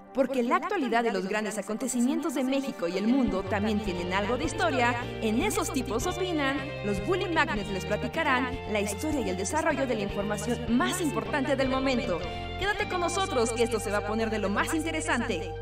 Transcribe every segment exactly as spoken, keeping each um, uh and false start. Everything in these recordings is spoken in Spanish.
Porque la actualidad de los grandes acontecimientos de México y el mundo también tienen algo de historia, en Esos Tipos Opinan, los Bully Magnets les platicarán la historia y el desarrollo de la información más importante del momento. Quédate con nosotros que esto se va a poner de lo más interesante.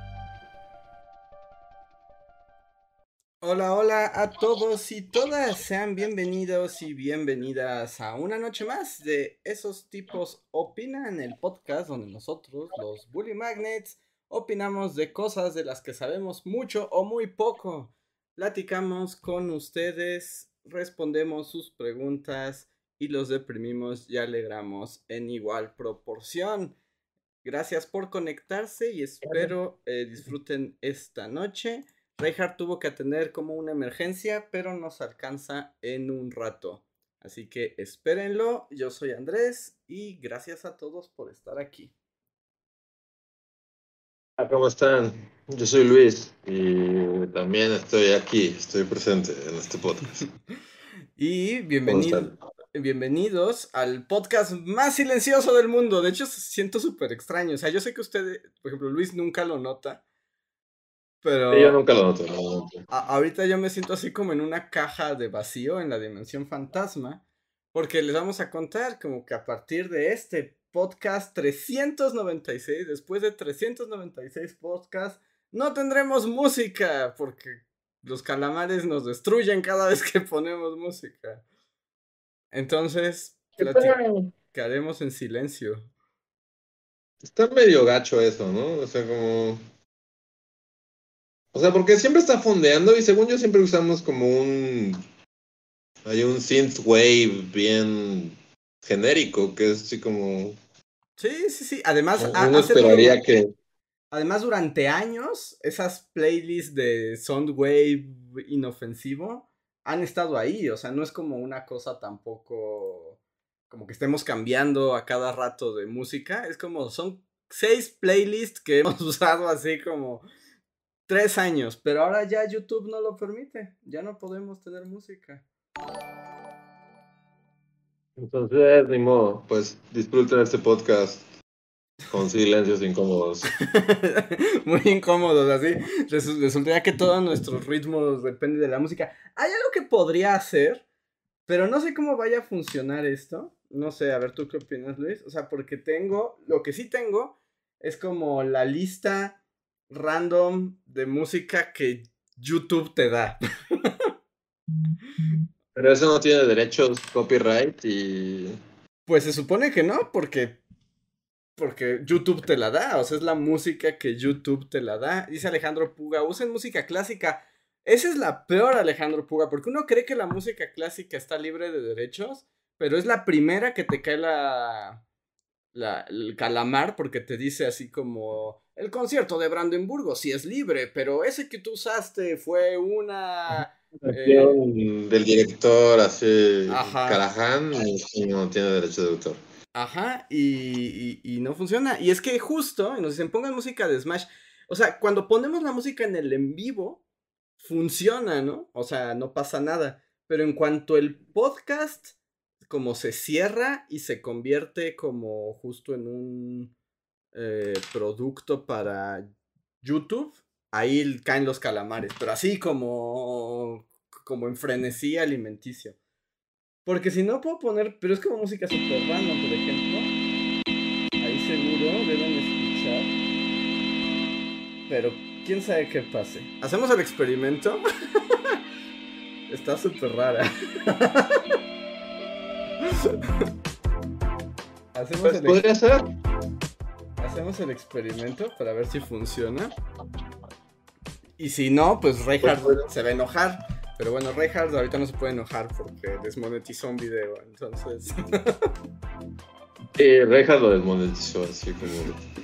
Hola, hola a todos y todas, sean bienvenidos y bienvenidas a una noche más de Esos Tipos Opinan, el podcast donde nosotros, los Bully Magnets, opinamos de cosas de las que sabemos mucho o muy poco. Platicamos con ustedes, respondemos sus preguntas y los deprimimos y alegramos en igual proporción. Gracias por conectarse y espero eh, disfruten esta noche. Reinhardt tuvo que atender como una emergencia, pero nos alcanza en un rato. Así que espérenlo. Yo soy Andrés y gracias a todos por estar aquí. ¿Cómo están? Yo soy Luis y también estoy aquí, estoy presente en este podcast. Y bienvenido, bienvenidos al podcast más silencioso del mundo. De hecho, siento súper extraño. O sea, yo sé que usted, por ejemplo, Luis nunca lo nota. Pero sí, yo nunca lo noto, no lo noto. A- ahorita yo me siento así como en una caja de vacío en la dimensión fantasma, porque les vamos a contar como que a partir de este podcast trescientos noventa y seis, después de trescientos noventa y seis podcasts, no tendremos música, porque los calamares nos destruyen cada vez que ponemos música. Entonces, platicaremos en silencio. Está medio gacho eso, ¿no? O sea, como... O sea, porque siempre está fondeando y según yo siempre usamos como un... Hay un synthwave bien genérico, que es así como... Sí, sí, sí. Además, Uno ha- hace esperaría como- que... Además, durante años, esas playlists de Soundwave inofensivo han estado ahí. O sea, no es como una cosa tampoco como que estemos cambiando a cada rato de música. Es como, son seis playlists que hemos usado así como tres años. Pero ahora ya YouTube no lo permite. Ya no podemos tener música. Entonces, ni modo, pues disfruten este podcast con silencios incómodos. Muy incómodos, así. Resu- resultaría que todos nuestros ritmos dependen de la música. Hay algo que podría hacer, pero no sé cómo vaya a funcionar esto. No sé, a ver, ¿tú qué opinas, Luis? O sea, porque tengo, lo que sí tengo es como la lista random de música que YouTube te da. Pero eso no tiene derechos copyright y... Pues se supone que no, porque Porque YouTube te la da, o sea, es la música que YouTube te la da. Dice Alejandro Puga, usen música clásica. Esa es la peor, Alejandro Puga, porque uno cree que la música clásica está libre de derechos, pero es la primera que te cae la, la el calamar, porque te dice así como, el concierto de Brandenburgo sí es libre, pero ese que tú usaste fue una... Eh, del director así, Ajá. Karajan, y no tiene derecho de autor. Ajá, y, y, y no funciona. Y es que justo nos dicen, pongan música de Smash. O sea, cuando ponemos la música en el en vivo, funciona, ¿no? O sea, no pasa nada. Pero en cuanto el podcast, como se cierra y se convierte como justo en un eh, producto para YouTube, ahí caen los calamares. Pero así como, como en frenesí alimenticio. Porque si no puedo poner, pero es como música super random, por ejemplo. Ahí seguro deben escuchar. Pero quién sabe qué pase. ¿Hacemos el experimento? Está súper rara. ¿Hacemos Pues el podría ex- ser. Hacemos el experimento para ver si funciona. Y si no, pues Reinhardt se va a enojar. Pero bueno, Reinhardt ahorita no se puede enojar porque desmonetizó un video, entonces... Sí, Reinhardt lo desmonetizó así como...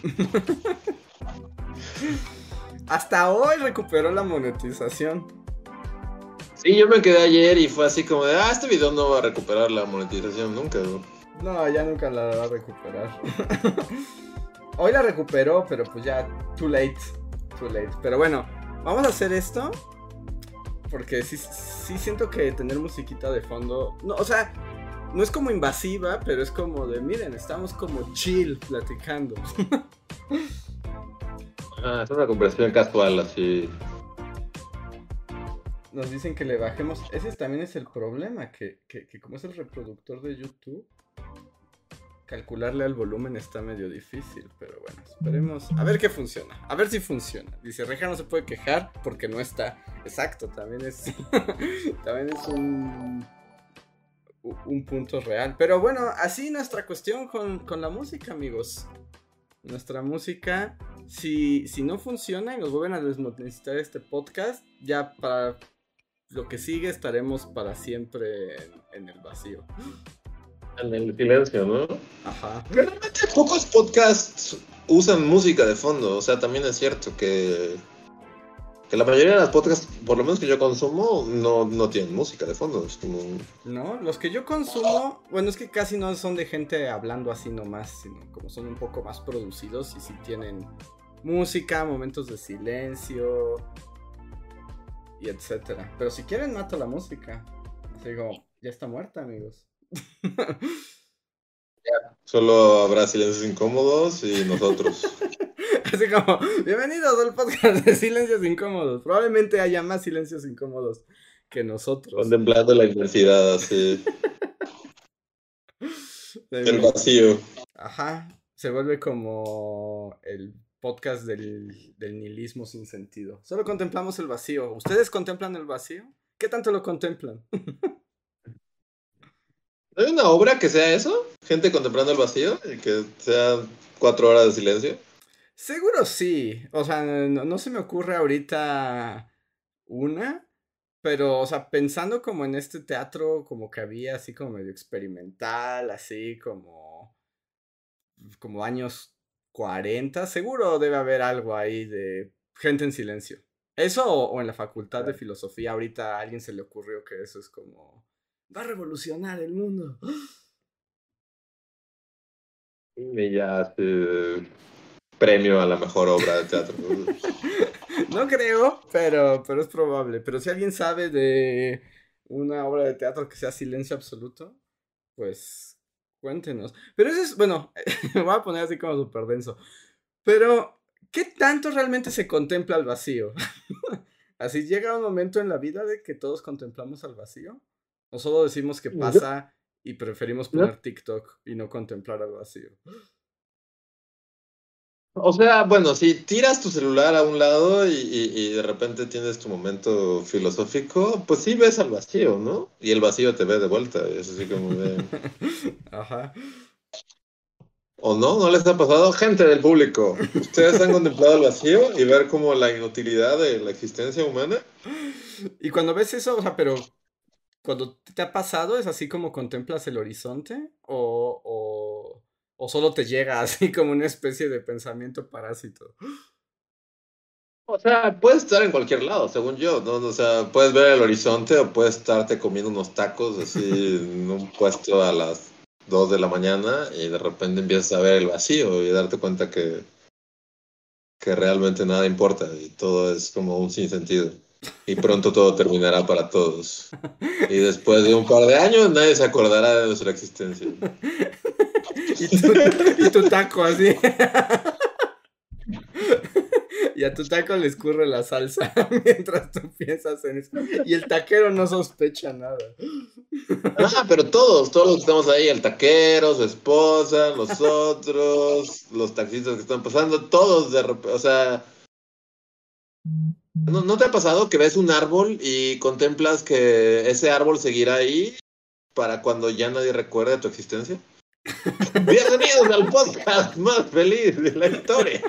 Hasta hoy recuperó la monetización. Sí, yo me quedé ayer y fue así como de, ah, este video no va a recuperar la monetización nunca, ¿no? No, ya nunca la va a recuperar. Hoy la recuperó, pero pues ya, too late, too late. Pero bueno, vamos a hacer esto. Porque sí, sí siento que tener musiquita de fondo, no, o sea, no es como invasiva, pero es como de, miren, estamos como chill platicando. Ah, es una conversación casual, así. Nos dicen que le bajemos. Ese también es el problema, que, que, que como es el reproductor de YouTube, calcularle al volumen está medio difícil, pero bueno, esperemos. A ver qué funciona, a ver si funciona. Dice, Reja no se puede quejar porque no está. Exacto, también es también es un un punto real. Pero bueno, así nuestra cuestión con, con la música, amigos. Nuestra música, si, si no funciona y nos vuelven a desmonetizar este podcast, ya para lo que sigue estaremos para siempre en, en el vacío. En el silencio, ¿no? Ajá. Realmente pocos podcasts usan música de fondo. O sea, también es cierto que, que la mayoría de los podcasts, por lo menos que yo consumo, no, no tienen música de fondo. Es como... No, los que yo consumo, bueno, es que casi no son de gente hablando así nomás, sino como son un poco más producidos y sí tienen música, momentos de silencio y etcétera. Pero si quieren, mato la música. Así como, ya está muerta, amigos. Solo habrá silencios incómodos y nosotros. Así como, bienvenidos al podcast de Silencios Incómodos. Probablemente haya más silencios incómodos que nosotros. Contemplando la inmensidad, así. El vacío. Ajá, se vuelve como el podcast del, del nihilismo sin sentido. Solo contemplamos el vacío. ¿Ustedes contemplan el vacío? ¿Qué tanto lo contemplan? ¿Hay una obra que sea eso? Gente contemplando el vacío y que sea cuatro horas de silencio. Seguro sí. O sea, no, no se me ocurre ahorita una. Pero, o sea, pensando como en este teatro como que había así como medio experimental, así como como años cuarenta, seguro debe haber algo ahí de gente en silencio. Eso o, o en la facultad de filosofía ahorita a alguien se le ocurrió que eso es como va a revolucionar el mundo. Y ya eh, premio a la mejor obra de teatro. No creo, pero, pero es probable. Pero si alguien sabe de una obra de teatro que sea silencio absoluto, pues cuéntenos. Pero eso es, bueno, me voy a poner así como súper denso. Pero, ¿qué tanto realmente se contempla el vacío? Así llega un momento en la vida de que todos contemplamos al vacío. ¿O solo decimos que pasa y preferimos poner TikTok y no contemplar al vacío? O sea, bueno, si tiras tu celular a un lado y, y, y de repente tienes tu momento filosófico, pues sí ves al vacío, ¿no? Y el vacío te ve de vuelta, y es así como de... Ajá. ¿O no? ¿No les ha pasado? Gente del público, ¿ustedes han contemplado el vacío y ver como la inutilidad de la existencia humana? Y cuando ves eso, o sea, pero cuando te ha pasado, ¿es así como contemplas el horizonte? ¿O, o, o solo te llega así como una especie de pensamiento parásito? O sea, puedes estar en cualquier lado, según yo, ¿no? O sea, puedes ver el horizonte o puedes estarte comiendo unos tacos así en un puesto a las dos de la mañana y de repente empiezas a ver el vacío y darte cuenta que, que realmente nada importa y todo es como un sinsentido. Y pronto todo terminará para todos. Y después de un par de años nadie se acordará de nuestra existencia. y, tu, y tu taco así. Y a tu taco le escurre la salsa mientras tú piensas en eso. Y el taquero no sospecha nada. Ah, pero todos, todos los que estamos ahí, el taquero, su esposa, nosotros, los taxistas que están pasando, todos de repente, o sea... ¿No, ¿No te ha pasado que ves un árbol y contemplas que ese árbol seguirá ahí para cuando ya nadie recuerde tu existencia? Bienvenidos al podcast más feliz de la historia.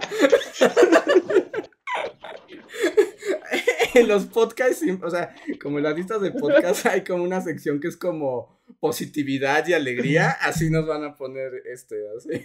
En los podcasts, o sea, como en las listas de podcasts hay como una sección que es como positividad y alegría, así nos van a poner este, así.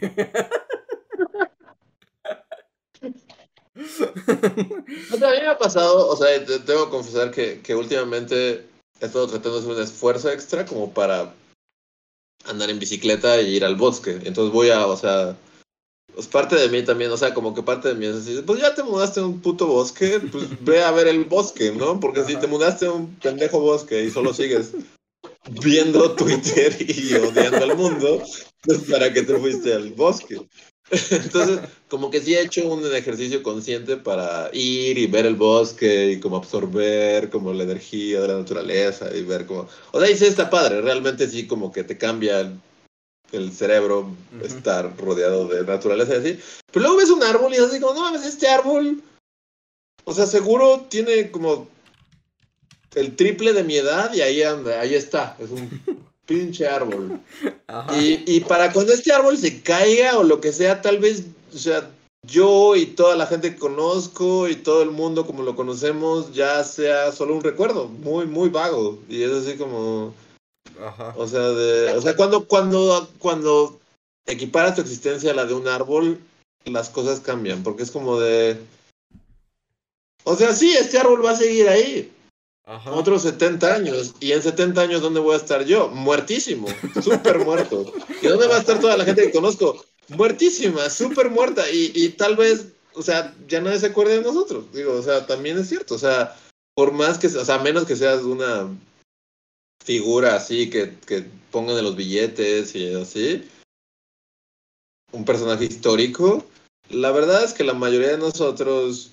O sea, a mí me ha pasado, o sea, te- tengo que confesar que, que últimamente he estado tratando de hacer un esfuerzo extra como para andar en bicicleta e ir al bosque. Entonces voy a, o sea, pues parte de mí también, o sea, como que parte de mí es así, pues ya te mudaste a un puto bosque, pues ve a ver el bosque, ¿no? Porque si te mudaste a un pendejo bosque y solo sigues viendo Twitter y odiando al mundo, pues para qué te fuiste al bosque. Entonces, como que sí he hecho un ejercicio consciente para ir y ver el bosque y como absorber como la energía de la naturaleza y ver como... O sea, y sí está padre, realmente sí como que te cambia el, el cerebro Ujú. estar rodeado de naturaleza y así. Pero luego ves un árbol y es así como, no mames, este árbol, o sea, seguro tiene como el triple de mi edad y ahí anda, ahí está, es un pinche árbol. Ajá. Y, y para cuando este árbol se caiga o lo que sea, tal vez, o sea, yo y toda la gente que conozco y todo el mundo como lo conocemos ya sea solo un recuerdo, muy, muy vago. Y es así como, Ajá. o sea, de, o sea, cuando, cuando, cuando equiparas tu existencia a la de un árbol, las cosas cambian, porque es como de, o sea, sí, este árbol va a seguir ahí. Ajá. Otros setenta años. ¿Y en setenta años dónde voy a estar yo? Muertísimo, súper muerto. ¿Y dónde va a estar toda la gente que conozco? Muertísima, súper muerta. Y, y tal vez, o sea, ya nadie se acuerde de nosotros. Digo, o sea, también es cierto. O sea, por más que, o sea, menos que seas una figura así que, que pongan en los billetes y así, un personaje histórico, la verdad es que la mayoría de nosotros,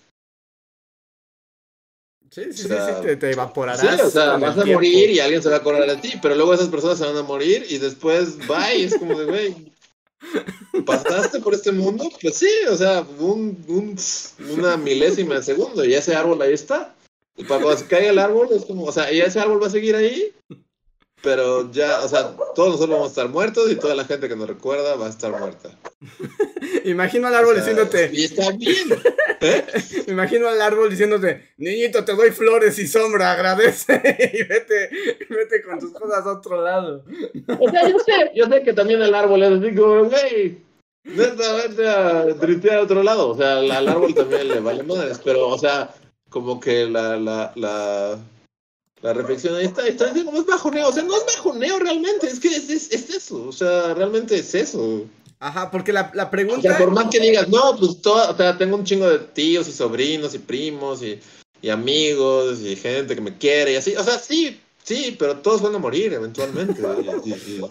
Sí, o sí, sí, sí, sea, te, te sí, o evaporarás sea, con vas el a tiempo. morir y alguien se va a acordar de ti, pero luego esas personas se van a morir y después, bye, es como de, güey, ¿pasaste por este mundo? Pues sí, o sea, un, un, una milésima de segundo y ese árbol ahí está. Y para cuando se caiga el árbol, es como, o sea, y ese árbol va a seguir ahí, pero ya, o sea, todos nosotros vamos a estar muertos y toda la gente que nos recuerda va a estar muerta. Imagino al O árbol sea, diciéndote. y está bien, ¿eh? Me imagino al árbol diciéndote, niñito, te doy flores y sombra, agradece. Y vete, vete con tus cosas a otro lado. O sea, yo sé, yo sé que también el árbol es así como, güey, neta, vete a tripear a otro lado. O sea, al, al árbol también le vale madres, pero, o sea, como que la, la, la, la reflexión ahí está, está diciendo, no es bajoneo, o sea, no es bajoneo realmente, es que es, es, es eso, o sea, realmente es eso. Ajá, porque la, la O sea, por pregunta. más que digas, no, pues todo, o sea, tengo un chingo de tíos y sobrinos y primos y, y amigos y gente que me quiere y así, o sea, sí, sí, pero todos van a morir eventualmente. Y, y, y...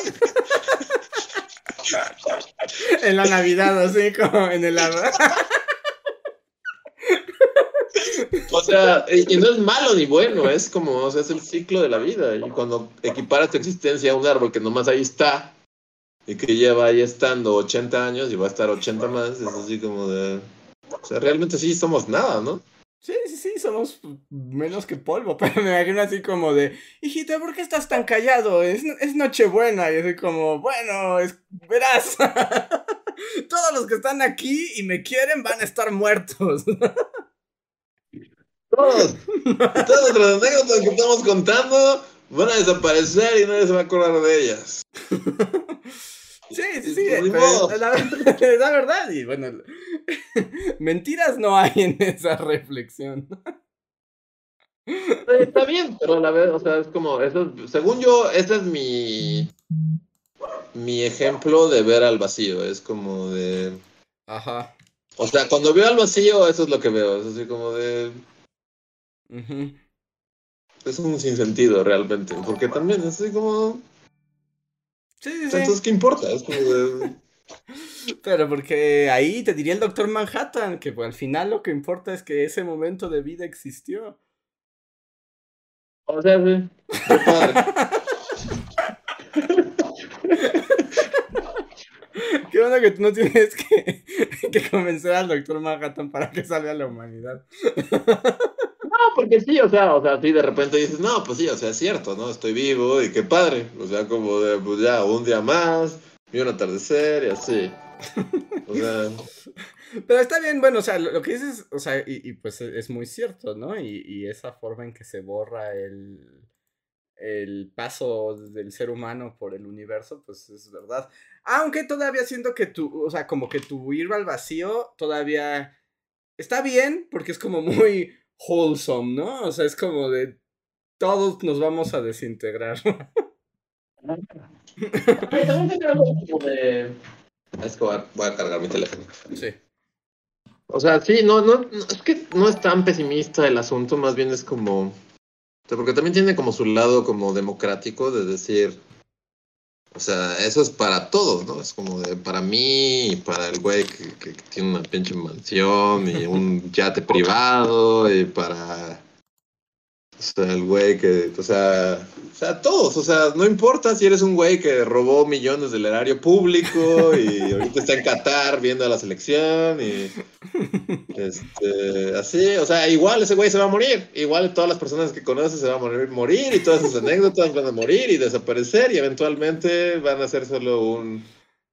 En la Navidad, así como en el árbol. O sea, y, y no es malo ni bueno, es como, o sea, es el ciclo de la vida. Y cuando equiparas tu existencia a un árbol que nomás ahí está y que lleva ahí estando ochenta años y va a estar ochenta más, es así como de. O sea, realmente sí somos nada, ¿no? Sí, sí, sí, somos menos que polvo, pero me imagino así como de, hijita, ¿por qué estás tan callado? Es, es Nochebuena, y así como, bueno, es, verás, todos los que están aquí y me quieren van a estar muertos. Todos, todas nuestras anécdotas que estamos contando van a desaparecer y nadie se va a acordar de ellas. Sí, sí, Y sí, pues ni pero es modo. la, es la verdad, y bueno, mentiras no hay en esa reflexión. Está bien, pero a la vez, o sea, es como, eso, según yo, ese es mi, mi ejemplo de ver al vacío. Es como de. Ajá. O sea, cuando veo al vacío, eso es lo que veo. Es así como de. Uh-huh. Es un sinsentido realmente. Porque también es así como. Sí, sí, Entonces, sí. ¿qué importa? Es como de. Pero porque ahí te diría el doctor Manhattan, que pues, al final lo que importa es que ese momento de vida existió. O sea, sí. Qué padre. Qué bueno que tú no tienes que, que convencer al doctor Manhattan para que salve a la humanidad. No, porque sí, o sea, o sea, sí, de repente dices, no, pues sí, o sea, es cierto, ¿no? Estoy vivo y qué padre. O sea, como de, pues ya, un día más, y un atardecer y así. O sea. Pero está bien, bueno, o sea, lo, lo que dices, o sea, y, y pues es, es muy cierto, ¿no? Y, y esa forma en que se borra el, el paso del ser humano por el universo, pues es verdad. Aunque todavía siento que tu, o sea, como que tu ir al vacío todavía está bien, porque es como muy wholesome, ¿no? O sea, es como de todos nos vamos a desintegrar. Es que voy a, voy a cargar mi teléfono. Sí. O sea, sí, no, no, no, es que no es tan pesimista el asunto, más bien es como. O sea, porque también tiene como su lado como democrático de decir. O sea, eso es para todos, ¿no? Es como de para mí y para el güey que, que, que tiene una pinche mansión y un yate privado y para... O sea, el güey que, o sea, o sea, todos, o sea, no importa si eres un güey que robó millones del erario público y ahorita está en Qatar viendo la selección y este, así, o sea, igual ese güey se va a morir, igual todas las personas que conoces se van a morir, morir y todas sus anécdotas van a morir y desaparecer y eventualmente van a ser solo un,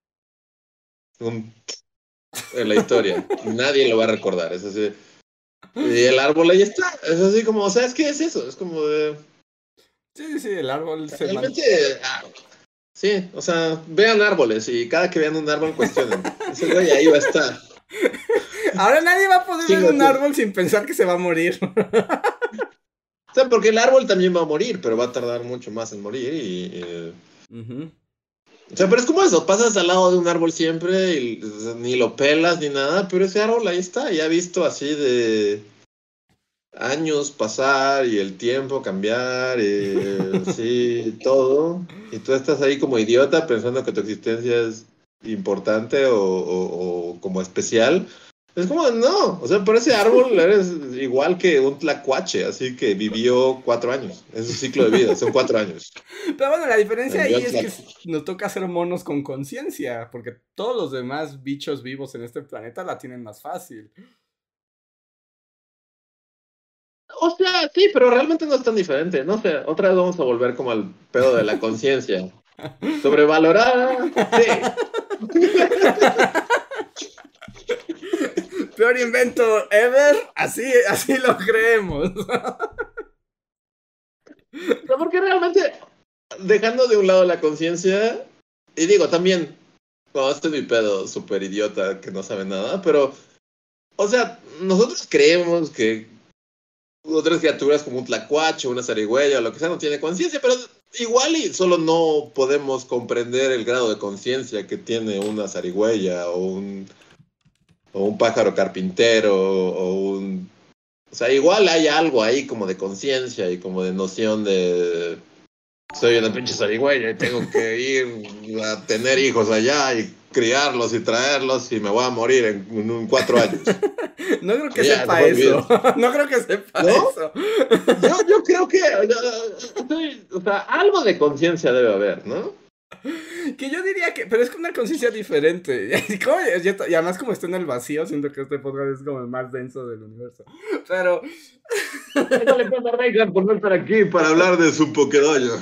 un en la historia, nadie lo va a recordar, es así. Y el árbol ahí está, es así como, o sea, es que es eso, es como de... Sí, sí, el árbol se Realmente, ah, sí, o sea, vean árboles y cada que vean un árbol cuestionen. Ese güey ahí va a estar. Ahora nadie va a poder Sí, ver un sí. árbol sin pensar que se va a morir. O sea, porque el árbol también va a morir, pero va a tardar mucho más en morir y... y... Uh-huh. O sea, pero es como eso, pasas al lado de un árbol siempre y o sea, ni lo pelas ni nada, pero ese árbol ahí está, ya visto así de años pasar y el tiempo cambiar y sí, todo. Y tú estás ahí como idiota pensando que tu existencia es importante o, o, o como especial. Es como, no, o sea, por ese árbol eres igual que un tlacuache, así que vivió cuatro años. Es su ciclo de vida, son cuatro años. Pero bueno, la diferencia ahí Yo es tla- que nos toca ser monos con conciencia, porque todos los demás bichos vivos en este planeta la tienen más fácil. O sea, sí, pero realmente no es tan diferente. No sé, otra vez vamos a volver como al pedo de la conciencia. Sobrevalorada, sí. Peor invento ever, así, así lo creemos. No, porque realmente, dejando de un lado la conciencia, y digo, también, no, este es mi pedo, súper idiota, que no sabe nada, pero, o sea, nosotros creemos que otras criaturas como un tlacuache, una zarigüeya, o lo que sea, no tiene conciencia, pero igual y solo no podemos comprender el grado de conciencia que tiene una zarigüeya, o un, o un pájaro carpintero, o un... O sea, igual hay algo ahí como de conciencia y como de noción de... Soy una pinche zarigüeya y tengo que ir a tener hijos allá y criarlos y traerlos y me voy a morir en, en cuatro años. No creo que Ya, sepa no fue mi eso. vida. No creo que sepa ¿No? eso. Yo, yo creo que, estoy- o sea, algo de conciencia debe haber, ¿no? Que yo diría que, pero es con una conciencia diferente. Y, como- y además como está en el vacío, siento que este podcast es como el más denso del universo. Pero, Eso le pasa a Reagan por no estar aquí para hablar de su Pokédoyo.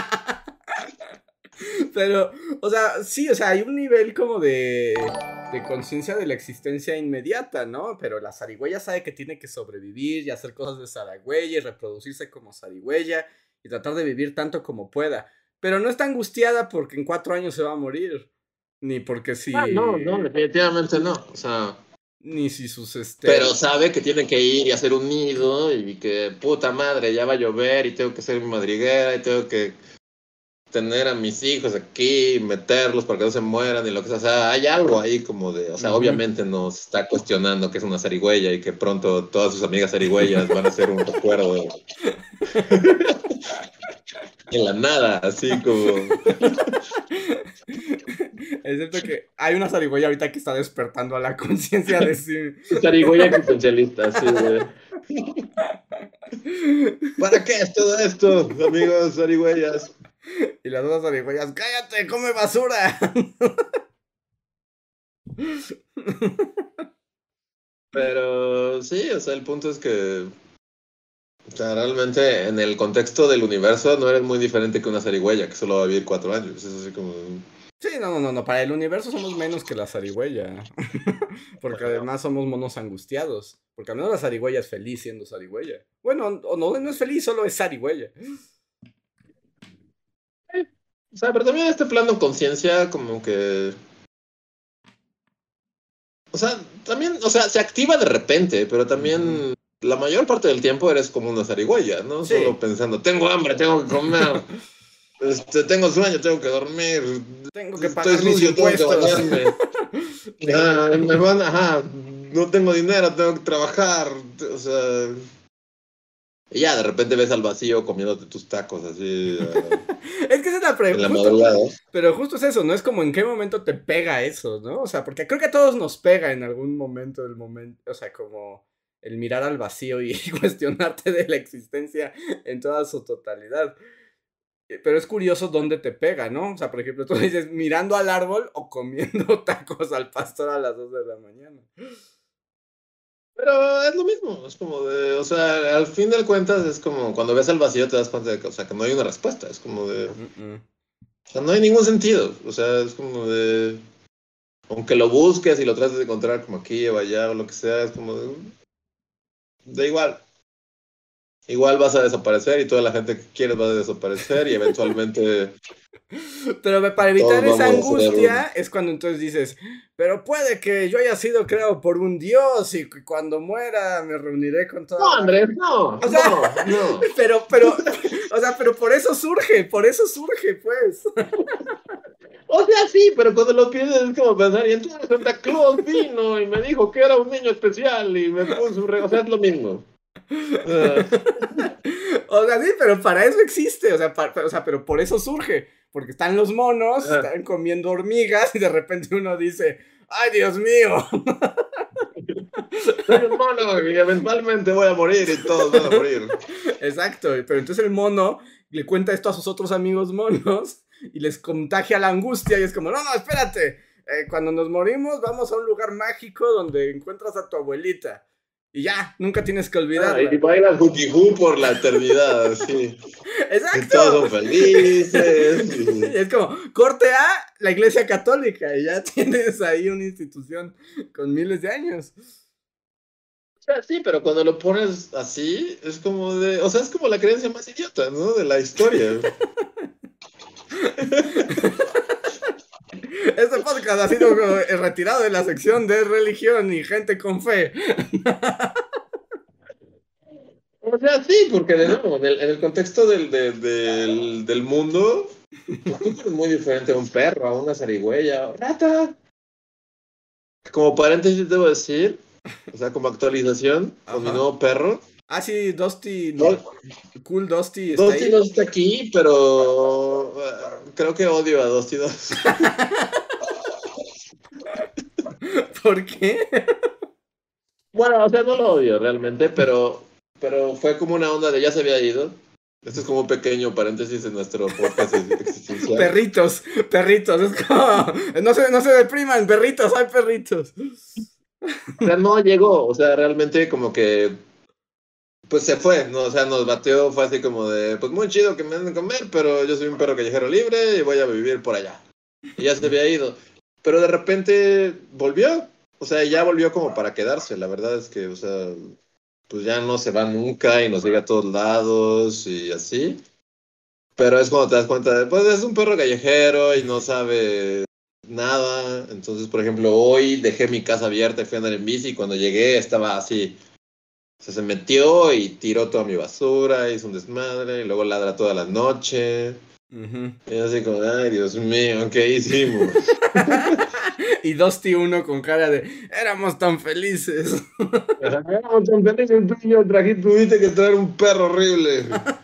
pero, o sea, sí, o sea, hay un nivel como de, de conciencia de la existencia inmediata, ¿no? Pero la zarigüeya sabe que tiene que sobrevivir y hacer cosas de zarigüeya y reproducirse como zarigüeya y tratar de vivir tanto como pueda. Pero no está angustiada porque en cuatro años se va a morir. Ni porque si... Ah, no, no, definitivamente no. O sea, Ni si sus, este... pero sabe que tiene que ir y hacer un nido y que puta madre, ya va a llover y tengo que hacer mi madriguera y tengo que tener a mis hijos aquí, meterlos para que no se mueran y lo que sea. O sea, hay algo ahí como de, o sea, Ujú. obviamente nos está cuestionando que es una zarigüeya y que pronto todas sus amigas zarigüeyas van a hacer un recuerdo en la nada, así como... Excepto que hay una zarigüeya ahorita que está despertando a la conciencia de sí. Zarigüeya existencialista, así de... ¿Para qué es todo esto, amigos zarigüeyas? Y las otras zarigüeyas, ¡cállate, come basura! Pero sí, o sea, el punto es que... O sea, realmente en el contexto del universo no eres muy diferente que una zarigüeya que solo va a vivir cuatro años. Es así como... Sí, no, no, no, no, para el universo somos menos que la zarigüeya. Porque Bueno. además somos monos angustiados. Porque al menos la zarigüeya es feliz siendo zarigüeya. Bueno, o no, no es feliz, solo es zarigüeya. O sea, pero también este plano conciencia como que... O sea, también, o sea, se activa de repente, pero también la mayor parte del tiempo eres como una zarigüeya, ¿no? Sí. Solo pensando, tengo hambre, tengo que comer, este, tengo sueño, tengo que dormir, Tengo que estoy pagar mis sucio, tengo que impuestos. bañarme. Ah, me van, ajá, no tengo dinero, tengo que trabajar, o sea... Y ya, de repente ves al vacío comiéndote tus tacos, así... Uh... Es que esa es la pregunta. En la madrugada. Pero justo es eso, ¿no? Es como en qué momento te pega eso, ¿no? O sea, porque creo que a todos nos pega en algún momento del momento, o sea, como el mirar al vacío y cuestionarte de la existencia en toda su totalidad. Pero es curioso dónde te pega, ¿no? O sea, por ejemplo, tú dices mirando al árbol o comiendo tacos al pastor a las dos de la mañana. Pero es lo mismo, es como de, o sea, al fin de cuentas es como cuando ves al vacío te das cuenta de que, o sea, que no hay una respuesta, es como de, Mm-mm. o sea, no hay ningún sentido, o sea, es como de, aunque lo busques y lo trates de encontrar como aquí o allá o lo que sea, es como de, da igual. Igual vas a desaparecer y toda la gente que quieres va a desaparecer y eventualmente Pero para todos evitar esa vamos a ser angustia un... es cuando entonces dices, pero puede que yo haya sido creado por un dios y que cuando muera me reuniré con toda No, la... Andrés, no, O sea, no, no. pero, pero, o sea, pero por eso surge, por eso surge, pues. O sea, sí, pero cuando lo piensas es como pensar, y entonces Santa Claus vino y me dijo que era un niño especial y me puso un regalo, o sea, es lo mismo. Uh, O sea, sí, pero para eso existe, o sea, para, o sea, pero por eso surge, porque están los monos, Ajá. están comiendo hormigas y de repente uno dice, ¡ay, Dios mío! soy un mono y eventualmente voy a morir y todos van a morir. Exacto, pero entonces el mono le cuenta esto a sus otros amigos monos y les contagia la angustia y es como, no, no, espérate, eh, cuando nos morimos vamos a un lugar mágico donde encuentras a tu abuelita y ya, nunca tienes que Ah, olvidarla. y bailas Hukihu por la eternidad, sí. Exacto. Y todos son felices. Y... es como, corte a la Iglesia Católica y ya tienes ahí una institución con miles de años. O sea, sí, pero cuando lo pones así, es como de... O sea, es como la creencia más idiota, ¿no? De la historia. Este podcast ha sido retirado de la sección de religión y gente con fe. O sea, sí, porque de nuevo, en el, en el contexto del, del, del, del mundo, pues tú eres muy diferente a un perro, a una zarigüeya, rata. Como paréntesis debo decir, o sea, como actualización, con mi Ajá. nuevo perro. Ah, sí, Dusty, No, Cool Dusty está Dusty ahí. no está aquí, pero uh, creo que odio a Dusty dos. ¿Por qué? Bueno, o sea, no lo odio realmente, pero, pero fue como una onda de ya se había ido. Esto es como un pequeño paréntesis en nuestro podcast existencial. Perritos, perritos, es como, no se, no se depriman, perritos, hay perritos. O sea, no llegó, o sea, realmente como que, pues se fue, ¿no? O sea, nos bateó, fue así como de, pues muy chido que me den de comer, pero yo soy un perro callejero libre y voy a vivir por allá. Y ya se había ido. Pero de repente volvió, o sea, ya volvió como para quedarse, la verdad es que, o sea, pues ya no se va nunca y nos sigue a todos lados y así. Pero es cuando te das cuenta de, pues es un perro callejero y no sabe nada. Entonces, por ejemplo, hoy dejé mi casa abierta y fui a andar en bici y cuando llegué estaba así. O sea, se metió y tiró toda mi basura, hizo un desmadre y luego ladra toda la noche. Uh-huh. Y así como, ay, Dios mío, ¿qué hicimos? Y Dusty uno con cara de, éramos tan felices. Éramos tan felices, tú y yo trajiste, tuviste que traer un perro horrible.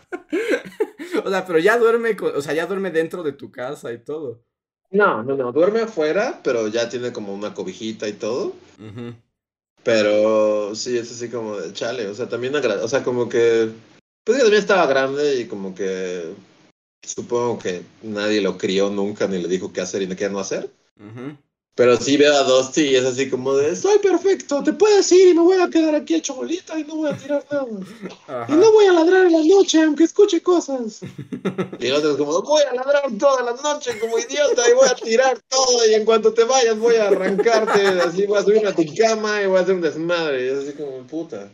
O sea, pero ya duerme, o sea, ya duerme dentro de tu casa y todo. No, no, no, duerme afuera, pero ya tiene como una cobijita y todo. Uh-huh. Pero sí, es así como de chale, o sea, también, agra- o sea, como que, pues que también estaba grande y como que supongo que nadie lo crió nunca ni le dijo qué hacer y qué no hacer. Uh-huh. Pero sí veo a Dusty y es así como de, soy perfecto, te puedes ir y me voy a quedar aquí hecho bolita y no voy a tirar nada. Ajá. Y no voy a ladrar en la noche aunque escuche cosas. Y el otro es como, voy a ladrar toda la noche como idiota y voy a tirar todo y en cuanto te vayas voy a arrancarte, así voy a subirme a tu cama y voy a hacer un desmadre. Y es así como, puta.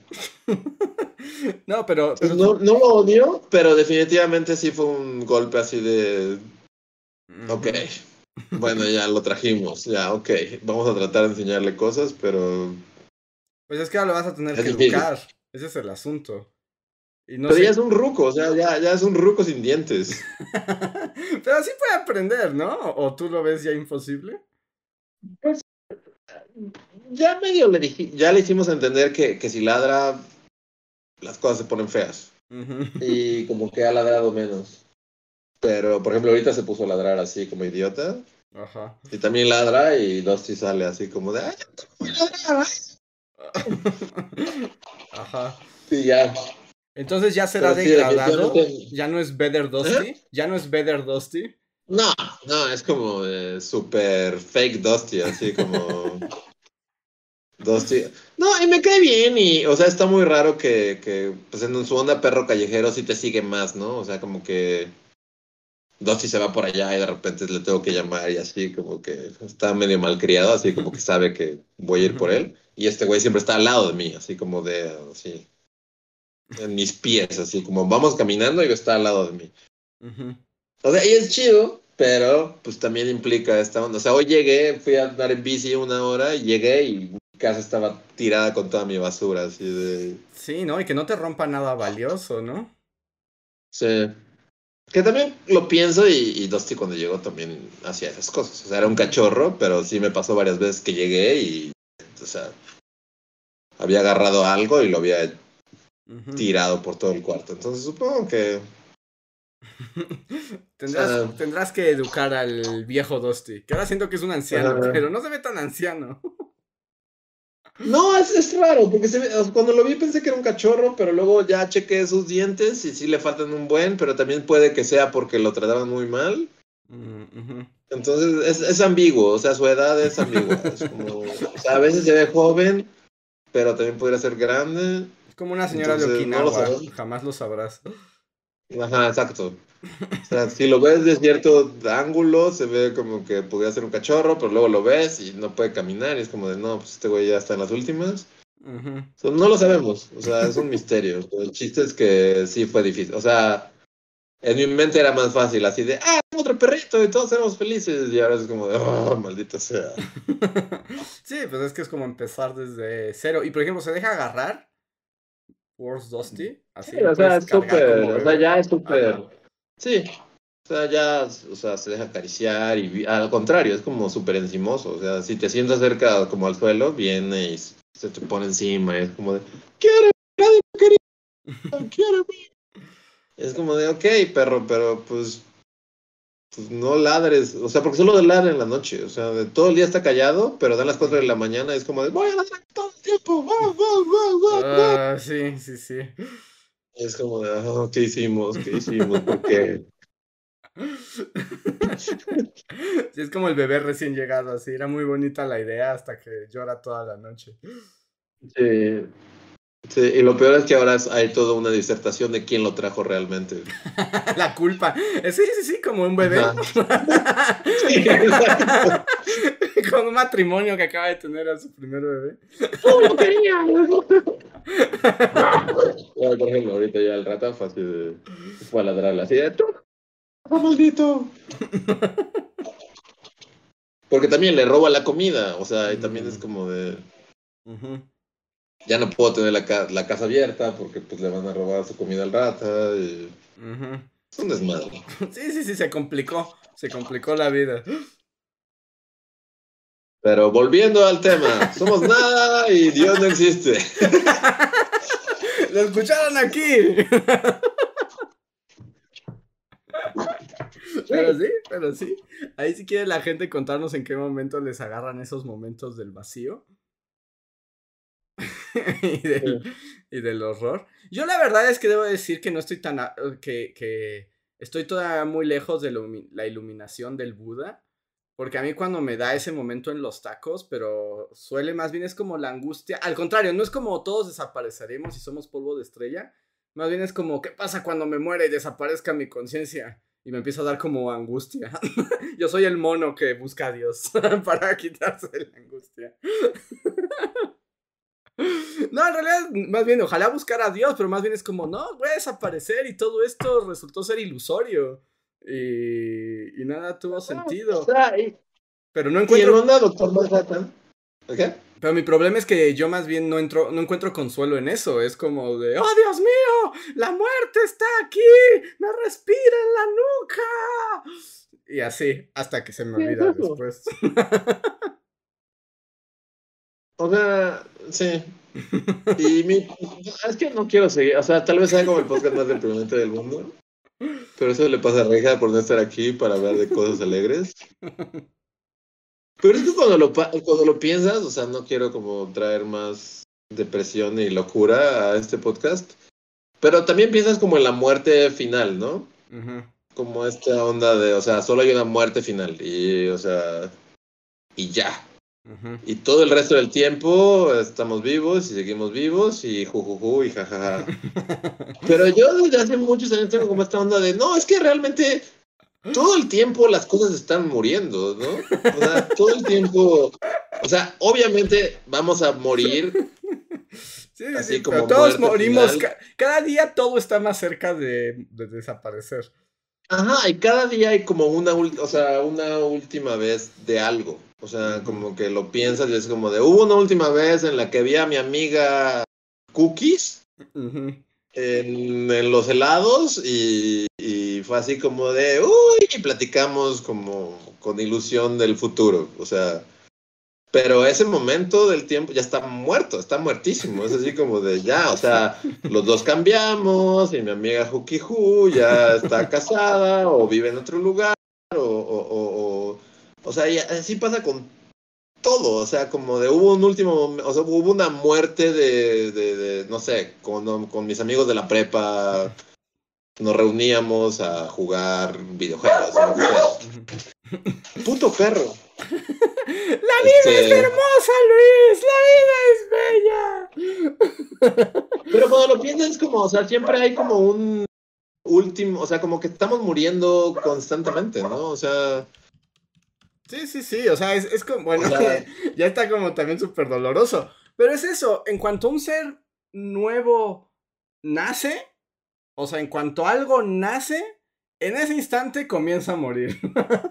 No, pero... pero No, no lo odio, pero definitivamente sí fue un golpe así de, uh-huh. ok. Bueno, ya lo trajimos, ya, ok. Vamos a tratar de enseñarle cosas, pero... Pues es que ahora lo vas a tener es que difícil. educar. Ese es el asunto. Y no pero sé... ya es un ruco, o sea, ya, ya es un ruco sin dientes. Pero así puede aprender, ¿no? ¿O tú lo ves ya imposible? Pues ya medio le dije, ya le hicimos entender que, que si ladra, las cosas se ponen feas. Uh-huh. Y como que ha ladrado menos. Pero, por ejemplo, ahorita se puso a ladrar así como idiota. Ajá. Y también ladra y Dusty sale así como de... ¡Ay, ya te voy a ladrar! Ajá. Sí, ya. Entonces ya será Pero sí, degradado. definitivamente... Ya no es Better Dusty. ¿Eh? Ya no es Better Dusty. No, no, es como eh, super fake Dusty, así como... Dusty. No, y me cae bien y, o sea, está muy raro que, que pues en su onda perro callejero sí te sigue más, ¿no? O sea, como que Dusty se va por allá y de repente le tengo que llamar y así, como que está medio malcriado, así como que sabe que voy a ir por él. Y este güey siempre está al lado de mí, así como de, así, en mis pies, así como vamos caminando y está al lado de mí. Ujú. O sea, y es chido, pero pues también implica esta onda. O sea, hoy llegué, fui a andar en bici una hora y llegué y mi casa estaba tirada con toda mi basura, así de... Sí, ¿no? Y que no te rompa nada valioso, ¿no? Sí. Que también lo pienso y, y Dusty cuando llegó también hacía esas cosas. O sea, era un cachorro, pero sí me pasó varias veces que llegué y, o sea, había agarrado algo y lo había Ujú. tirado por todo el cuarto. Entonces supongo que... tendrás, o sea, tendrás que educar al viejo Dusty. Que ahora siento que es un anciano, ajá. pero no se ve tan anciano. No, es, es raro, porque se ve- o sea, cuando lo vi pensé que era un cachorro, pero luego ya chequé sus dientes y sí le faltan un buen, pero también puede que sea porque lo trataban muy mal. Mm, ujú. Entonces es, es ambiguo, o sea, su edad es ambigua. Es como, o sea, a veces se ve joven, pero también podría ser grande. Es como una señora de Entonces no lo Okinawa. sabemos. Jamás lo sabrás. Ajá, exacto. O sea, si lo ves de cierto ángulo, se ve como que podría ser un cachorro, pero luego lo ves y no puede caminar y es como de, no, pues este güey ya está en las últimas. Ujú. O sea, no lo sabemos, o sea, es un misterio. Pero el chiste es que sí fue difícil. O sea, en mi mente era más fácil, así de, ah, otro perrito y todos éramos felices. Y ahora es como de, oh, maldito sea. Sí, pues es que es como empezar desde cero. Y por ejemplo, ¿se deja agarrar? Force Dusty. Así Sí, lo o sea, puedes es cargar súper, como o sea, bebé. ya es súper. Ajá. Sí, o sea, ya, o sea, se deja acariciar y vi- al contrario, es como súper encimoso. O sea, si te sientas cerca como al suelo, viene y se te pone encima. Y es como de, quiere, nadie me quería, quiere. Es como de, ok, perro, pero pues, pues no ladres. O sea, porque solo ladra en la noche. O sea, de todo el día está callado, pero dan las cuatro de la Ujú. mañana. Es como de, voy a ladrar todo el tiempo. Wow, wow, wow, wow, wow. Ah, sí, sí, sí. Es como de, oh, ¿qué hicimos? ¿Qué hicimos? ¿Por qué? Sí, es como el bebé recién llegado, así. Era muy bonita la idea hasta que llora toda la noche. Sí, sí, y lo peor es que ahora es- hay toda una disertación de quién lo trajo realmente. La culpa. Eh, Sí, sí, sí, como un bebé. Ajá. Sí, exacto. Con un matrimonio que acaba de tener a su primer bebé. ¡Oh, lo quería! Bueno, por ejemplo, ahorita ya el rata fue así de... Fue a ladrarle así de... ¡Tú, maldito! Porque también le roba la comida, o sea, y también es Mm, como de... ujú. Ya no puedo tener la, ca- la casa abierta porque pues le van a robar su comida al rata y... Ujú. Es un desmadre. Sí, sí, sí, se complicó. Se complicó la vida. Pero volviendo al tema, somos nada y Dios no existe. ¡Lo escucharon aquí! Pero Sí. sí, pero sí. Ahí sí quiere la gente contarnos en qué momento les agarran esos momentos del vacío y, del, y del horror. Yo la verdad es que debo decir que no estoy tan... a- que, que estoy todavía muy lejos de la ilumi- la iluminación del Buda. Porque a mí cuando me da ese momento en los tacos, pero suele más bien es como la angustia. Al contrario, no es como todos desapareceremos y somos polvo de estrella. Más bien es como, ¿qué pasa cuando me muera y desaparezca mi conciencia? Y me empieza a dar como angustia. Yo soy el mono que busca a Dios para quitarse la angustia. No, en realidad, más bien, ojalá buscar a Dios, pero más bien es como, no, voy a desaparecer y todo esto resultó ser ilusorio. Y, y nada tuvo O sentido. sea, y, Pero no y en encuentro. onda Doctor Manhattan. ¿Ok? Pero mi problema es que yo más bien no entro, no encuentro consuelo en eso. Es como de, ¡oh, Dios mío! ¡La muerte está aquí! ¡Me respira en la nuca! Y así, hasta que se me Sí, es olvida eso. después. O sea, sí. Y mi, es que no quiero seguir, o sea, tal vez sea como el podcast más deprimente del mundo. Pero eso le pasa a Reija por no estar aquí para hablar de cosas alegres. Pero es que cuando lo, cuando lo piensas, o sea, no quiero como traer más depresión y locura a este podcast, pero también piensas como en la muerte final, ¿no? Uh-huh. Como esta onda de, o sea, solo hay una muerte final y, o sea, y ya. Uh-huh. Y todo el resto del tiempo estamos vivos y seguimos vivos y jujuju y jajaja. Pero yo desde hace muchos años tengo como esta onda de, no, es que realmente todo el tiempo las cosas están muriendo, ¿no? O sea, todo el tiempo, o sea, obviamente vamos a morir. Sí, así sí, como pero todos morimos, ca- cada día todo está más cerca de, de desaparecer. Ajá, y cada día hay como una, o sea, una última vez de algo. O sea, uh-huh. Como que lo piensas y es como de, hubo una última vez en la que vi a mi amiga Cookies uh-huh. en, en los helados y, y fue así como de, uy, y platicamos como con ilusión del futuro. O sea, pero ese momento del tiempo ya está muerto, está muertísimo. Es así como de ya, o sea, los dos cambiamos y mi amiga Jukiju ya está casada o vive en otro lugar o, o, o, o, o sea, y así pasa con todo. O sea, como de hubo un último, o sea, hubo una muerte de, de, de no sé, con, con mis amigos de la prepa. Nos reuníamos a jugar videojuegos. ¿No? Puto perro. ¡La vida este... es hermosa, Luis! ¡La vida es bella! Pero cuando lo piensas es como, o sea, siempre hay como un último, o sea, como que estamos muriendo constantemente, ¿no? O sea... Sí, sí, sí, o sea, es, es como, bueno, o sea, ya está como también súper doloroso. Pero es eso, en cuanto un ser nuevo nace, o sea, en cuanto algo nace, en ese instante comienza a morir.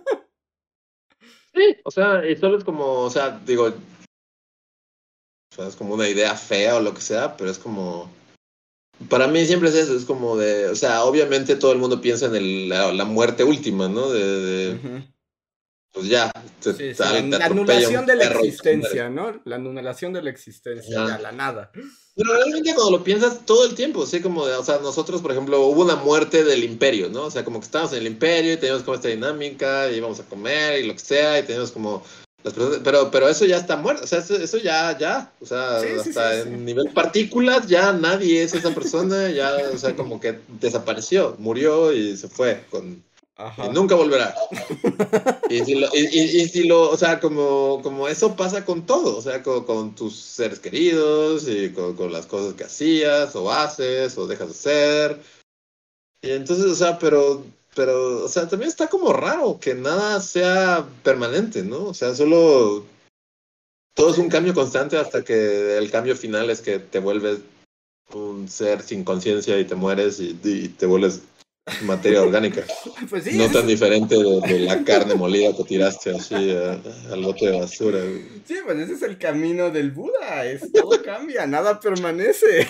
Sí, o sea, y solo es como, o sea, digo, o sea, es como una idea fea o lo que sea, pero es como, para mí siempre es eso, es como de, o sea, obviamente todo el mundo piensa en el, la, la muerte última, ¿no? De, de uh-huh. Pues ya, te, sí, sí, la, la anulación de la existencia, ¿no? La anulación de la existencia, ah. ya, la nada. Pero realmente cuando lo piensas todo el tiempo, sí, como de, o sea, nosotros, por ejemplo, hubo una muerte del imperio, ¿no? O sea, como que estábamos en el imperio y teníamos como esta dinámica y íbamos a comer y lo que sea y teníamos como las personas, pero, pero eso ya está muerto, o sea, eso, eso ya, ya, o sea, sí, hasta sí, sí, en sí. nivel partículas ya nadie es esa persona, ya, o sea, como que desapareció, murió y se fue con... Ajá. Y nunca volverá. y, si lo, y, y, y si lo, o sea, como, como eso pasa con todo, o sea, con, con tus seres queridos y con, con las cosas que hacías o haces o dejas de hacer. Y entonces, o sea, pero, pero, o sea, también está como raro que nada sea permanente, ¿no? O sea, solo todo es un cambio constante hasta que el cambio final es que te vuelves un ser sin conciencia y te mueres y, y te vuelves materia orgánica. Pues sí, no tan es... diferente de, de la carne molida que tiraste así a, al bote de basura. Sí, pues ese es el camino del Buda, es todo cambia, nada permanece.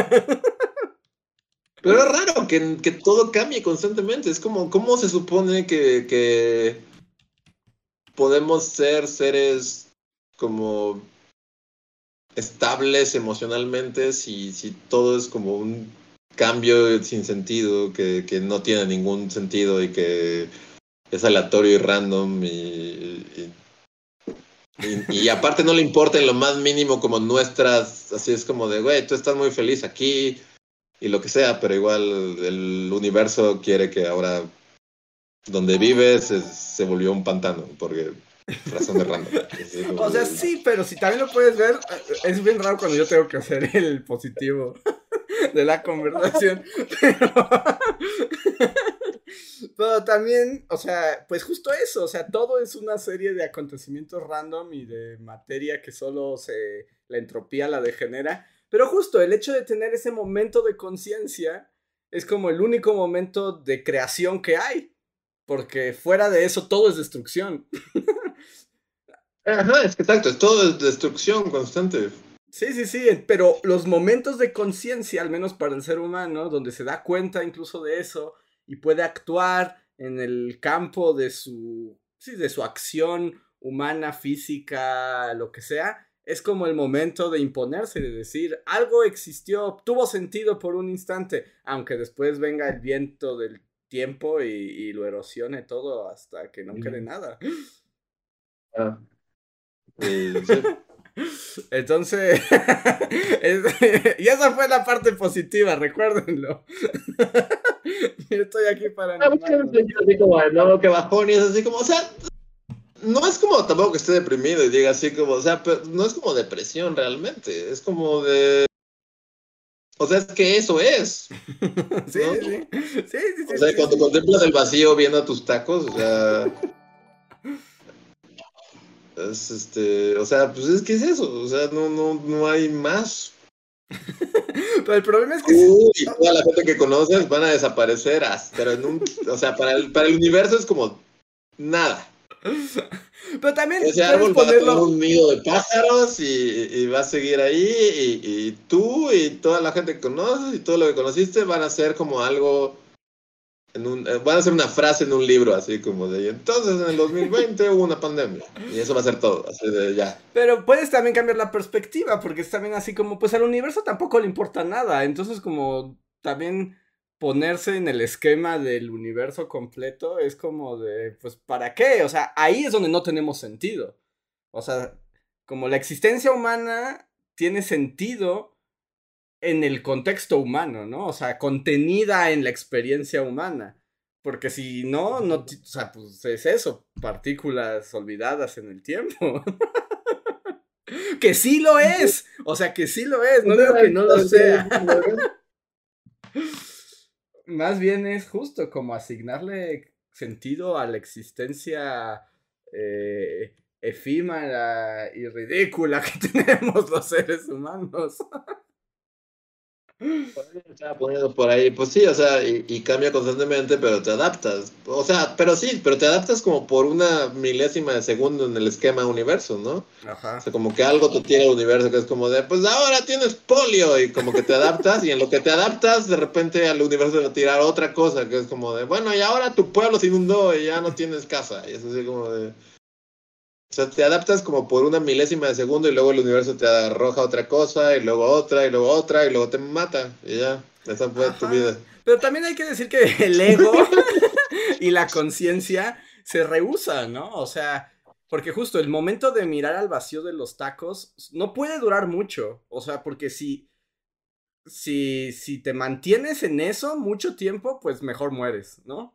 Pero es raro que, que todo cambie constantemente, es como, ¿cómo se supone que, que podemos ser seres como estables emocionalmente si, si todo es como un cambio sin sentido, que, que no tiene ningún sentido y que es aleatorio y random y, y, y, y aparte no le importa en lo más mínimo como nuestras, así es como de, güey, tú estás muy feliz aquí y lo que sea, pero igual el universo quiere que ahora donde vives se, se volvió un pantano, porque razones random. O sea, sí, pero si también lo puedes ver, es bien raro cuando yo tengo que hacer el positivo de la conversación, pero... pero también, o sea, pues justo eso, o sea, todo es una serie de acontecimientos random y de materia que solo se, la entropía la degenera, pero justo el hecho de tener ese momento de conciencia es como el único momento de creación que hay, porque fuera de eso todo es destrucción. Ajá, es que exacto, es todo es destrucción constante. Sí, sí, sí, pero los momentos de conciencia, al menos para el ser humano, donde se da cuenta incluso de eso y puede actuar en el campo de su, sí, de su acción humana, física, lo que sea, es como el momento de imponerse, de decir, algo existió, tuvo sentido por un instante, aunque después venga el viento del tiempo y, y lo erosione todo hasta que no quede nada. Ah. Y, sí. Entonces, es, y esa fue la parte positiva, recuérdenlo. Yo estoy aquí para animarlos. Así como, no, que bajón, y es así como, o sea, no es como tampoco que esté deprimido y diga así como, o sea, pero no es como depresión realmente, es como de, o sea, es que eso es. Sí, ¿no? sí, sí, sí, sí, O sea, sí, cuando sí. contemplas el vacío viendo tus tacos, o sea, es este, o sea, pues es que es eso, o sea, no, no, no hay más. Pero el problema es que sí. Tú y toda la gente que conoces van a desaparecer, as- pero en un, o sea, para el, para el universo es como nada. Pero también Ese puedes árbol va a tener ponerlo. un nido de pájaros y, y va a seguir ahí y, y tú y toda la gente que conoces y todo lo que conociste van a ser como algo, en un, eh, van a ser una frase en un libro así como de, y entonces en el dos mil veinte hubo una pandemia y eso va a ser todo, así de ya. Pero puedes también cambiar la perspectiva, porque es también así como, pues al universo tampoco le importa nada. Entonces, como también ponerse en el esquema del universo completo es como de, pues, ¿para qué? O sea, ahí es donde no tenemos sentido. O sea, como la existencia humana tiene sentido en el contexto humano, ¿no? O sea, contenida en la experiencia humana. Porque si no, no, o sea, pues es eso, partículas olvidadas en el tiempo. Que sí lo es, o sea, que sí lo es, no digo que no lo sea. Más bien es justo como asignarle sentido a la existencia eh, efímera y ridícula que tenemos los seres humanos. Estaba poniendo por ahí, pues sí, o sea, y, y cambia constantemente, pero te adaptas. O sea, pero sí, pero te adaptas como por una milésima de segundo en el esquema universo, ¿no? O Ajá. sea, como que algo te tiene el universo que es como de, pues ahora tienes polio, y como que te adaptas, y en lo que te adaptas, de repente al universo le va a tirar otra cosa, que es como de, bueno, y ahora tu pueblo se inundó y ya no tienes casa. Y es así como de. O sea, te adaptas como por una milésima de segundo y luego el universo te arroja otra cosa y luego otra y luego otra y luego te mata y ya, esa fue tu vida. Ajá. Pero también hay que decir que el ego y la conciencia se rehusan, ¿no? O sea, porque justo el momento de mirar al vacío de los tacos no puede durar mucho. O sea, porque si, si, si te mantienes en eso mucho tiempo, pues mejor mueres, ¿no?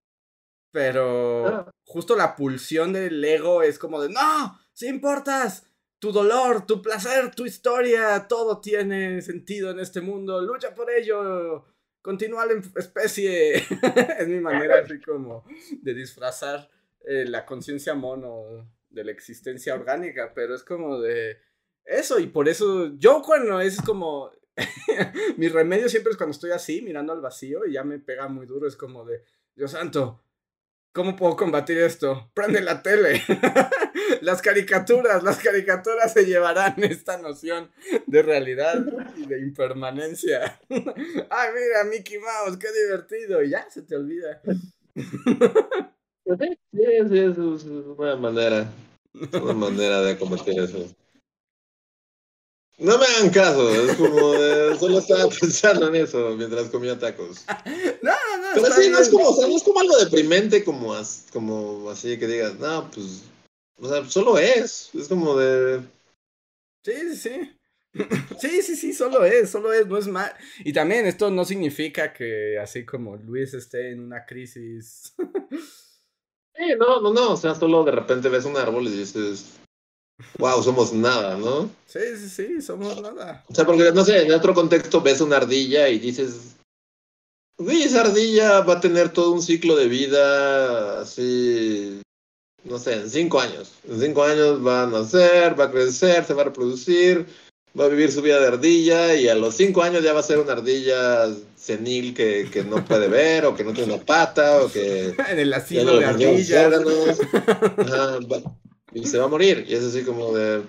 Pero Ah, justo la pulsión del ego es como de, no, si importas, tu dolor, tu placer, tu historia, todo tiene sentido en este mundo, lucha por ello, continúa la especie. Es mi manera así como de disfrazar eh, la conciencia mono de la existencia orgánica, pero es como de eso y por eso yo cuando es como... Mi remedio siempre es cuando estoy así, mirando al vacío y ya me pega muy duro, es como de, Dios santo, ¿cómo puedo combatir esto? Prende la tele. Las caricaturas, las caricaturas se llevarán esta noción de realidad y de impermanencia. Ay, mira, Mickey Mouse, qué divertido. Y ya se te olvida. pues sí, sí, sí, es es una manera, es una manera de combatir eso. No me hagan caso, es como de, solo estaba pensando en eso mientras comía tacos. No, no, no, Pero está sí, no es bien. como, o sea, no es como algo deprimente como, as- como así que digas, no, pues, o sea, solo es, es como de. Sí, sí, sí. Sí, sí, sí, solo es, solo es, no es mal. Y también esto no significa que así como Luis esté en una crisis. Sí, no, no, no, o sea, solo de repente ves un árbol y dices, wow, somos nada, ¿no? Sí, sí, sí, somos nada. O sea, porque, no sé, en otro contexto ves una ardilla y dices, uy, esa ardilla va a tener todo un ciclo de vida así, no sé, en cinco años. En cinco años va a nacer, va a crecer, se va a reproducir, va a vivir su vida de ardilla y a los cinco años ya va a ser una ardilla senil que, que no puede ver o que no tiene una pata o que En el ya no asilo le de funcionan sus ardillas. órganos. Ajá, va- y se va a morir. Y es así como de.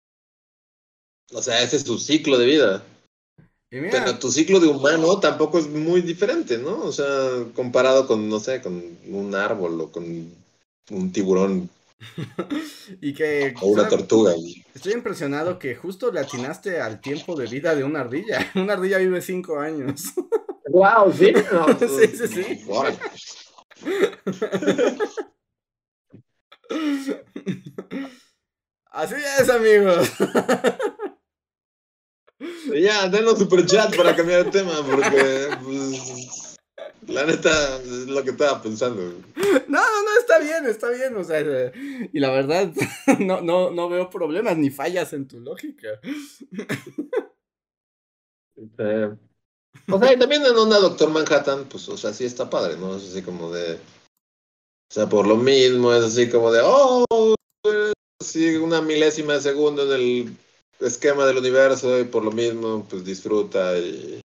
O sea, ese es su ciclo de vida. Y Pero mira, tu ciclo de humano tampoco es muy diferente, ¿no? O sea, comparado con, no sé, con un árbol o con un tiburón y que o una solo- tortuga. estoy impresionado que justo le atinaste al tiempo de vida de una ardilla. Una ardilla vive cinco años. Wow, ¿sí? No, Sí, sí, sí. órale. Así es, amigos. Ya, denos superchat para cambiar el tema, porque pues, la neta es lo que estaba pensando. No, no, no, está bien, está bien. O sea, eh, y la verdad, no, no, no veo problemas ni fallas en tu lógica. Eh, o sea, y también en una Doctor Manhattan, pues, o sea, sí está padre, ¿no? Es así como de. O sea, por lo mismo, es así como de. Oh, sí, una milésima de segundo en el esquema del universo, y por lo mismo, pues disfruta y.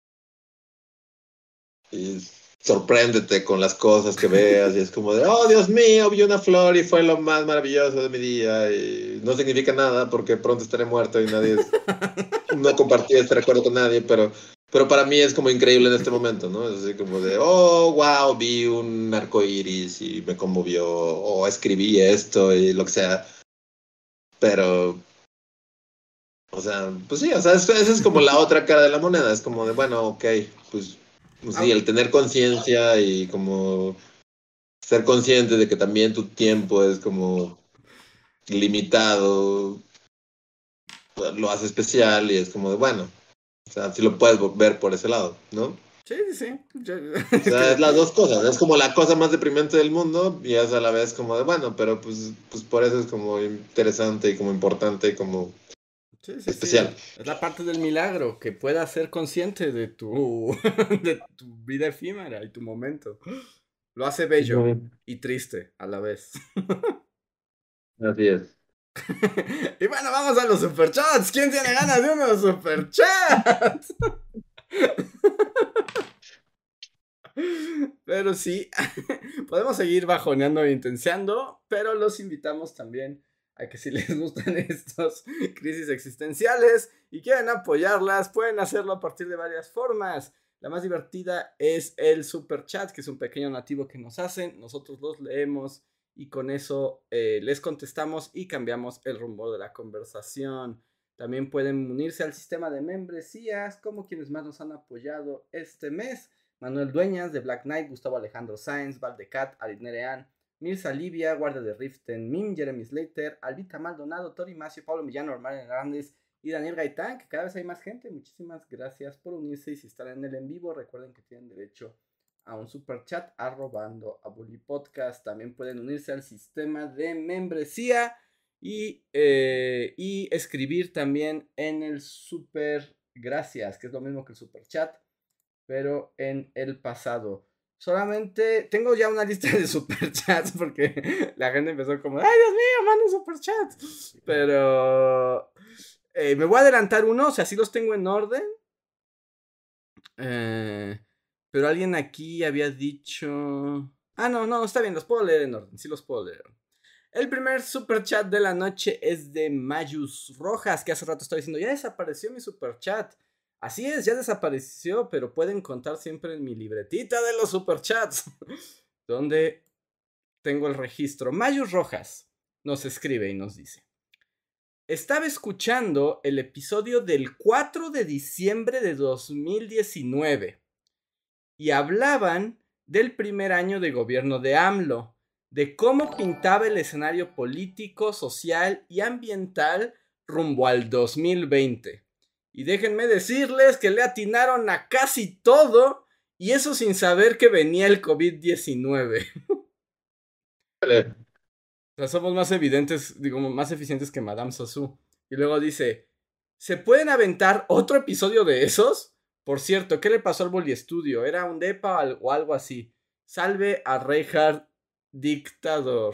y sorpréndete con las cosas que veas, y es como de, oh Dios mío, vi una flor y fue lo más maravilloso de mi día, y no significa nada porque pronto estaré muerto y nadie, no compartí este recuerdo con nadie, pero, pero para mí es como increíble en este momento, ¿no? Es así como de, oh, wow, vi un arco iris y me conmovió, o escribí esto y lo que sea, pero, o sea, pues sí, o sea, esa es como la otra cara de la moneda, es como de, bueno, ok, pues, pues sí, el tener conciencia y como ser consciente de que también tu tiempo es como limitado, pues, lo hace especial y es como de, bueno, o sea, sí lo puedes ver por ese lado, ¿no? Sí, sí, sí. Yo- O es sea, es que, las dos cosas, es como la cosa más deprimente del mundo y es a la vez como de, bueno, pero pues, pues por eso es como interesante y como importante y como sí, sí, sí. especial. Es la parte del milagro, que puedas ser consciente de tu, de tu vida efímera y tu momento. Lo hace bello Ujú. y triste a la vez. Así es. Y bueno, vamos a los superchats. ¿Quién tiene ganas de unos superchats? Pero sí, podemos seguir bajoneando e intenciando, pero los invitamos también a que si les gustan estos crisis existenciales y quieren apoyarlas, pueden hacerlo a partir de varias formas. La más divertida es el super chat, que es un pequeño nativo que nos hacen, nosotros los leemos y con eso eh, les contestamos y cambiamos el rumbo de la conversación. También pueden unirse al sistema de membresías, como quienes más nos han apoyado este mes. Manuel Dueñas de Black Knight, Gustavo Alejandro Sáenz, Valdecat, Alinerean, Mirza Livia, Guardia de Riften, Mim, Jeremy Slater, Albita Maldonado, Tori Macio, Pablo Millano, Normal Hernández y Daniel Gaitán, que cada vez hay más gente. Muchísimas gracias por unirse y si están en el en vivo, recuerden que tienen derecho a un super chat arrobando a Bully Podcast. También pueden unirse al sistema de membresía y, eh, y escribir también en el super gracias, que es lo mismo que el super chat, pero en el pasado. Solamente tengo ya una lista de superchats porque la gente empezó como, ay Dios mío, manden superchats. Pero eh, me voy a adelantar uno, o sea, sí los tengo en orden. Eh, pero alguien aquí había dicho... Ah, no, no, está bien, los puedo leer en orden, sí los puedo leer. El primer superchat de la noche es de Mayus Rojas, que hace rato estaba diciendo, ya desapareció mi superchat. Así es, ya desapareció, pero pueden contar siempre en mi libretita de los superchats, donde tengo el registro. Mayus Rojas nos escribe y nos dice, estaba escuchando el episodio del cuatro de diciembre de dos mil diecinueve y hablaban del primer año de gobierno de AMLO, de cómo pintaba el escenario político, social y ambiental rumbo al dos mil veinte. Y déjenme decirles que le atinaron a casi todo, y eso sin saber que venía el COVID diecinueve. Vale. O sea, somos más evidentes, digo, más eficientes que Madame Sassou. Y luego dice, ¿se pueden aventar otro episodio de esos? Por cierto, ¿qué le pasó al Bully Studio? ¿Era un depa o algo así? Salve a Reinhard Dictador.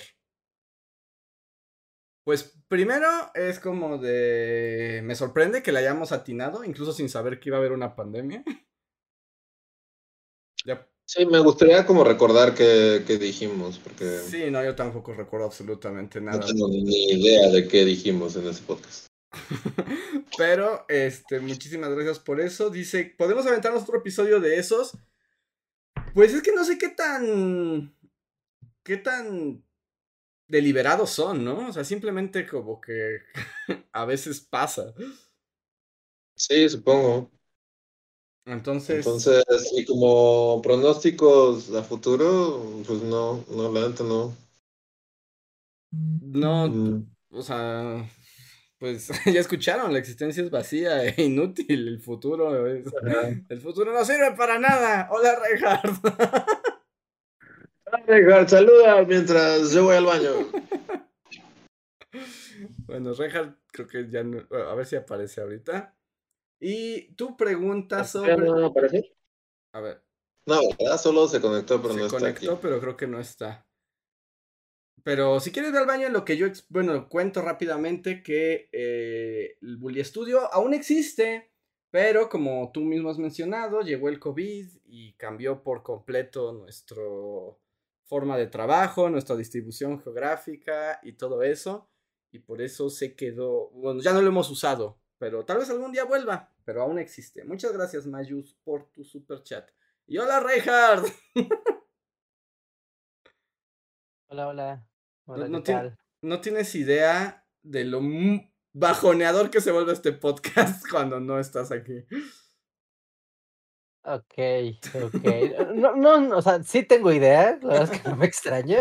Pues primero es como de... Me sorprende que le hayamos atinado, incluso sin saber que iba a haber una pandemia. Ya. Sí, me gustaría como recordar qué, qué dijimos, porque Sí, no, yo tampoco recuerdo absolutamente no nada. tengo ni idea de qué dijimos en ese podcast. Pero, este, muchísimas gracias por eso. Dice, ¿podemos aventarnos otro episodio de esos? Pues es que no sé qué tan... qué tan deliberados son, ¿no? O sea, simplemente como que a veces pasa. Sí, supongo. Entonces... Entonces, y como pronósticos a futuro, pues no, no, la neta no. No, Mm. o sea, pues ya escucharon, la existencia es vacía e inútil, el futuro es- el futuro no sirve para nada. Hola, Reinhardt. Reinhardt, saluda mientras yo voy al baño. Bueno, Reinhardt creo que ya no, a ver si aparece ahorita. Y tu pregunta sobre, ¿No aparece? a ver, No, ¿verdad? Solo se conectó, pero se no está aquí. conectó, pero creo que no está. Pero si quieres ir al baño, en lo que yo, ex- bueno, cuento rápidamente que eh, el Bully Studio aún existe, pero como tú mismo has mencionado, llegó el COVID y cambió por completo nuestra forma de trabajo, nuestra distribución geográfica y todo eso. Y por eso se quedó, bueno, ya no lo hemos usado, pero tal vez algún día vuelva, pero aún existe. Muchas gracias, Mayus, por tu super chat. Y hola, Reinhard. Hola, hola. No, Hola, ¿qué no, tien- tal? no tienes idea de lo mu- bajoneador que se vuelve este podcast cuando no estás aquí. Ok, ok. No, no, no, o sea, sí tengo idea, la verdad es que no me extraña.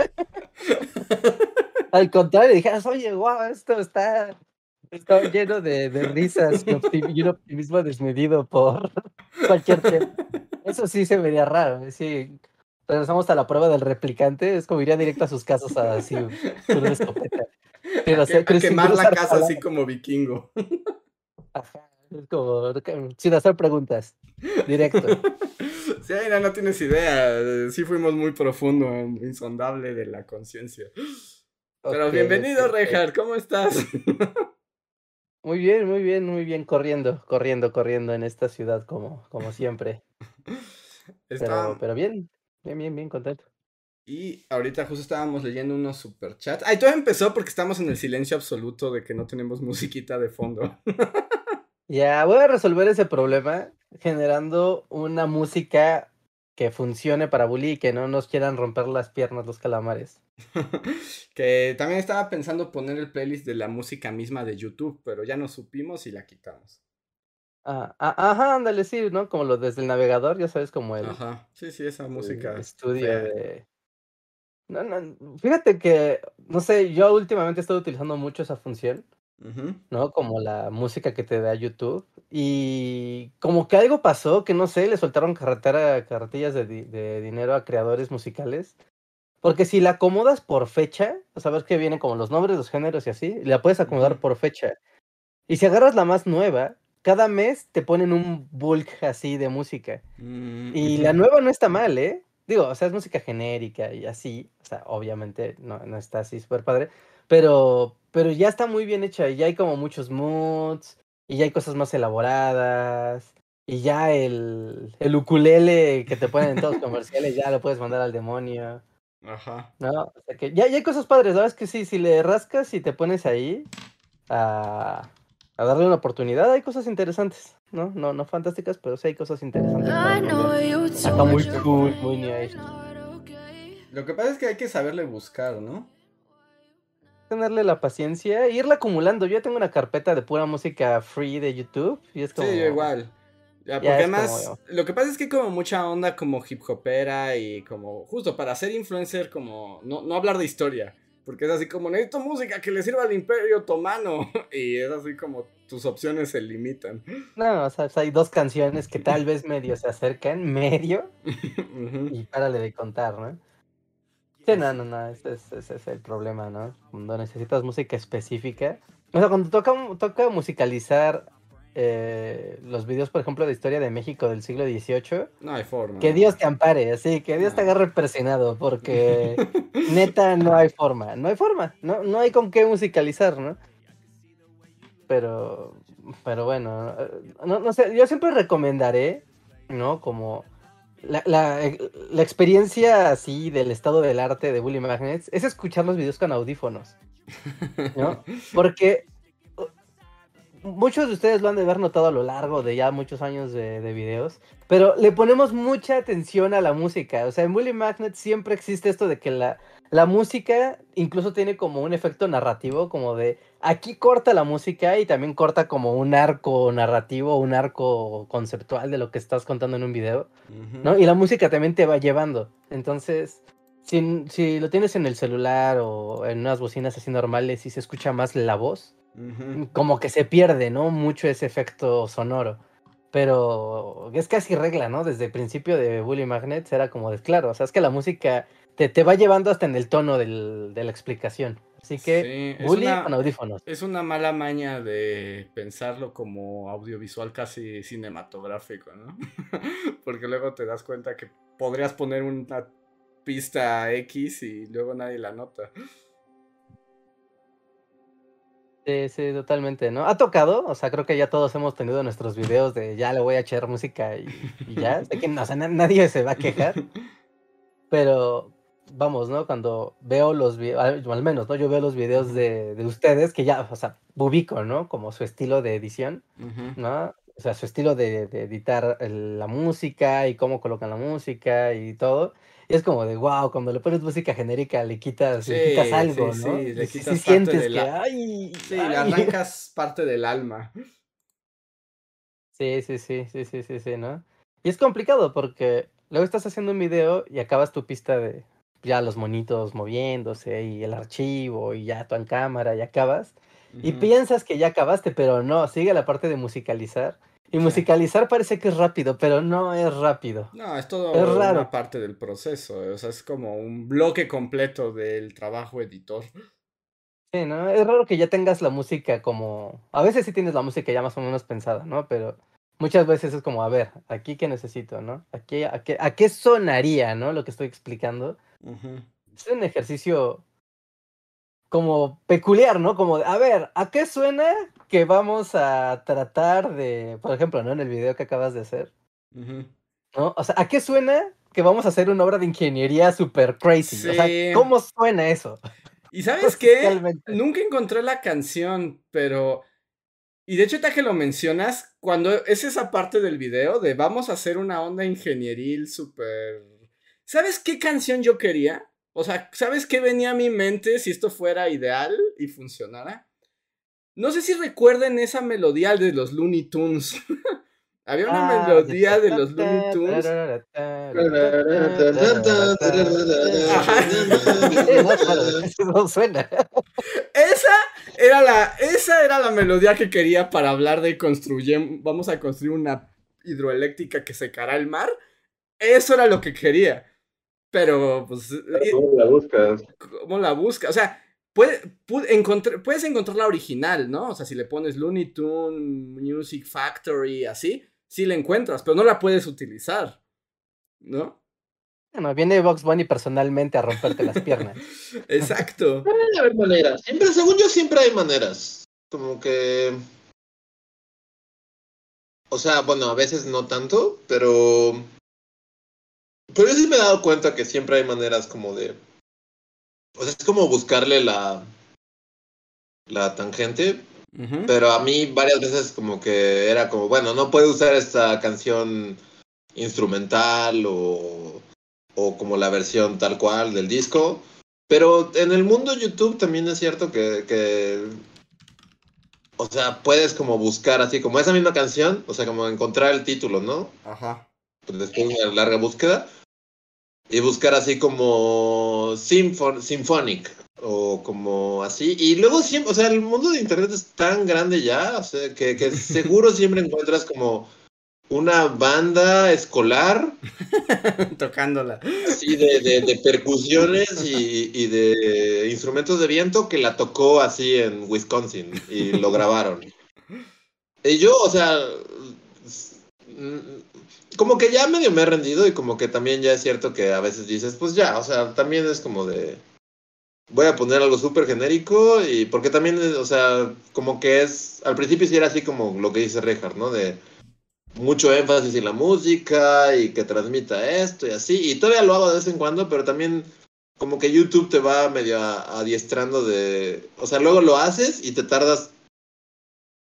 Al contrario, dije, oye, guau, esto está, está lleno de, de risas y, optim- y un optimismo desmedido por cualquier tema. Eso sí se vería raro, ¿eh? Sí. Regresamos a la prueba del replicante, es como iría directo a sus casas así, con una escopeta. Sin A, que- hacer, a sin quemar la usar casa así palabras. como vikingo. Ajá, es como, sin hacer preguntas, directo. Sí, no, no tienes idea. eh, Sí fuimos muy profundo en insondable de la conciencia. Pero Ok, ok, bienvenido, ok. Reinhard, ¿cómo estás? Muy bien, muy bien, muy bien, corriendo, corriendo, corriendo en esta ciudad como, como siempre. Pero, Está, pero bien, bien, bien, bien contento. y ahorita justo estábamos leyendo unos superchats. Ay, todo empezó porque estamos en el silencio absoluto de que no tenemos musiquita de fondo. Ya voy a resolver ese problema generando una música que funcione para Bully y que no nos quieran romper las piernas los calamares. Que también estaba pensando poner el playlist de la música misma de YouTube, pero ya no supimos y la quitamos. Ah, ah, ajá, ándale, sí, ¿no? Como lo desde el navegador, ya sabes, como el, Ajá, sí, sí, esa el música estudio fea. de... No, no, fíjate que, no sé, yo últimamente he estado utilizando mucho esa función. Ujú. ¿No? Como la música que te da YouTube. Y como que algo pasó, que no sé, le soltaron carretera, carretillas de, di- de dinero a creadores musicales. Porque si la acomodas por fecha, o sea, ves que vienen como los nombres, los géneros y así, la puedes acomodar Ujú. por fecha. Y si agarras la más nueva, cada mes te ponen un bulk así de música. Mm, Y ujú. la nueva no está mal, ¿eh? Digo, o sea, es música genérica y así. O sea, obviamente no, no está así súper padre. Pero, pero ya está muy bien hecha y ya hay como muchos moods y ya hay cosas más elaboradas. Y ya el, el ukulele que te ponen en todos los comerciales ya lo puedes mandar al demonio, Ajá. ¿no? O sea que ya, ya hay cosas padres, ¿sabes? Que sí, si le rascas y te pones ahí a, a darle una oportunidad, hay cosas interesantes, ¿no? No, no fantásticas, pero sí hay cosas interesantes para aprender. Acá muy cool, muy new age. Lo que pasa es que hay que saberle buscar, ¿no? Tenerle la paciencia e irla acumulando. Yo ya tengo una carpeta de pura música free de YouTube y es Sí, yo como, igual. Ya, ya porque es además, como, lo que pasa es que hay como mucha onda como hip hopera y como, justo para ser influencer, como, no, no hablar de historia. Porque es así como, necesito música que le sirva al Imperio Otomano. Y es así como tus opciones se limitan. no, o sea, hay dos canciones que tal vez medio se acercan, medio, Ujú. y párale de contar, ¿no? Sí, no, Así. no, no, ese es, ese es el problema, ¿no? Cuando necesitas música específica. O sea, cuando toca, toca musicalizar eh, los videos, por ejemplo, de historia de México del siglo dieciocho, No hay forma, que no. Dios te ampare, así, que Dios te No. agarre presionado, porque neta no hay forma, no hay forma, no, no hay con qué musicalizar, ¿no? Pero, pero bueno, eh, no, no sé, yo siempre recomendaré, ¿no? Como la, la, eh, la experiencia así del estado del arte de Bully Magnets es escuchar los videos con audífonos, ¿no? Porque uh, muchos de ustedes lo han de haber notado a lo largo de ya muchos años de, de videos, pero le ponemos mucha atención a la música. O sea, en Bully Magnet siempre existe esto de que la, la música incluso tiene como un efecto narrativo, como de aquí corta la música y también corta como un arco narrativo, un arco conceptual de lo que estás contando en un video, ¿no? Ujú. Y la música también te va llevando. Entonces, si, si lo tienes en el celular o en unas bocinas así normales y se escucha más la voz, Ujú. como que se pierde, ¿no? Mucho ese efecto sonoro. Pero es casi regla, ¿no? Desde el principio de Bully Magnets era como de, claro, o sea, es que la música te, te va llevando hasta en el tono del, de la explicación. Así que, Sí, es Bully con una, audífonos. es una mala maña de pensarlo como audiovisual casi cinematográfico, ¿no? Porque luego te das cuenta que podrías poner una pista X y luego nadie la nota. Sí, sí, totalmente, ¿no? Ha tocado, o sea, creo que ya todos hemos tenido nuestros videos de ya le voy a echar música y, y ya. Sé que no, o sea, na- nadie se va a quejar. Pero vamos, ¿no? Cuando veo los videos, al al menos, ¿no? Yo veo los videos Ujú, de, de ustedes que ya, o sea, ubico, ¿no? Como su estilo de edición, ujú. ¿no? O sea, su estilo de, de editar el- la música y cómo colocan la música y todo. Y es como de, wow, cuando le pones música genérica le quitas, le quitas Sí, sí, algo, ¿no? sí, Y le sí, sí quitas parte sientes de que, la... ay, Sí, le ay. arrancas parte del alma. Sí, sí, sí, sí, sí, sí, sí, ¿no? Y es complicado porque luego estás haciendo un video y acabas tu pista de ya los monitos moviéndose y el archivo y ya tú en cámara y acabas y Ujú. piensas que ya acabaste, pero no, sigue la parte de musicalizar. Y Sí. musicalizar parece que es rápido, pero no es rápido. No, es Es todo una raro. parte del proceso, o sea, es como un bloque completo del trabajo editor. Sí, ¿no? Es raro que ya tengas la música como... A veces sí tienes la música ya más o menos pensada, ¿no? Pero muchas veces es como, a ver, aquí qué necesito, ¿no? Aquí, ¿a qué, a qué sonaría, ¿no? Lo que estoy explicando. Ujú. Es un ejercicio como peculiar, ¿no? Como, de, a ver, ¿a qué suena que vamos a tratar de, por ejemplo, ¿no? En el video que acabas de hacer, Ujú. ¿no? O sea, ¿a qué suena que vamos a hacer una obra de ingeniería super crazy? O sea, Sí. ¿cómo suena eso? ¿Y sabes qué? Musicalmente. Nunca encontré la canción, pero... Y de hecho, ya que lo mencionas, cuando es esa parte del video de vamos a hacer una onda ingenieril súper... ¿Sabes qué canción yo quería? O sea, ¿sabes qué venía a mi mente si esto fuera ideal y funcionara? No sé si recuerden esa melodía de los Looney Tunes. Había una Ah, ya melodía ta, de ta, los Looney ta, Tunes. tararara, tarara, ta, tarara, ta, Ajá. tarara. Sí, no, claro, eso no suena. Esa era la, esa era la melodía que quería para hablar de construir, vamos a construir una hidroeléctrica que secará el mar. Eso era lo que quería. Pero, pues, ¿Cómo la buscas? ¿cómo la busca? O sea, puede, puede encontrar, puedes encontrar la original, ¿no? O sea, si le pones Looney Tune, Music Factory, así, sí la encuentras, pero no la puedes utilizar, ¿no? Bueno, viene Box Bunny personalmente a romperte las piernas. Exacto. Debe haber maneras. Siempre, según yo, siempre hay maneras. Como que. O sea, bueno, a veces no tanto, pero. Pero yo sí me he dado cuenta que siempre hay maneras como de. O sea, es como buscarle la, la tangente. Ujú. Pero a mí varias veces como que era como, bueno, no puedo usar esta canción instrumental o, o como la versión tal cual del disco. Pero en el mundo YouTube también es cierto que, que o sea, puedes como buscar así, como esa misma canción, o sea, como encontrar el título, ¿no? Ajá. Pues después de una larga búsqueda, y buscar así como Symphon Symphonic, o como así, y luego siempre, o sea, el mundo de internet es tan grande ya, o sea, que, que seguro siempre encuentras como una banda escolar, Tocándola. así de, de, de percusiones y, y de instrumentos de viento que la tocó así en Wisconsin y lo grabaron. Y yo, o sea, como que ya medio me he rendido y como que también ya es cierto que a veces dices, pues ya, o sea, también es como de, voy a poner algo súper genérico y porque también, o sea, como que es, al principio sí era así como lo que dice Reinhardt, ¿no? De mucho énfasis en la música y que transmita esto y así, y todavía lo hago de vez en cuando, pero también como que YouTube te va medio a- adiestrando de, o sea, luego lo haces y te tardas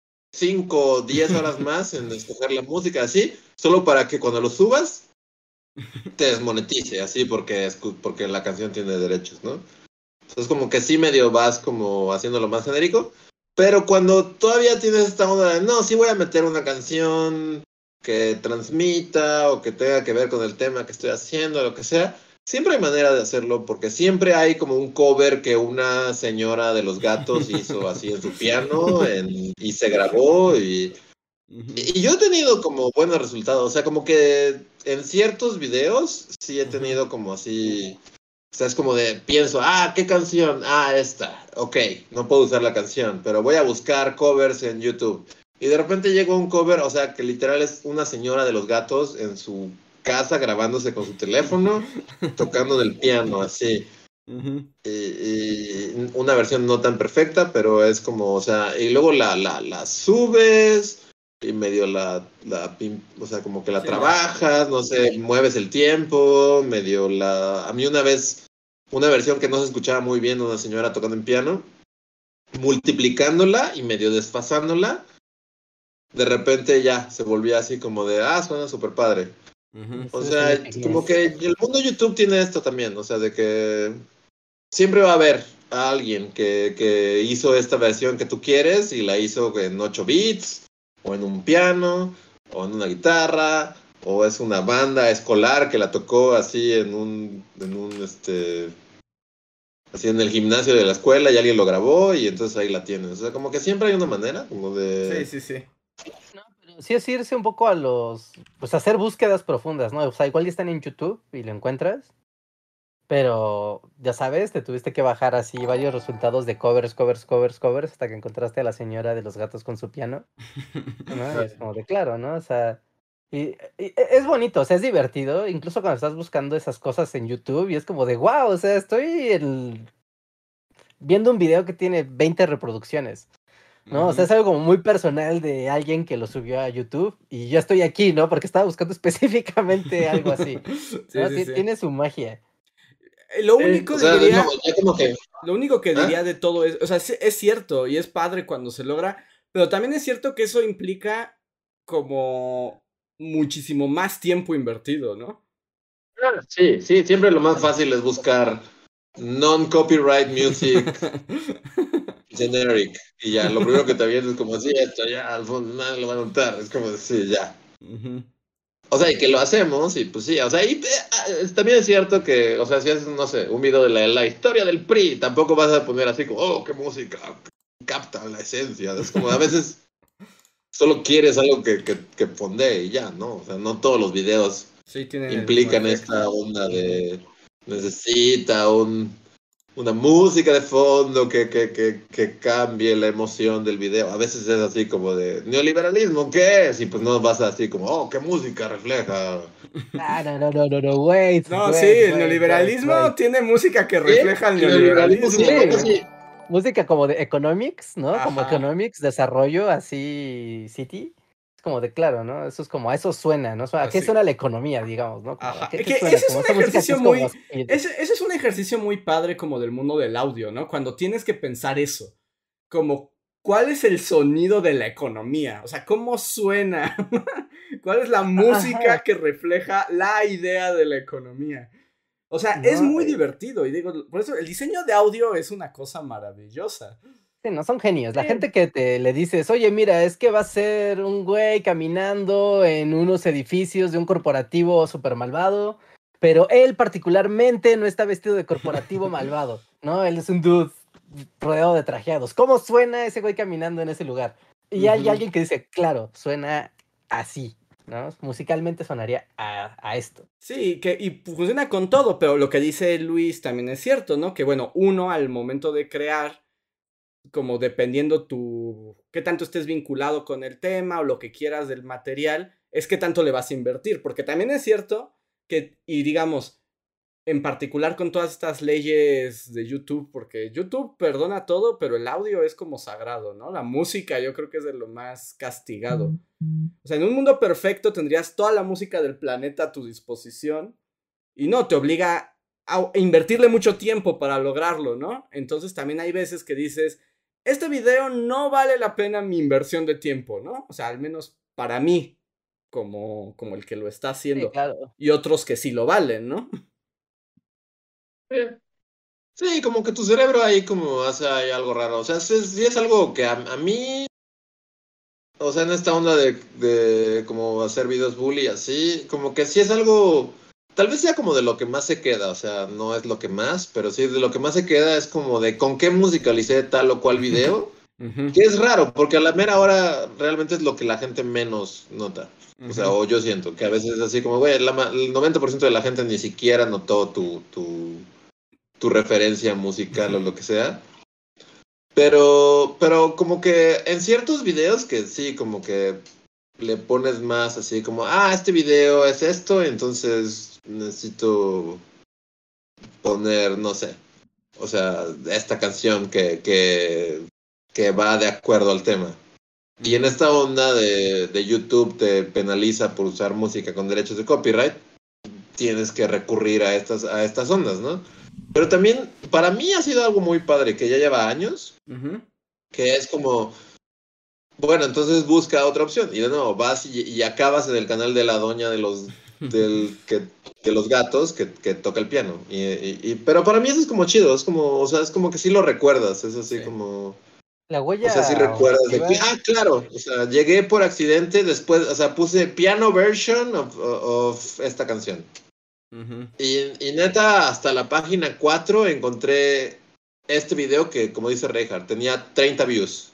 cinco o diez horas más en escoger la música así, solo para que cuando lo subas te desmonetice, así, porque, porque la canción tiene derechos, ¿no? Entonces como que sí medio vas como haciéndolo más genérico, pero cuando todavía tienes esta onda de, no, sí voy a meter una canción que transmita o que tenga que ver con el tema que estoy haciendo, lo que sea, siempre hay manera de hacerlo, porque siempre hay como un cover que una señora de los gatos hizo así en su piano en, y se grabó y, y yo he tenido como buenos resultados, o sea, como que en ciertos videos sí he tenido como así... O sea, es como de, pienso, ah, ¿qué canción? Ah, esta. Ok, no puedo usar la canción, pero voy a buscar covers en YouTube. Y de repente llegó un cover, o sea, que literal es una señora de los gatos en su casa grabándose con su teléfono, tocando en el piano, así. Uh-huh. Y, y una versión no tan perfecta, pero es como, o sea, y luego la, la, la subes y medio la, la, o sea, como que la Sí, trabajas, no sé, mueves el tiempo, medio la... A mí una vez, una versión que no se escuchaba muy bien de una señora tocando en piano, multiplicándola y medio desfasándola, de repente ya se volvía así como de, ah, suena súper padre. Uh-huh. O Sí, sea, sí, como sí. que el mundo YouTube tiene esto también, o sea, de que siempre va a haber a alguien que, que hizo esta versión que tú quieres y la hizo en ocho bits, o en un piano, o en una guitarra, o es una banda escolar que la tocó así en un, en un, este, así en el gimnasio de la escuela y alguien lo grabó y entonces ahí la tienes. O sea, como que siempre hay una manera, como Sí, de... sí, sí. No, pero sí es irse un poco a los, pues hacer búsquedas profundas, ¿no? O sea, igual ya están en YouTube y lo encuentras, pero ya sabes, te tuviste que bajar así varios resultados de covers, covers, covers, covers, hasta que encontraste a la señora de los gatos con su piano, ¿no? Y es como de claro, ¿no? O sea, y, y es bonito, o sea, es divertido, incluso cuando estás buscando esas cosas en YouTube y es como de wow, o sea, estoy el- viendo un video que tiene veinte reproducciones. ¿No? O sea, es Uh-huh. algo como muy personal de alguien que lo subió a YouTube y yo estoy aquí, ¿no? Porque estaba buscando específicamente algo así, Sí, ¿no? sí, Ti- sí. Tiene su magia. Eh, Lo Sí, único o sea, es como, diría, ya como que... lo único que ¿Ah? diría de todo es, o sea, sí, es cierto y es padre cuando se logra, pero también es cierto que eso implica como muchísimo más tiempo invertido, ¿no? Sí, sí, siempre lo más fácil es buscar non-copyright music generic. Y ya, lo primero que te viene es como, así esto ya, al fondo nadie lo va a notar. Es como, sí, ya. Uh-huh. O sea, y que lo hacemos, y pues sí, o sea, y eh, también es cierto que, o sea, si haces, no sé, un video de la, la historia del P R I, tampoco vas a poner así como, oh, qué música, capta la esencia. Es como, a veces solo quieres algo que, que, que fondee y ya, ¿no? O sea, no todos los videos Sí, tienen el mismo implican efecto. esta onda de necesita un, una música de fondo que, que, que, que cambie la emoción del video. A veces es así como de neoliberalismo, ¿qué es? Y pues no vas así como, oh, qué música refleja. Ah, no, no, no, no, no, wait, No, sí, wait, el wait, wait, neoliberalismo wait. tiene música que ¿Qué? refleja el El neoliberalismo sí, neoliberalismo. ¿cómo Sí, sí? música como de economics, ¿no? Como Ajá. economics, desarrollo, así, city. Es como de claro, ¿no? Eso es como, a eso suena, ¿no? ¿A qué Así. suena la economía, digamos, ¿no? Como, ¿a Ajá. qué, Es qué que suena? ese es Como un esa música que ejercicio es como muy. speed. Ese, ese es un ejercicio muy padre como del mundo del audio, ¿no? Cuando tienes que pensar eso. Como, ¿cuál es el sonido de la economía? O sea, ¿cómo suena? ¿Cuál es la música Ajá, que refleja la idea de la economía? O sea, es ¿no? muy divertido. Y digo, por eso el diseño de audio es una cosa maravillosa. Sí, no, son genios. La Sí. gente que te le dices, oye, mira, es que va a ser un güey caminando en unos edificios de un corporativo súper malvado, pero él particularmente no está vestido de corporativo malvado, ¿no? Él es un dude rodeado de trajeados. ¿Cómo suena ese güey caminando en ese lugar? Y hay Ujú. alguien que dice, claro, suena así, ¿no? Musicalmente sonaría a, a esto. Sí, que, y funciona con todo, pero lo que dice Luis también es cierto, ¿no? Que bueno, uno al momento de crear, como dependiendo tu, qué tanto estés vinculado con el tema o lo que quieras del material, es qué tanto le vas a invertir, porque también es cierto que, y digamos, en particular con todas estas leyes de YouTube, porque YouTube perdona todo, pero el audio es como sagrado, ¿no? La música yo creo que es de lo más castigado. O sea, en un mundo perfecto tendrías toda la música del planeta a tu disposición y no, te obliga a invertirle mucho tiempo para lograrlo, ¿no? Entonces también hay veces que dices, este video no vale la pena mi inversión de tiempo, ¿no? O sea, al menos para mí, como, como el que lo está haciendo. Sí, claro. Y otros que sí lo valen, ¿no? Sí. Sí, como que tu cerebro ahí como hace ahí algo raro. O sea, sí, sí es algo que a, a mí, o sea, en esta onda de, de como hacer videos bully así, como que sí es algo, tal vez sea como de lo que más se queda, o sea, no es lo que más, pero sí de lo que más se queda es como de con qué musicalicé tal o cual video, Ujú, que es raro, porque a la mera hora realmente es lo que la gente menos nota. O sea, ujú. o yo siento que a veces es así como, güey, la ma- el noventa por ciento de la gente ni siquiera notó tu, tu, tu referencia musical o lo que sea. Pero, pero como que en ciertos videos que sí, como que le pones más así como, ah, este video es esto, entonces necesito poner, no sé, o sea, esta canción que, que, que va de acuerdo al tema. Y en Ujú. esta onda de, de YouTube te penaliza por usar música con derechos de copyright, tienes que recurrir a estas, a estas ondas, ¿no? Pero también, para mí ha sido algo muy padre, que ya lleva años, Ujú. que es como, bueno, entonces busca otra opción. Y de nuevo, vas y, y acabas en el canal de la doña de los, del, que, de los gatos que, que toca el piano. Y, y- y- pero para mí eso es como chido, es como, o sea, es como que sí lo recuerdas, es así Sí. como, La o sea, sí huella recuerdas de que, auditiva. ah, claro, o sea, llegué por accidente después, o sea, puse piano version of, of esta canción. Ujú. Y, y neta, hasta la página cuatro encontré este video que, como dice Reinhardt, tenía treinta views.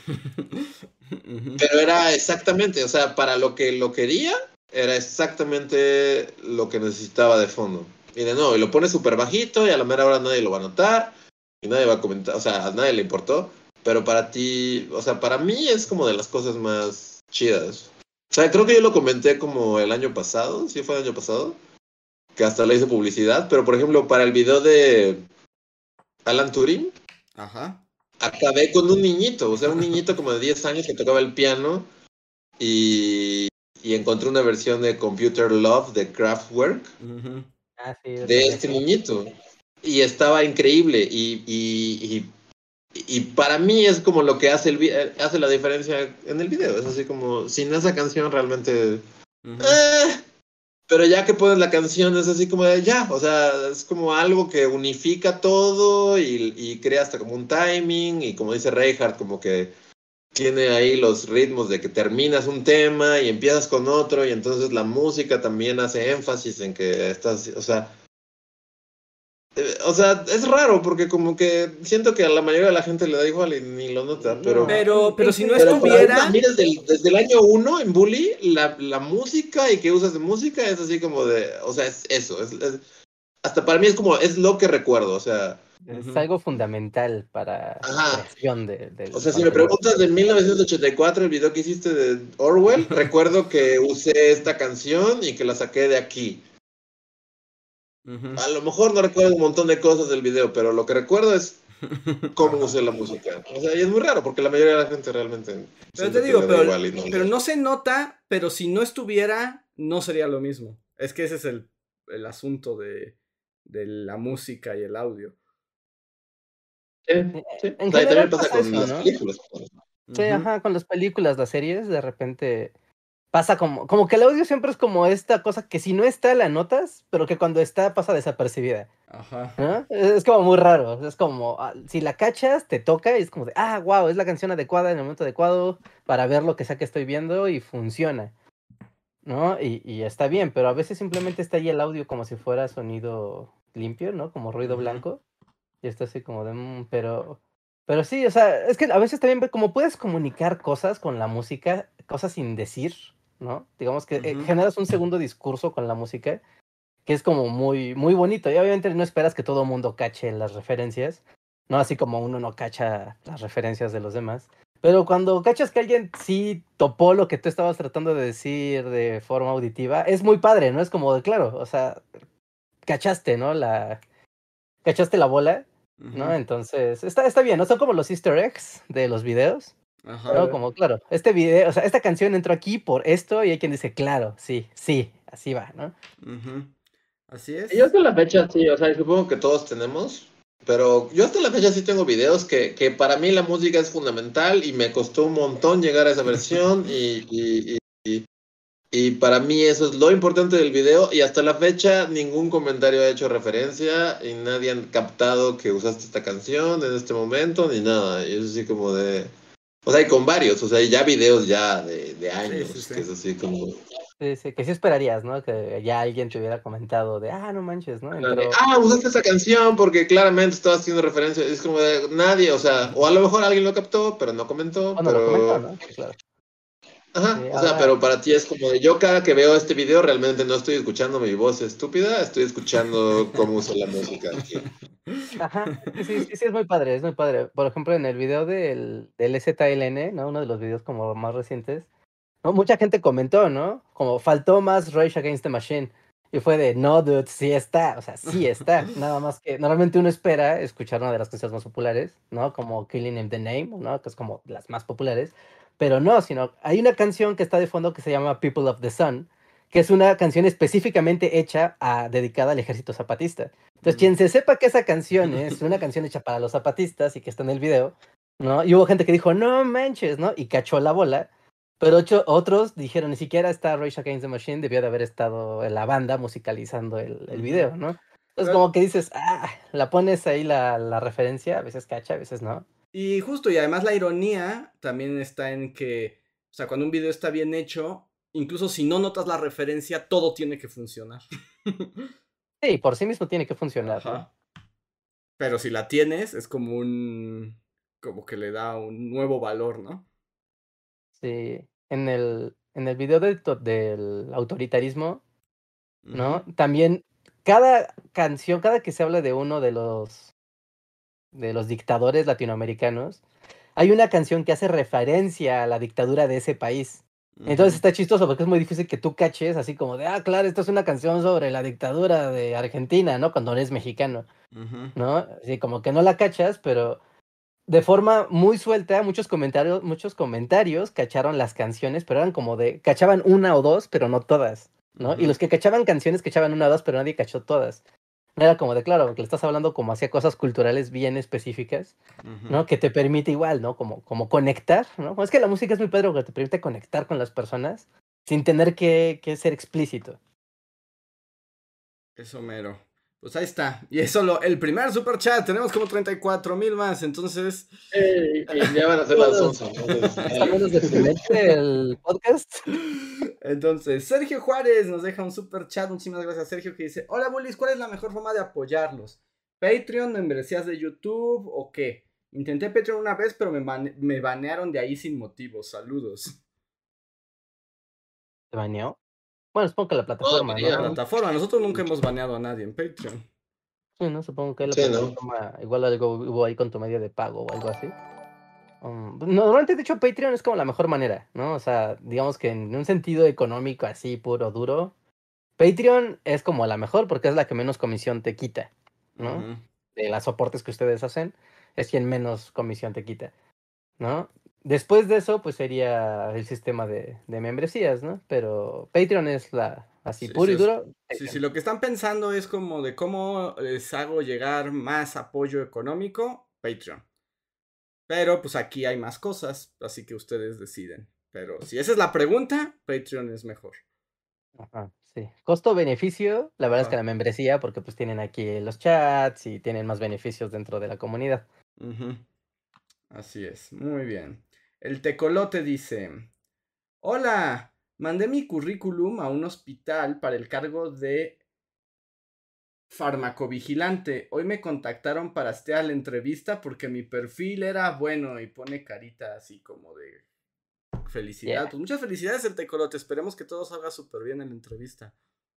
Ujú. Pero era exactamente, o sea, para lo que lo quería, era exactamente lo que necesitaba de fondo. Y de nuevo, y lo pone súper bajito y a la mera hora nadie lo va a notar y nadie va a comentar, o sea, a nadie le importó. Pero para ti, o sea, para mí es como de las cosas más chidas. O sea, creo que yo lo comenté como el año pasado, sí fue el año pasado, que hasta le hice publicidad, pero por ejemplo, para el video de Alan Turing, Ajá. acabé con un niñito, o sea, un niñito como de diez años que tocaba el piano y, y encontré una versión de Computer Love de Kraftwerk Ujú. Ah, sí, de de también este sí. niñito. Y estaba increíble. Y, y, y, y para mí es como lo que hace, el, vi- hace la diferencia en el video. Es así como, sin esa canción realmente... Ujú. eh, pero ya que pones la canción es así como de ya, o sea, es como algo que unifica todo y, y crea hasta como un timing y como dice Reinhardt, como que tiene ahí los ritmos de que terminas un tema y empiezas con otro y entonces la música también hace énfasis en que estás, o sea, eh, o sea, es raro porque como que siento que a la mayoría de la gente le da igual y ni lo nota, pero No, Pero, in- pero si no pero para mí, a estuviera, mí desde el, desde el año uno en Bully, la, la música y que usas de música es así como de, o sea, es eso, es, es- hasta para mí es como, es lo que recuerdo, o sea, es ujú, algo fundamental para la ajá. creación de- O del sea, si me contenido. preguntas de mil novecientos ochenta y cuatro, el video que hiciste de Orwell, recuerdo que usé esta canción y que la saqué de aquí. ujú. A lo mejor no recuerdo un montón de cosas del video, pero lo que recuerdo es cómo Ajá. usé la música. O sea, y es muy raro porque la mayoría de la gente realmente Pero te siento que digo, le da pero, igual y no pero le... no se nota, pero si no estuviera, no sería lo mismo. Es que ese es el, el asunto de, de la música y el audio. Sí, Eh, sí. O En sea, y también general pasa pasa con eso, las ¿no? películas. Sí, Ujú. ajá, con las películas, las series, de repente pasa como, como que el audio siempre es como esta cosa que si no está la notas, pero que cuando está pasa desapercibida, Ajá. ¿no? Es, es como muy raro, es como, ah, si la cachas, te toca y es como de, ah, wow, es la canción adecuada en el momento adecuado para ver lo que sea que estoy viendo y funciona, ¿no? Y, y está bien, pero a veces simplemente está ahí el audio como si fuera sonido limpio, ¿no? Como ruido Ujú. blanco. Y está así como de, mm, pero, pero sí, o sea, es que a veces también ve- como puedes comunicar cosas con la música, cosas sin decir, ¿no? Digamos que eh, Ujú. generas un segundo discurso con la música, que es como muy, muy bonito. Y obviamente no esperas que todo el mundo cache las referencias, ¿no? Así como uno no cacha las referencias de los demás. Pero cuando cachas que alguien sí topó lo que tú estabas tratando de decir de forma auditiva, es muy padre, ¿no? Es como de, claro, o sea, cachaste, ¿no? La, cachaste la bola, ¿no? Ujú. Entonces, está, está bien, ¿no? Son como los easter eggs de los videos, Ajá. ¿no? Como, claro, este video, o sea, esta canción entró aquí por esto y hay quien dice, claro, sí, sí, así va, ¿no? Ujú. Así Y yo es. hasta la fecha sí, o sea, y supongo que todos tenemos, pero yo hasta la fecha sí tengo videos que, que para mí la música es fundamental y me costó un montón llegar a esa versión y, y, y, Y para mí eso es lo importante del video. Y hasta la fecha ningún comentario ha hecho referencia y nadie ha captado que usaste esta canción en este momento ni nada. Y es así como de... O sea, y con varios, o sea, ya videos ya de, de años, Sí, sí, sí. que es así como... Sí, sí, que sí esperarías, ¿no? Que ya alguien te hubiera comentado de, ah, no manches, ¿no? Pero... Ah, usaste esa canción porque claramente estabas haciendo referencia. Es como de nadie, o sea, o a lo mejor alguien lo captó, pero no comentó, O no lo comentó, pero... ¿no? Sí, claro. Ajá, Sí, o sea, ahora... pero para ti es como de yo cada que veo este video realmente no estoy escuchando mi voz estúpida, estoy escuchando cómo uso la música aquí. Ajá, sí, sí, sí, sí, es muy padre, es muy padre. Por ejemplo, en el video del, del Z L N, ¿no? Uno de los videos como más recientes, ¿no? Mucha gente comentó, ¿no? Como faltó más Rage Against the Machine. Y fue de, no, dude, sí está, o sea, sí está. Nada más que normalmente uno espera escuchar una de las canciones más populares, ¿no? Como Killing in the Name, ¿no? Que es como las más populares. Pero no, sino hay una canción que está de fondo que se llama People of the Sun, que es una canción específicamente hecha a, dedicada al ejército zapatista. Entonces, quien se sepa que esa canción es una canción hecha para los zapatistas y que está en el video, ¿no? Y hubo gente que dijo, no manches, ¿no? Y cachó la bola. Pero ocho, otros dijeron, ni siquiera está Rage Against the Machine, debió de haber estado en la banda musicalizando el, el video, ¿no? Entonces Pero- como que dices, ah, la pones ahí la, la referencia, a veces cacha, a veces no. Y justo, y además la ironía también está en que, o sea, cuando un video está bien hecho, incluso si no notas la referencia, todo tiene que funcionar. Sí, por sí mismo tiene que funcionar, ¿no? Ajá. Pero si la tienes, es como un... como que le da un nuevo valor, ¿no? Sí, en el, en el video del, to- del autoritarismo, Ujú. ¿no? También cada canción, cada que se habla de uno de los, de los dictadores latinoamericanos, hay una canción que hace referencia a la dictadura de ese país. Entonces Ujú. está chistoso porque es muy difícil que tú caches así como de, ah, claro, esta es una canción sobre la dictadura de Argentina, ¿no? Cuando eres mexicano, Ujú. ¿no? Así como que no la cachas, pero de forma muy suelta, muchos comentarios, muchos comentarios cacharon las canciones, pero eran como de, cachaban una o dos, pero no todas, ¿no? Y Ujú. los que cachaban canciones cachaban una o dos, pero nadie cachó todas. No era como de, claro, porque le estás hablando como hacia cosas culturales bien específicas, Ujú. ¿no? Que te permite igual, ¿no? Como, como conectar, ¿no? Es que la música es muy padre porque te permite conectar con las personas sin tener que, que ser explícito. Eso mero. Pues ahí está. Y es solo el primer super chat. Tenemos como treinta y cuatro mil más. Entonces, Eh, y ya van a ser las once, entonces, Está dale. menos deprimente el podcast. entonces, Sergio Juárez nos deja un super chat. Muchísimas gracias, Sergio, que dice: Hola, Bullies, ¿cuál es la mejor forma de apoyarlos? ¿Patreon, membresías de YouTube o qué? Intenté Patreon una vez, pero me, ban- me banearon de ahí sin motivo. Saludos. ¿Te baneó? Bueno, supongo que la plataforma, Todavía, La ¿no? plataforma. Nosotros nunca hemos baneado a nadie en Patreon. Sí, ¿no? Supongo que la sí, ¿no? plataforma, igual algo hubo ahí con tu medio de pago o algo así. Um, pues, normalmente, de hecho, Patreon es como la mejor manera, ¿no? O sea, digamos que en un sentido económico así, puro, duro, Patreon es como la mejor porque es la que menos comisión te quita, ¿no? Ujú. De las soportes que ustedes hacen, es quien menos comisión te quita, ¿no? Después de eso, pues sería el sistema de, de membresías, ¿no? Pero Patreon es la, así, Sí, puro sí, y os- duro, sí, sí, Patreon. lo que están pensando es como de cómo les hago llegar más apoyo económico, Patreon. Pero pues aquí hay más cosas, así que ustedes deciden. Pero si esa es la pregunta, Patreon es mejor. Ajá, sí. Costo-beneficio, la verdad es que la Ajá. membresía, porque pues tienen aquí los chats y tienen más beneficios dentro de la comunidad. Ujú. Así es, muy bien. El tecolote dice: Hola, mandé mi currículum a un hospital para el cargo de farmacovigilante. Hoy me contactaron para estar a la entrevista porque mi perfil era bueno y pone carita así como de felicidad. Yeah. Pues muchas felicidades, el tecolote. Esperemos que todo salga súper bien en la entrevista.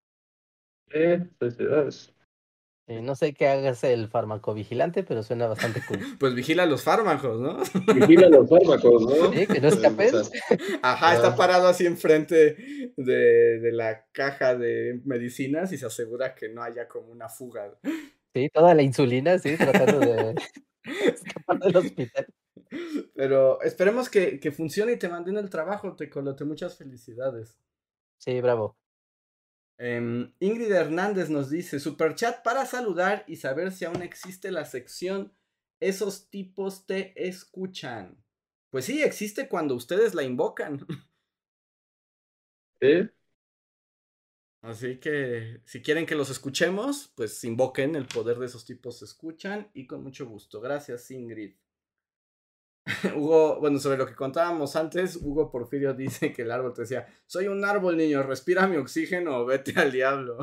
Eh, felicidades. Y no sé qué hagas el farmacovigilante, pero suena bastante cool. Pues vigila los fármacos, ¿no? Vigila los fármacos, ¿no? Sí, que no Eh, o escapen. sea, Ajá, está ah, parado así enfrente de, de la caja de medicinas y se asegura que no haya como una fuga. Sí, toda la insulina, sí, tratando de escapar del hospital. Pero esperemos que, que funcione y te manden el trabajo, Tecolote. Muchas felicidades. Sí, bravo. Em, Ingrid Hernández nos dice: Superchat para saludar y saber si aún existe la sección Esos tipos te escuchan. Pues sí, existe cuando ustedes la invocan. ¿sí? Así que si quieren que los escuchemos, pues invoquen el poder de esos tipos, se escuchan y con mucho gusto. Gracias, Ingrid. Hugo, bueno, sobre lo que contábamos antes, Hugo Porfirio dice que el árbol te decía, soy un árbol, niño, respira mi oxígeno o vete al diablo.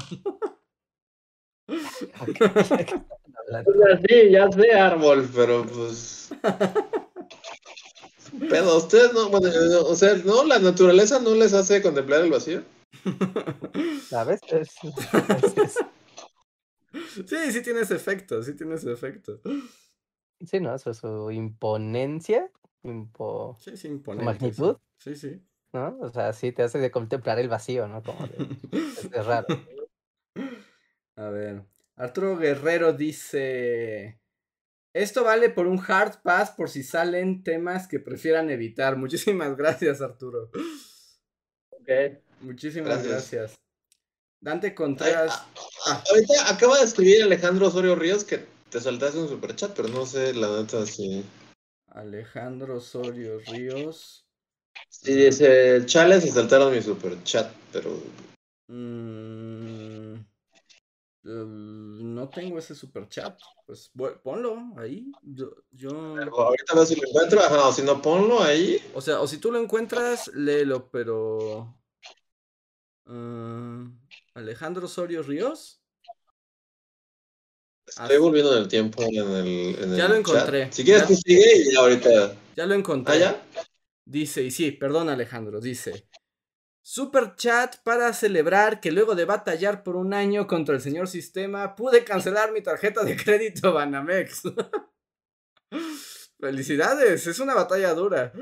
Sí, ya sé, árbol, pero pues... Pero ustedes no, bueno, no, o sea, no, la naturaleza no les hace contemplar el vacío. ¿Sabes? Es, es, es... Sí, sí tiene ese efecto, sí tiene ese efecto. Sí, ¿no? Su, su imponencia, impo... Sí, sí, su imponente. magnitud, Sí, sí. ¿no? O sea, sí te hace de contemplar el vacío, ¿no? Como de... es, es raro. A ver, Arturo Guerrero dice... Esto vale por un hard pass por si salen temas que prefieran evitar. Muchísimas gracias, Arturo. Ok. Muchísimas gracias. gracias. Dante Contreras. Ay, ah, ahorita acaba de escribir Alejandro Osorio Ríos que te saltaste un superchat, pero no sé la neta si. Alejandro Osorio Ríos. Sí, dice, chale, se saltaron mi superchat, pero. Mm, uh, no tengo ese superchat. Pues ponlo ahí. Yo. yo... Ahorita veo si lo encuentro. Ajá, o si no, ponlo ahí. O sea, o si tú lo encuentras, léelo, pero. Uh, Alejandro Osorio Ríos. Estoy volviendo en el tiempo en el, en ya el lo encontré. Chat. Si quieres, ya, tú sigue y ya ahorita. Ya lo encontré. ¿Ah, ya? Dice, y sí, perdón Alejandro, dice. Super chat para celebrar que luego de batallar por un año contra el señor sistema, pude cancelar mi tarjeta de crédito Banamex. Felicidades, es una batalla dura.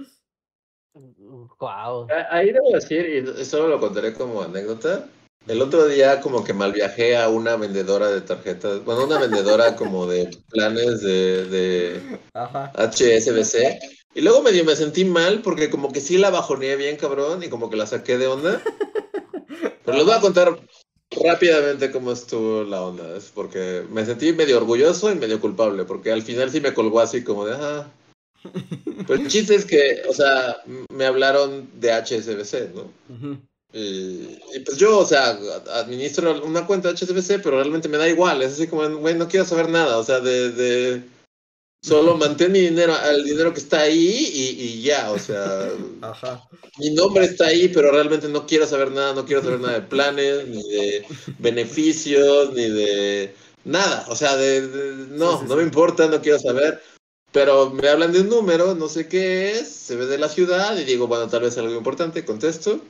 Wow. Ahí debo decir, y solo lo contaré como anécdota. El otro día como que mal viajé a una vendedora de tarjetas, bueno, una vendedora como de planes de, de Ajá. H S B C. Y luego medio me sentí mal porque como que sí la bajoneé bien, cabrón, y como que la saqué de onda. Pero les voy a contar rápidamente cómo estuvo la onda. Es porque me sentí medio orgulloso y medio culpable, porque al final sí me colgó así como de, ah. Pero el chiste es que, o sea, me hablaron de H S B C, ¿no? Uh-huh. Y, y pues yo, o sea, administro una cuenta de H S B C, pero realmente me da igual. Es así como, güey, no quiero saber nada. O sea, de, de solo mantén mi dinero, el dinero que está ahí y, y ya, o sea, ajá. Mi nombre está ahí, pero realmente no quiero saber nada, no quiero saber nada de planes, ni de beneficios, ni de nada. O sea, de, de no, sí, sí, no sí. me importa, no quiero saber. Pero me hablan de un número, no sé qué es, se ve de la ciudad y digo, bueno, tal vez algo importante, contesto.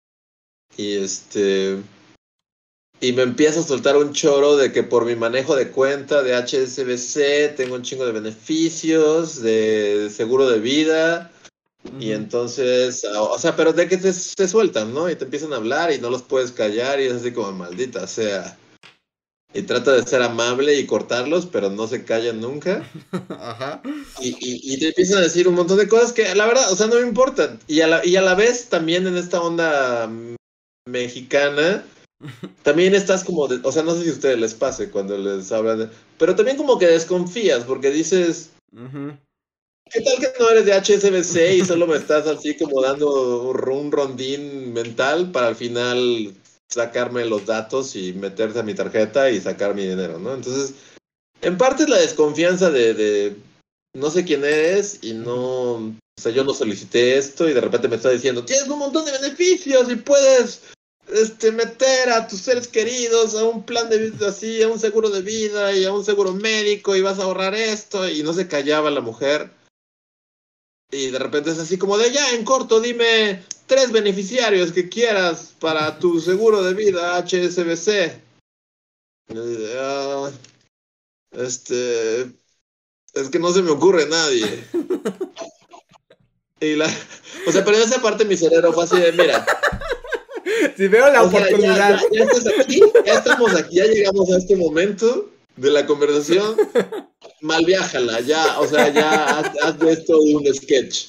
Y este... Y me empieza a soltar un choro de que por mi manejo de cuenta de H S B C tengo un chingo de beneficios, de seguro de vida. Uh-huh. Y entonces, o sea, pero de que te, te sueltan, ¿no? Y te empiezan a hablar y no los puedes callar y es así como maldita sea. Y trata de ser amable y cortarlos, pero no se callan nunca. Ajá. Y, y, y te empiezan a decir un montón de cosas que la verdad, o sea, no me importan. Y a la, y a la vez también en esta onda mexicana, también estás como, de, o sea, no sé si a ustedes les pase cuando les hablan, de, pero también como que desconfías porque dices, uh-huh. ¿Qué tal que no eres de H S B C y solo me estás así como dando un rondín mental para al final sacarme los datos y meterse a mi tarjeta y sacar mi dinero, ¿no? Entonces, en parte es la desconfianza de, de no sé quién eres y no, o sea, yo no solicité esto y de repente me está diciendo, tienes un montón de beneficios y puedes este, meter a tus seres queridos a un plan de vida así, a un seguro de vida y a un seguro médico y vas a ahorrar esto y no se callaba la mujer. Y de repente es así como de, ya, en corto, dime tres beneficiarios que quieras para tu seguro de vida H S B C. Uh, este... Es que no se me ocurre nadie. Y la... O sea, pero en esa parte mi cerebro fue así de, mira. Si veo la o oportunidad. Sea, ya, ya, ya estás aquí, ya estamos aquí, ya llegamos a este momento de la conversación. Malviájala, ya, o sea, ya haz, haz de esto un sketch.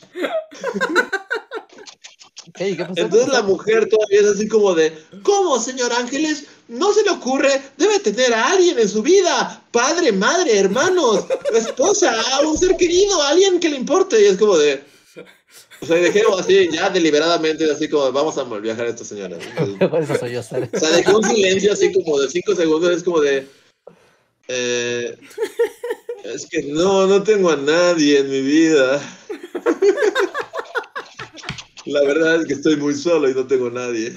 Hey, ¿qué pasó? Entonces la mujer todavía es así como de, ¿cómo, señor Ángeles? No se le ocurre, debe tener a alguien en su vida, padre, madre, hermanos, esposa, un ser querido, alguien que le importe. Y es como de, O sea, dejé así, ya deliberadamente, así como, vamos a viajar a esta señora. Eso soy yo, ¿sabes? O sea, dejé un silencio así como de cinco segundos, es como de... Eh, es que no, no tengo a nadie en mi vida. La verdad es que estoy muy solo y no tengo a nadie.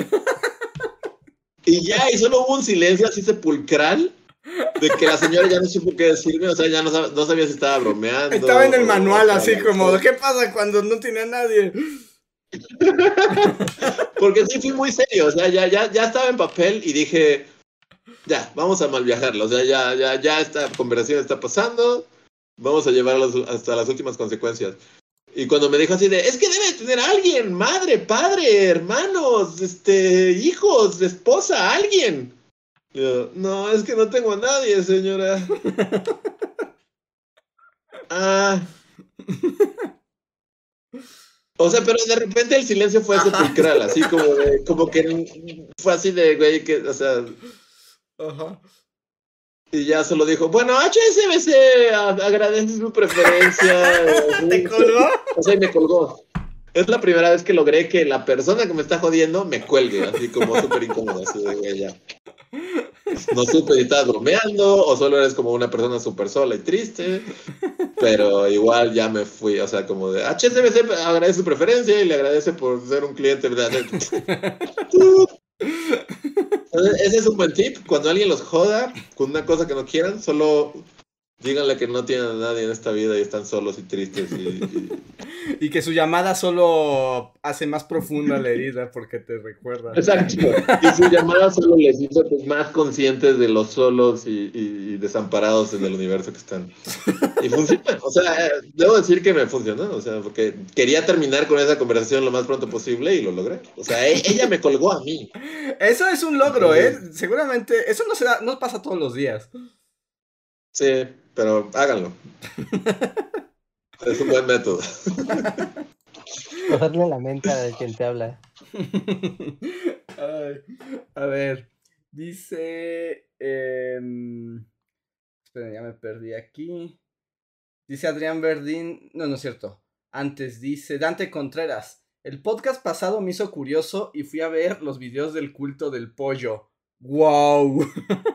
Y ya, y solo hubo un silencio así sepulcral de que la señora ya no supo qué decirme, o sea, ya no, sab no sabía si estaba bromeando. Estaba en el manual, o, o así como, ¿qué pasa cuando no tiene a nadie? Porque sí fui muy serio, o sea, ya, ya, ya estaba en papel y dije, ya, vamos a mal viajarlo, o sea, ya, ya, ya esta conversación está pasando, vamos a llevarlo hasta las últimas consecuencias. Y cuando me dijo así de, es que debe tener alguien, madre, padre, hermanos, este, hijos, esposa, alguien. Yo, no, es que no tengo a nadie, señora. Ah. O sea, pero de repente el silencio fue sepulcral, así como de, como que fue así de, güey, que, o sea. Ajá. Y ya solo dijo, bueno, H S B C agradece su preferencia. ¿Te colgó? O sea, y me colgó. Es la primera vez que logré que la persona que me está jodiendo me cuelgue, así como súper incómodo, así de, güey, ya. No supe si estabas bromeando o solo eres como una persona súper sola y triste, pero igual ya me fui, o sea, como de H S B C agradece su preferencia y le agradece por ser un cliente. Ese es un buen tip, cuando alguien los joda con una cosa que no quieran, solo díganle que no tienen a nadie en esta vida y están solos y tristes y... y... Y que su llamada solo hace más profunda la herida porque te recuerda. Exacto. Y su llamada solo les hizo pues, más conscientes de los solos y, y, y desamparados en el universo que están. Y funciona. O sea, debo decir que me funcionó. O sea, porque quería terminar con esa conversación lo más pronto posible y lo logré. O sea, ella me colgó a mí. Eso es un logro, ¿eh? Seguramente, eso no se da, no pasa todos los días. Sí, pero háganlo. Es un buen método. Cogerle la mente a quien te habla. Ay, a ver, dice... Eh, esperen, ya me perdí aquí. Dice Adrián Verdín... No, no es cierto. Antes dice Dante Contreras. El podcast pasado me hizo curioso y fui a ver los videos del culto del pollo. ¡Wow!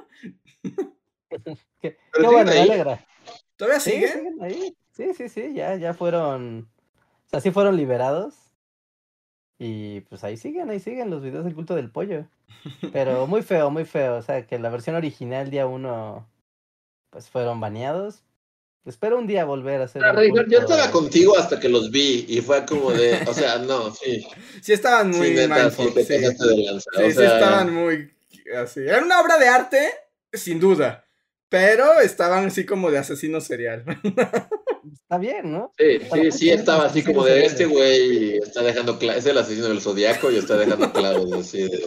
Qué, qué bueno, me alegra. ¿Todavía ¿Sí, siguen? siguen ahí? Sí, sí, sí, ya, ya fueron, o sea, sí fueron liberados. Y pues ahí siguen, ahí siguen los videos del culto del pollo. Pero muy feo, muy feo. O sea, que la versión original día uno, pues fueron baneados. Espero un día volver a hacer Pero, un culto. yo estaba contigo hasta que los vi y fue como de, o sea, no, sí. Sí estaban muy sí, neta, mindful, sí, sí. de lanza, sí, o sí sea... estaban muy así. Era una obra de arte, sin duda. Pero estaban así como de asesino serial. Está bien, ¿no? Sí, Para sí, sí, estaba así como de seriales. este güey está dejando claro, es el asesino del Zodiaco y está dejando claro, así de...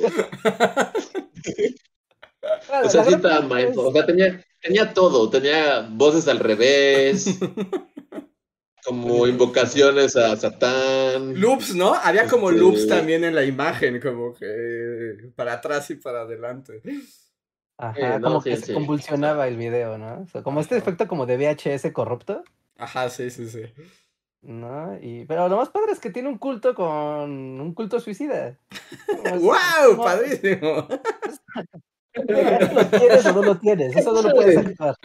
Bueno, O sea, la sí gran estaba pregunta mindful, es- o sea, tenía, tenía todo, tenía voces al revés, como invocaciones a Satán. Loops, ¿no? Había como Este- loops también en la imagen, como que para atrás y para adelante. Ajá, Eh, no, como sí, que se sí, convulsionaba o sea. el video, ¿no? O sea, como este Ajá. efecto como de V H S corrupto, Ajá, sí, sí, sí. ¿no? Y, pero lo más padre es que tiene un culto con un culto suicida. No, es- ¡Wow! no, ¡Padrísimo! ¿lo tienes o no lo tienes? Eso no lo puedes actuar.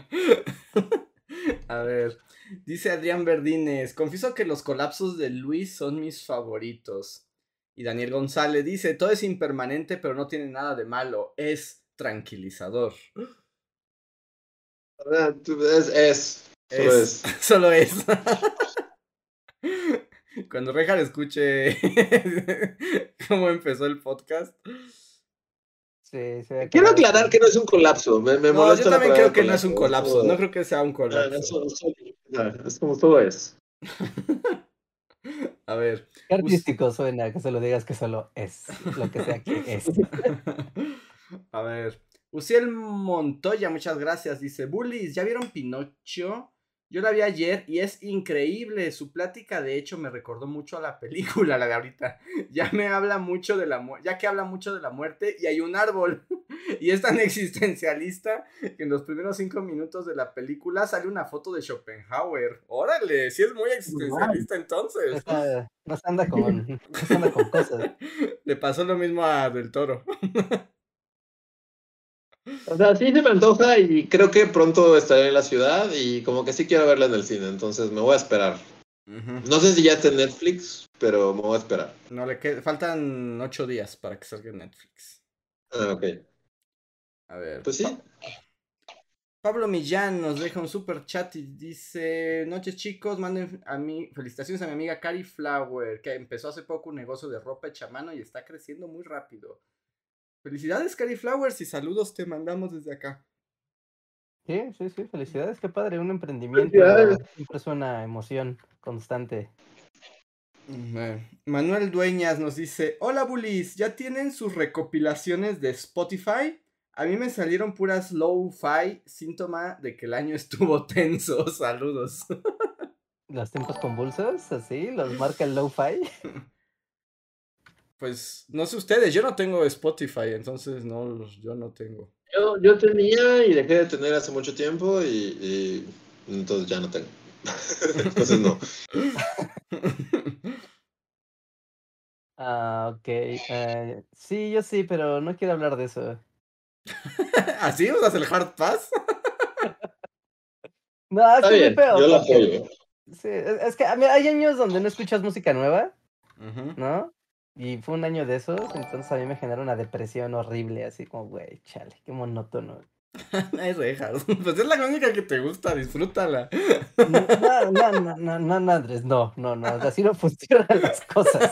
A ver, dice Adrián Verdines, confieso que los colapsos de Luis son mis favoritos. Y Daniel González dice, todo es impermanente pero no tiene nada de malo, es tranquilizador. Es, es, solo es. Es, solo es. Cuando Rejar escuche cómo empezó el podcast. Sí, se ve Quiero cagado. aclarar que no es un colapso, me, me No, molesta yo la también palabra creo que no es un colapso, colapso, es no creo que sea un como- ah, colapso. es, es- es como todo es. A ver. Qué artístico suena que solo digas que solo es lo que sea que es. A ver. Uciel Montoya, muchas gracias. Dice, Bullies, ¿ya vieron Pinocho? Yo la vi ayer y es increíble. Su plática, de hecho, me recordó mucho a la película, la de ahorita. Ya me habla mucho de la muerte, ya que habla mucho de la muerte y hay un árbol. Y es tan existencialista que en los primeros cinco minutos de la película sale una foto de Schopenhauer. Órale, sí es muy existencialista entonces. O sea, no se anda con, no se anda con cosas. Le pasó lo mismo a Del Toro. O sea, sí se me antoja y creo que pronto estaré en la ciudad y como que sí quiero verla en el cine, entonces me voy a esperar. Uh-huh. No sé si ya está en Netflix, pero me voy a esperar. No, le qued- faltan ocho días para que salga en Netflix. Ah, ok. A ver. Pues sí. Pa- Pablo Millán nos deja un super chat y dice: noches chicos, manden a mí felicitaciones a mi amiga Cari Flower, que empezó hace poco un negocio de ropa hecha a mano y está creciendo muy rápido. Felicidades, Cari Flowers, y saludos te mandamos desde acá. Sí, sí, sí, felicidades, qué padre, un emprendimiento siempre es una emoción constante. Manuel Dueñas nos dice: hola bullies, ¿ya tienen sus recopilaciones de Spotify? A mí me salieron puras low-fi, síntoma de que el año estuvo tenso. Saludos. ¿Los tiempos convulsos? ¿Así? ¿Los marca el low-fi? Pues, no sé ustedes, yo no tengo Spotify, entonces no, yo no tengo. Yo, yo tenía y dejé de tener hace mucho tiempo y, y entonces ya no tengo. Entonces no. Ah, ok. Uh, sí, yo sí, pero no quiero hablar de eso. ¿Así usas el Hard Pass? No, es Está que bien, es muy feo. yo lo porque... apoyo. Sí, es, es que a mí, hay años donde no escuchas música nueva, uh-huh. ¿no? Y fue un año de esos, entonces a mí me genera una depresión horrible, así como, güey, chale, qué monótono. Ay, rejas. Pues es la única que te gusta, disfrútala. No, no, no, no, no, no, Andrés, no, no, no, así no funcionan las cosas.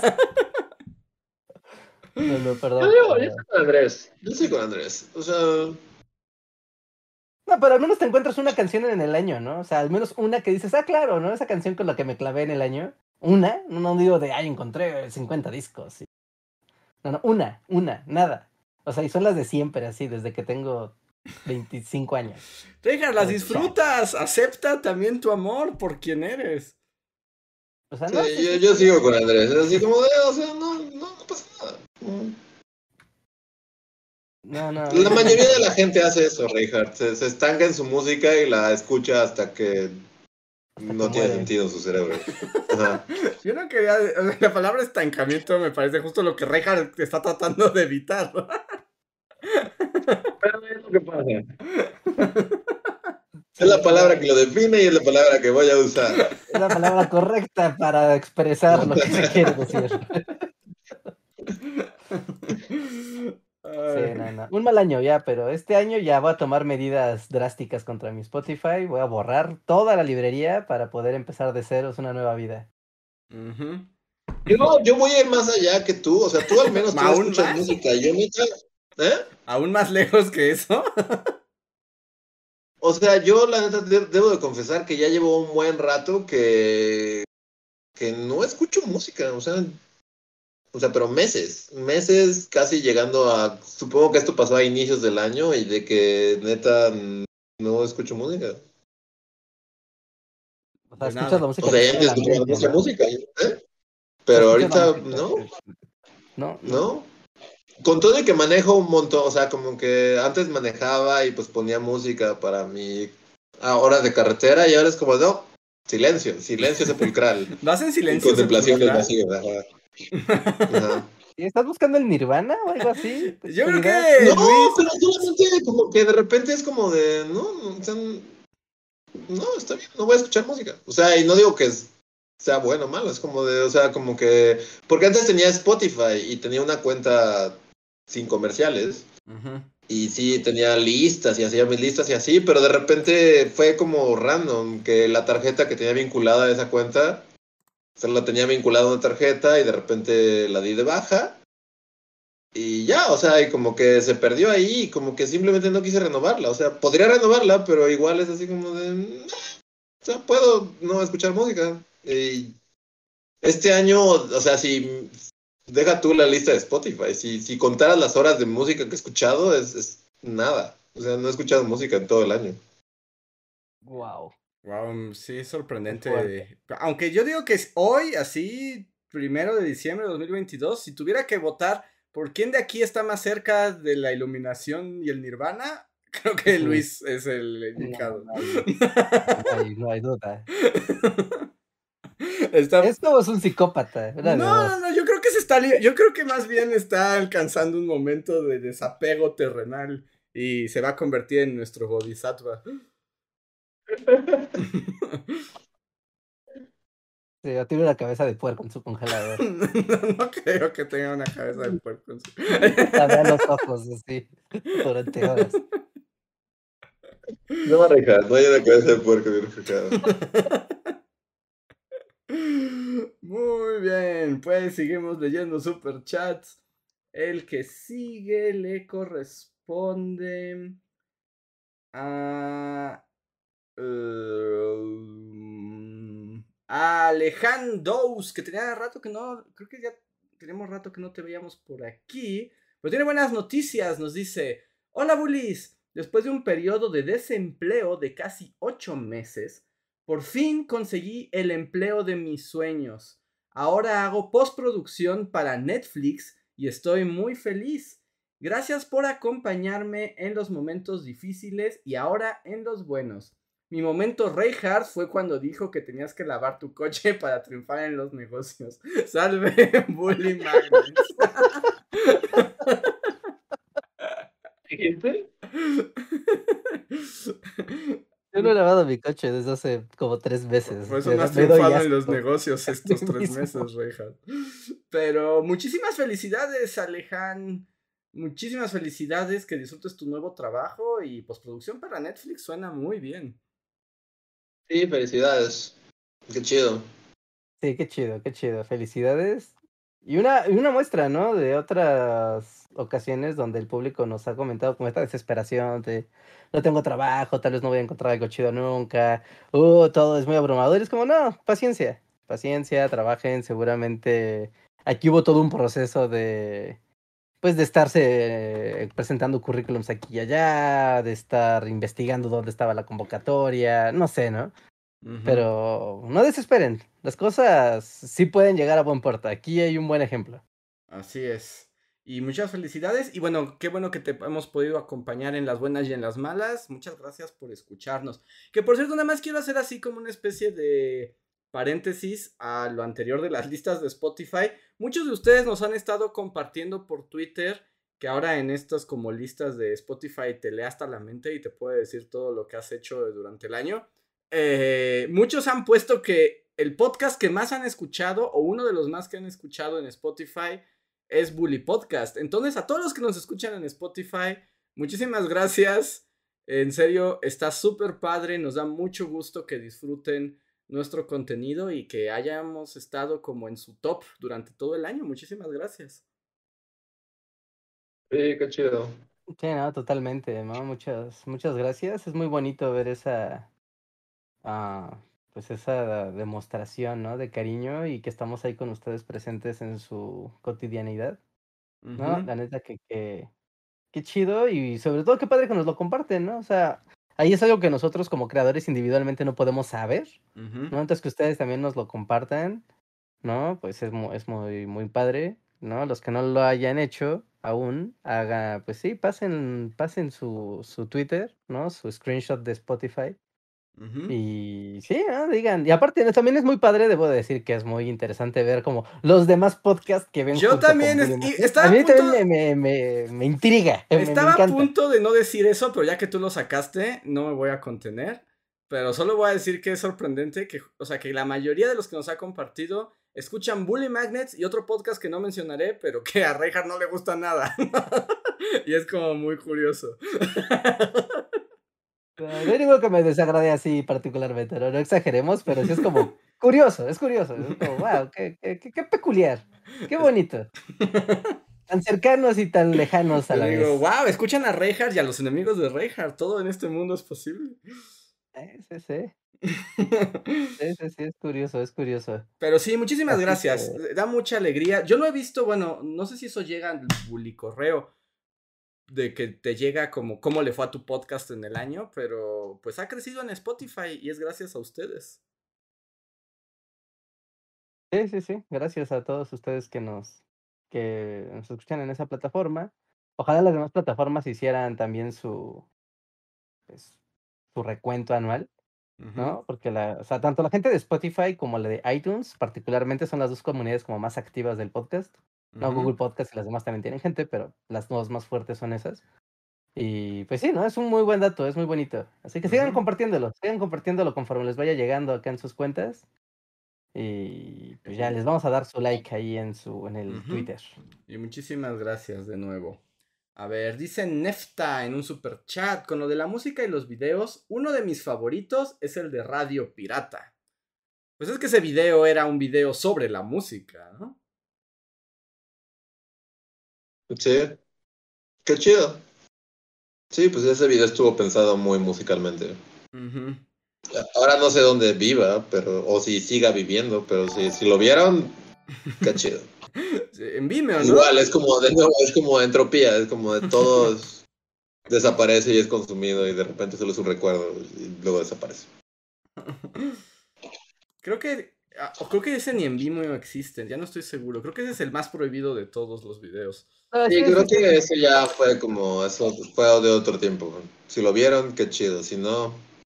No, no, perdón. Yo, digo, yo soy con Andrés, yo soy con Andrés, o sea... No, pero al menos te encuentras una canción en el año, ¿no? O sea, al menos una que dices, ah, claro, ¿no? Esa canción con la que me clavé en el año. Una, no, no digo de, ay, encontré cincuenta discos. ¿Sí? No, no, una, una, nada. O sea, y son las de siempre, así, desde que tengo veinticinco años. Rejas, las disfrutas, acepta también tu amor por quien eres. O sea, sí, no, sí, yo, sí, yo sí. sigo con Andrés, así como de, o sea, no, no, no pasa nada. No, no. La mayoría de la gente hace eso, Reinhardt. Se, se estanca en su música y la escucha hasta que hasta no que tiene muere. Sentido en su cerebro. Ajá. Yo no quería. La palabra estancamiento me parece justo lo que Reinhardt está tratando de evitar. Pero es lo que pasa. Es la palabra que lo define y es la palabra que voy a usar. Es la palabra correcta para expresar lo que se quiere decir. Sí, no, no. Un mal año ya, pero este año ya voy a tomar medidas drásticas contra mi Spotify. Voy a borrar toda la librería para poder empezar de ceros una nueva vida. Uh-huh. Yo, yo voy a ir más allá que tú. O sea, tú al menos tú escuchas más? música. Yo neta, ¿eh? ¿Aún más lejos que eso? O sea, yo la neta de- debo de confesar que ya llevo un buen rato que, que no escucho música. O sea, o sea, pero meses, meses casi llegando a, supongo que esto pasó a inicios del año y de que neta no escucho música. O sea, escuchas la música. O sea, ya antes escuchaba mucha música, ¿eh? Pero ahorita no. No, no. ¿No? Con todo y que manejo un montón, o sea, como que antes manejaba y pues ponía música para mi a horas de carretera y ahora es como, no, silencio, silencio sepulcral. ¿Vas en silencio y contemplación del sepulcral? vacío. Ajá. Ajá. ¿Y estás buscando el Nirvana o algo así? Yo creo que No, Luis... pero solamente como que de repente es como de, no, o sea, no, está bien, no voy a escuchar música. O sea, y no digo que sea bueno o malo, es como de, o sea, como que, porque antes tenía Spotify y tenía una cuenta sin comerciales. Uh-huh. Y sí, tenía listas y hacía mis listas y así, pero de repente fue como random que la tarjeta que tenía vinculada a esa cuenta, o sea, la tenía vinculada a una tarjeta y de repente la di de baja y ya, o sea, y como que se perdió ahí y como que simplemente no quise renovarla, o sea, podría renovarla, pero igual es así como de, o sea, puedo no escuchar música. Y este año, o sea, si... Deja tú la lista de Spotify. Si, si contaras las horas de música que he escuchado, es, es nada. O sea, no he escuchado música en todo el año. Wow. Wow, sí, es sorprendente. fuerte. Aunque yo digo que hoy, así, primero de diciembre de dos mil veintidós, si tuviera que votar por quién de aquí está más cerca de la iluminación y el nirvana, creo que Sí. Luis es el No, indicado. no hay, no hay, no hay duda. Está... Esto es un psicópata. Una de No, dos. no, no, yo creo que se está, li- yo creo que más bien está alcanzando un momento de desapego terrenal y se va a convertir en nuestro bodhisattva. Sí, o tiene una cabeza de puerco en su congelador. No, no creo que tenga una cabeza de puerco en su... La ve a los ojos así durante horas. No, Rejas, no hay una cabeza de puerco bien reflejada. Muy bien, pues seguimos leyendo superchats. El que sigue le corresponde a... um, a Alejandros, que tenía rato que no, creo que ya tenemos rato que no te veíamos por aquí, pero tiene buenas noticias, nos dice, hola Bulis, después de un periodo de desempleo de casi ocho meses, por fin conseguí el empleo de mis sueños. Ahora hago postproducción para Netflix y estoy muy feliz. Gracias por acompañarme en los momentos difíciles y ahora en los buenos. Mi momento Reinhardt fue cuando dijo que tenías que lavar tu coche para triunfar en los negocios. Salve, Bully Magnets. ¿Dijiste? Yo no he lavado mi coche desde hace como tres meses. Por eso Me, no has me doy triunfado en los asco. negocios estos Sí tres mismo. meses, Reinhardt. Pero muchísimas felicidades, Aleján. Muchísimas felicidades, que disfrutes tu nuevo trabajo y postproducción para Netflix suena muy bien. Sí, felicidades. Qué chido. Sí, qué chido, qué chido. Felicidades. Y una, y una muestra, ¿no? De otras ocasiones donde el público nos ha comentado como esta desesperación de no tengo trabajo, tal vez no voy a encontrar algo chido nunca, uh, todo es muy abrumador. Es como, no, paciencia, paciencia, trabajen, seguramente aquí hubo todo un proceso de, pues, de estarse eh, presentando currículums aquí y allá, de estar investigando dónde estaba la convocatoria, no sé, ¿no? Ujú. Pero no desesperen, las cosas sí pueden llegar a buen puerto. Aquí hay un buen ejemplo. Así es. Y muchas felicidades. Y bueno, qué bueno que te hemos podido acompañar en las buenas y en las malas. Muchas gracias por escucharnos. Que por cierto, nada más quiero hacer así como una especie de paréntesis a lo anterior de las listas de Spotify. Muchos de ustedes nos han estado compartiendo por Twitter que ahora en estas como listas de Spotify te lee hasta la mente y te puede decir todo lo que has hecho durante el año. Eh, muchos han puesto que el podcast que más han escuchado o uno de los más que han escuchado en Spotify es Bully Podcast. Entonces, a todos los que nos escuchan en Spotify, muchísimas gracias. En serio, está súper padre. Nos da mucho gusto que disfruten nuestro contenido y que hayamos estado como en su top durante todo el año. Muchísimas gracias. Sí, qué chido. Sí, no, totalmente, ¿no? Muchas, muchas gracias. Es muy bonito ver esa, ah, pues esa demostración, ¿no? De cariño y que estamos ahí con ustedes presentes en su cotidianidad, ¿no? Ujú, La neta que, que, qué chido y sobre todo qué padre que nos lo comparten, ¿no? O sea, ahí es algo que nosotros como creadores individualmente no podemos saber, ujú. ¿no? Entonces que ustedes también nos lo compartan, ¿no? Pues es muy, es muy, muy padre, ¿no? Los que no lo hayan hecho aún, haga, pues sí, pasen, pasen su, su Twitter, ¿no? Su screenshot de Spotify. Ujú. Y sí, ¿no? Digan. Y aparte, ¿no? También es muy padre, debo decir que es muy interesante ver como los demás podcasts que ven Yo junto con también es- Bully y Magnets. estaba A a mí punto, también me, me, me, me intriga, me, me estaba a encanta. punto de no decir eso, pero ya que tú lo sacaste, no me voy a contener. Pero solo voy a decir que es sorprendente que, o sea, que la mayoría de los que nos ha compartido escuchan Bully Magnets y otro podcast que no mencionaré, pero que a Reinhardt no le gusta nada. Y es como muy curioso. No hay ninguno que me desagrade así particularmente, no, no exageremos, pero sí es como curioso, es curioso, es como, wow, qué, qué, qué, qué peculiar, qué Es- bonito, tan cercanos y tan lejanos a Yo la digo, vez. wow, escuchan a Reinhardt y a los enemigos de Reinhardt. Todo en este mundo es posible. Eh, sí, sí, sí, sí, sí, es curioso, es curioso. Pero sí, muchísimas Así gracias. que, Da mucha alegría. Yo no he visto, bueno, no sé si eso llega al Bully Correo, de que te llega como cómo le fue a tu podcast en el año, pero pues ha crecido en Spotify y es gracias a ustedes. Sí, sí, sí. Gracias a todos ustedes que nos, que nos escuchan en esa plataforma. Ojalá las demás plataformas hicieran también su, pues, su recuento anual, Ujú, ¿no? Porque la, o sea, tanto la gente de Spotify como la de iTunes, particularmente, son las dos comunidades como más activas del podcast. No, ujú, Google Podcast y las demás también tienen gente, pero las dos más fuertes son esas. Y pues sí, ¿no? Es un muy buen dato, es muy bonito. Así que sigan ujú. compartiéndolo, sigan compartiéndolo conforme les vaya llegando acá en sus cuentas. Y pues ya les vamos a dar su like ahí en su, en el Ujú. Twitter. Y muchísimas gracias de nuevo. A ver, dice Nefta en un super chat, con lo de la música y los videos, uno de mis favoritos es el de Radio Pirata. Pues es que ese video era un video sobre la música, ¿no? Sí, qué chido. Sí, pues ese video estuvo pensado muy musicalmente. Ujú. Ahora no sé dónde viva, pero o si siga viviendo, pero si, si lo vieron, qué chido. Sí, en Vimeo, ¿no? Igual, es como de nuevo, es como entropía, es como de todos desaparece y es consumido y de repente solo es un recuerdo y luego desaparece. Creo que. ah, o creo que ese ni en Vimeo existe, ya no estoy seguro. Creo que ese es el más prohibido de todos los videos. Ah, Sí, sí, creo sí, sí. que eso ya fue como, eso fue de otro tiempo. Si lo vieron, qué chido, si no,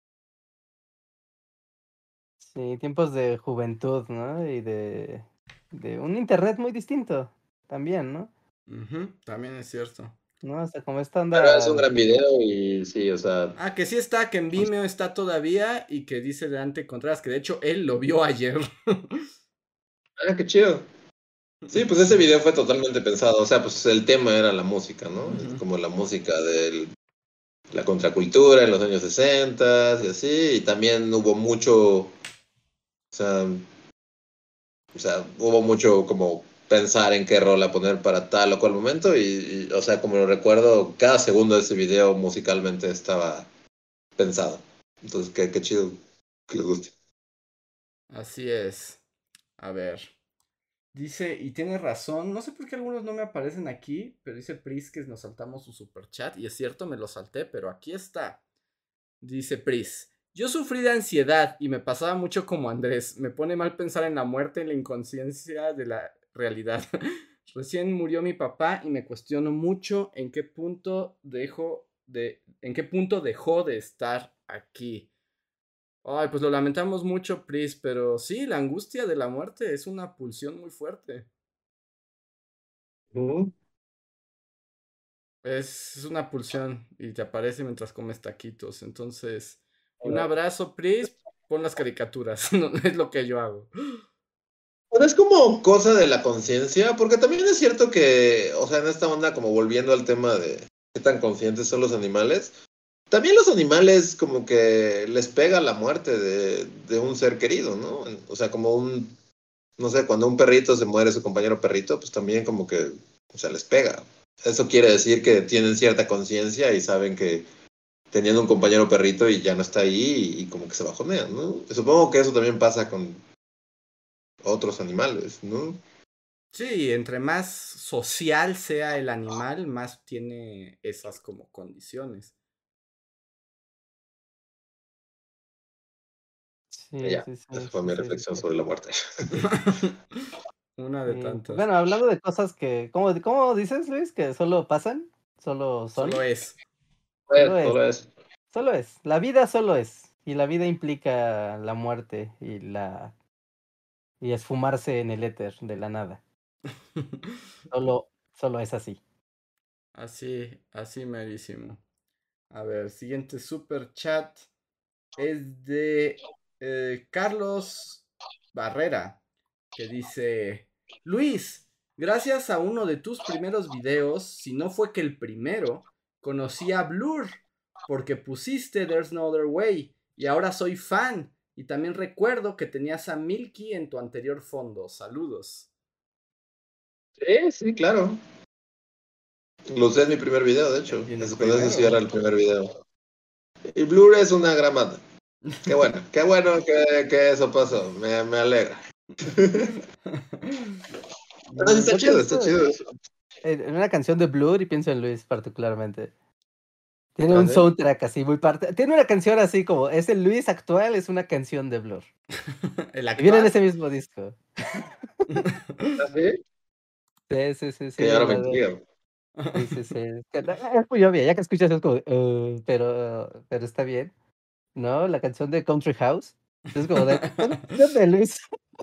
Sí, tiempos de juventud, ¿no? Y de, de un internet muy distinto también, ¿no? Ujú, también es cierto. ¿No? Hasta como esta pero es un onda. gran video y sí, o sea, Ah, que sí está, que en Vimeo está todavía y que dice Dante Contreras, que de hecho él lo vio ayer. ah, qué chido. Sí, pues ese video fue totalmente pensado, o sea, pues el tema era la música, ¿no? Ujú. Como la música de la contracultura en los años sesenta y así, y también hubo mucho, o sea, o sea, hubo mucho como pensar en qué rola poner para tal o cual momento y, y, o sea, como lo recuerdo, cada segundo de ese video musicalmente estaba pensado. Entonces, qué, qué chido que les guste. Así es. A ver. Dice, y tiene razón, no sé por qué algunos no me aparecen aquí, pero dice Pris que nos saltamos su super chat, y es cierto, me lo salté, pero aquí está. Dice Pris, yo sufrí de ansiedad y me pasaba mucho como Andrés, me pone mal pensar en la muerte y la inconsciencia de la realidad. Recién murió mi papá y me cuestiono mucho en qué punto dejo de, en qué punto dejó de estar aquí. Ay, pues lo lamentamos mucho, Pris, pero sí, la angustia de la muerte es una pulsión muy fuerte. Uh-huh. Es una pulsión y te aparece mientras comes taquitos. Entonces, un abrazo, Pris. Pon las caricaturas. No, es lo que yo hago. Pero es como cosa de la conciencia, porque también es cierto que, o sea, en esta onda, como volviendo al tema de qué tan conscientes son los animales, también los animales como que les pega la muerte de, de un ser querido, ¿no? O sea, como un, no sé, cuando un perrito se muere su compañero perrito, pues también como que, o sea, les pega. Eso quiere decir que tienen cierta conciencia y saben que teniendo un compañero perrito y ya no está ahí y, y como que se bajonean, ¿no? Supongo que eso también pasa con otros animales, ¿no? Sí, entre más social sea el animal, más tiene esas como condiciones. Sí, Ya, sí, sí, esa fue sí, mi sí, sí, reflexión sí. sobre la muerte. Una de Y, pues, tantas. bueno, hablando de cosas que, ¿cómo, cómo dices, Luis? Que solo pasan, solo son, Solo es. solo Pues, es, solo es. solo es. La vida solo es. Y la vida implica la muerte y la y esfumarse en el éter de la nada. Solo, solo es así. Así, así merísimo. A ver, siguiente super chat es de eh, Carlos Barrera, que dice, Luis, gracias a uno de tus primeros videos, si no fue que el primero, conocí a Blur, porque pusiste There's No Other Way, y ahora soy fan, y también recuerdo que tenías a Milky en tu anterior fondo. Saludos. Sí, sí, claro. Lo usé en mi primer video, de hecho. Y en el Eso, con eso cierra primero. el primer video. Y Blur es una gran banda. Qué bueno, qué bueno que, que eso pasó. Me, me alegra. Pero sí está Creo que chido, está esto, chido eso. en una canción de Blur y pienso en Luis particularmente. Tiene un ¿Vale? soundtrack así muy parte. Tiene una canción así como es el Luis actual, es una canción de Blur. ¿El Y viene en actual? ese mismo disco. ¿Así? Sí, sí, sí, sí. Que ahora me la de- intriga. Sí, sí, sí. Es que- es muy obvia, ya que escuchas es como, "Uh", pero, pero está bien. ¿No? La canción de Country House. Es como de, es una canción de Luis.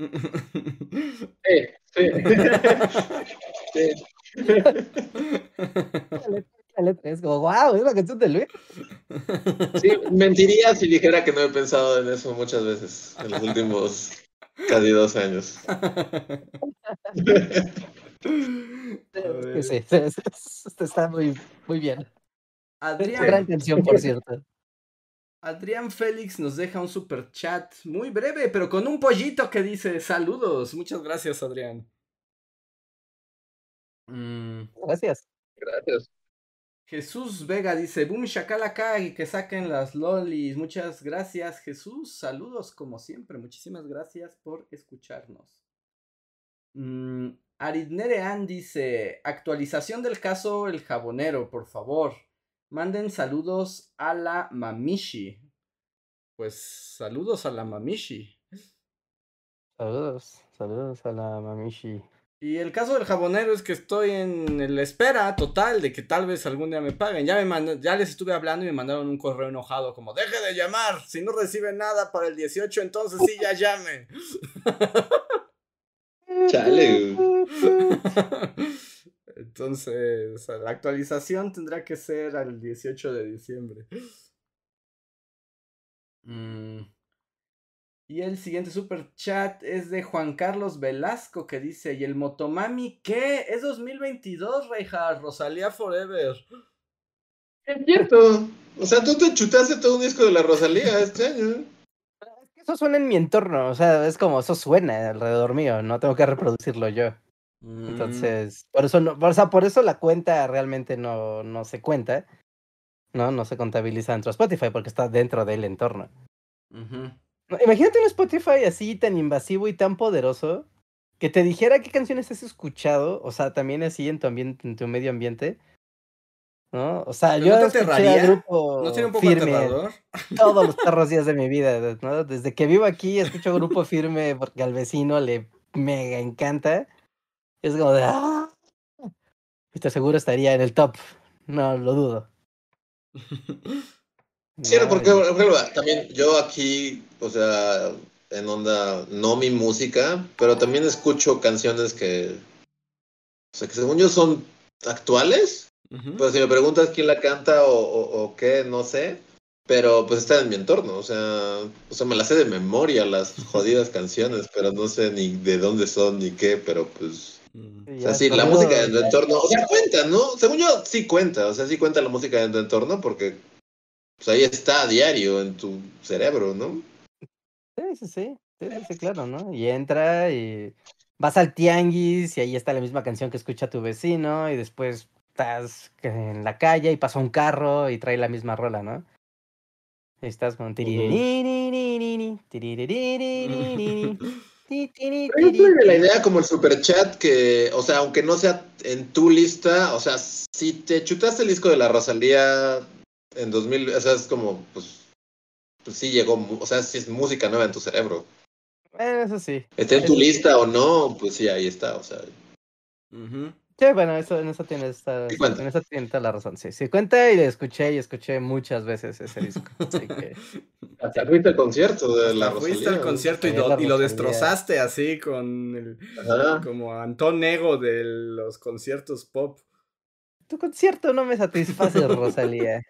Sí, sí. Sí. La letra, la letra es como, wow, es una canción de Luis. Sí, mentiría si dijera que no he pensado en eso muchas veces en los últimos casi dos años. A Es que ver. sí, sí, sí, sí, está muy, muy bien. Es una gran Adrián, canción, por cierto. Adrián Félix nos deja un super chat muy breve, pero con un pollito que dice saludos. Muchas gracias, Adrián. Mm, Gracias. Gracias. Jesús Vega dice, boom shakalaka y que saquen las lolis. Muchas gracias, Jesús. Saludos como siempre. Muchísimas gracias por escucharnos. Mm, Aridnerean dice, actualización del caso El Jabonero, por favor. Manden saludos a la Mamishi. Pues saludos a la Mamishi. Saludos, saludos a la Mamishi. Y el caso del jabonero es que estoy en la espera total de que tal vez algún día me paguen. Ya, me mandó, ya les estuve hablando y me mandaron un correo enojado como, deje de llamar, si no reciben nada para el dieciocho, entonces sí, ya llame. Chale. Entonces, la actualización tendrá que ser al dieciocho de diciembre. Mm. Y el siguiente super chat es de Juan Carlos Velasco que dice, ¿y el Motomami qué? Es dos mil veintidós, Reinhardt, Rosalía Forever. Es cierto. O sea, tú te chutaste todo un disco de la Rosalía este año. Es que eso suena en mi entorno, o sea, es como eso suena alrededor mío, no tengo que reproducirlo yo. Mm. Entonces, por eso no, o sea, por eso la cuenta realmente no, no se cuenta, ¿no? No se contabiliza dentro de Spotify porque está dentro del entorno. Uh-huh. No, imagínate un Spotify así tan invasivo y tan poderoso que te dijera qué canciones has escuchado, o sea, también así en tu ambiente, en tu medio ambiente, ¿no? O sea, ¿Pero yo no te escuché a aterraría? Grupo ¿No sería un poco Firme aterrador? todos los perros días de mi vida, ¿no? Desde que vivo aquí escucho Grupo Firme porque al vecino le mega encanta. Es como de, ¡ah! Estoy seguro estaría en el top, no lo dudo. Sí, No, porque y- por ejemplo, también yo aquí, o sea, en onda, no mi música, pero también escucho canciones que, o sea, que según yo son actuales. Uh-huh. Pues si me preguntas quién la canta o, o, o qué, no sé. Pero pues está en mi entorno, o sea, o sea, me las sé de memoria las jodidas canciones, pero no sé ni de dónde son ni qué, pero pues, Mm. o y sea, ya sí, la música de corridos. tu entorno, o sea, cuenta, ¿no? Según yo, sí cuenta, o sea, sí cuenta la música de tu entorno porque pues ahí está a diario en tu cerebro, ¿no? Sí, sí, sí, sí, sí, sí, claro, ¿no? Y entra y vas al tianguis y ahí está la misma canción que escucha tu vecino y después estás en la calle y pasa un carro y trae la misma rola, ¿no? Y estás con... tiririririririni, tiririririririni, ti, tiri, Pero yo tiri, soy de la tiri. idea como el superchat que, o sea, aunque no sea en tu lista, o sea, si te chutaste el disco de la Rosalía en dos mil, o sea, es como, pues, pues sí llegó, mu- o sea, sí es música nueva en tu cerebro. Eh, Eso sí, Esté en tu eso sí. lista o no, pues sí, ahí está, o sea, Uh-huh. Sí, bueno, eso, en eso tienes, esta- sí cuenta. en eso tienes toda la razón. Sí, sí cuenta y le escuché y escuché muchas veces ese disco. Así que Hasta fuiste al concierto de la Hasta fuiste al Rosalía, ¿no? concierto y, apoyé la do- y lo Rosalía. destrozaste así con el, Ajá. como Antón Nego de los conciertos pop. Tu concierto no me satisface, Rosalía.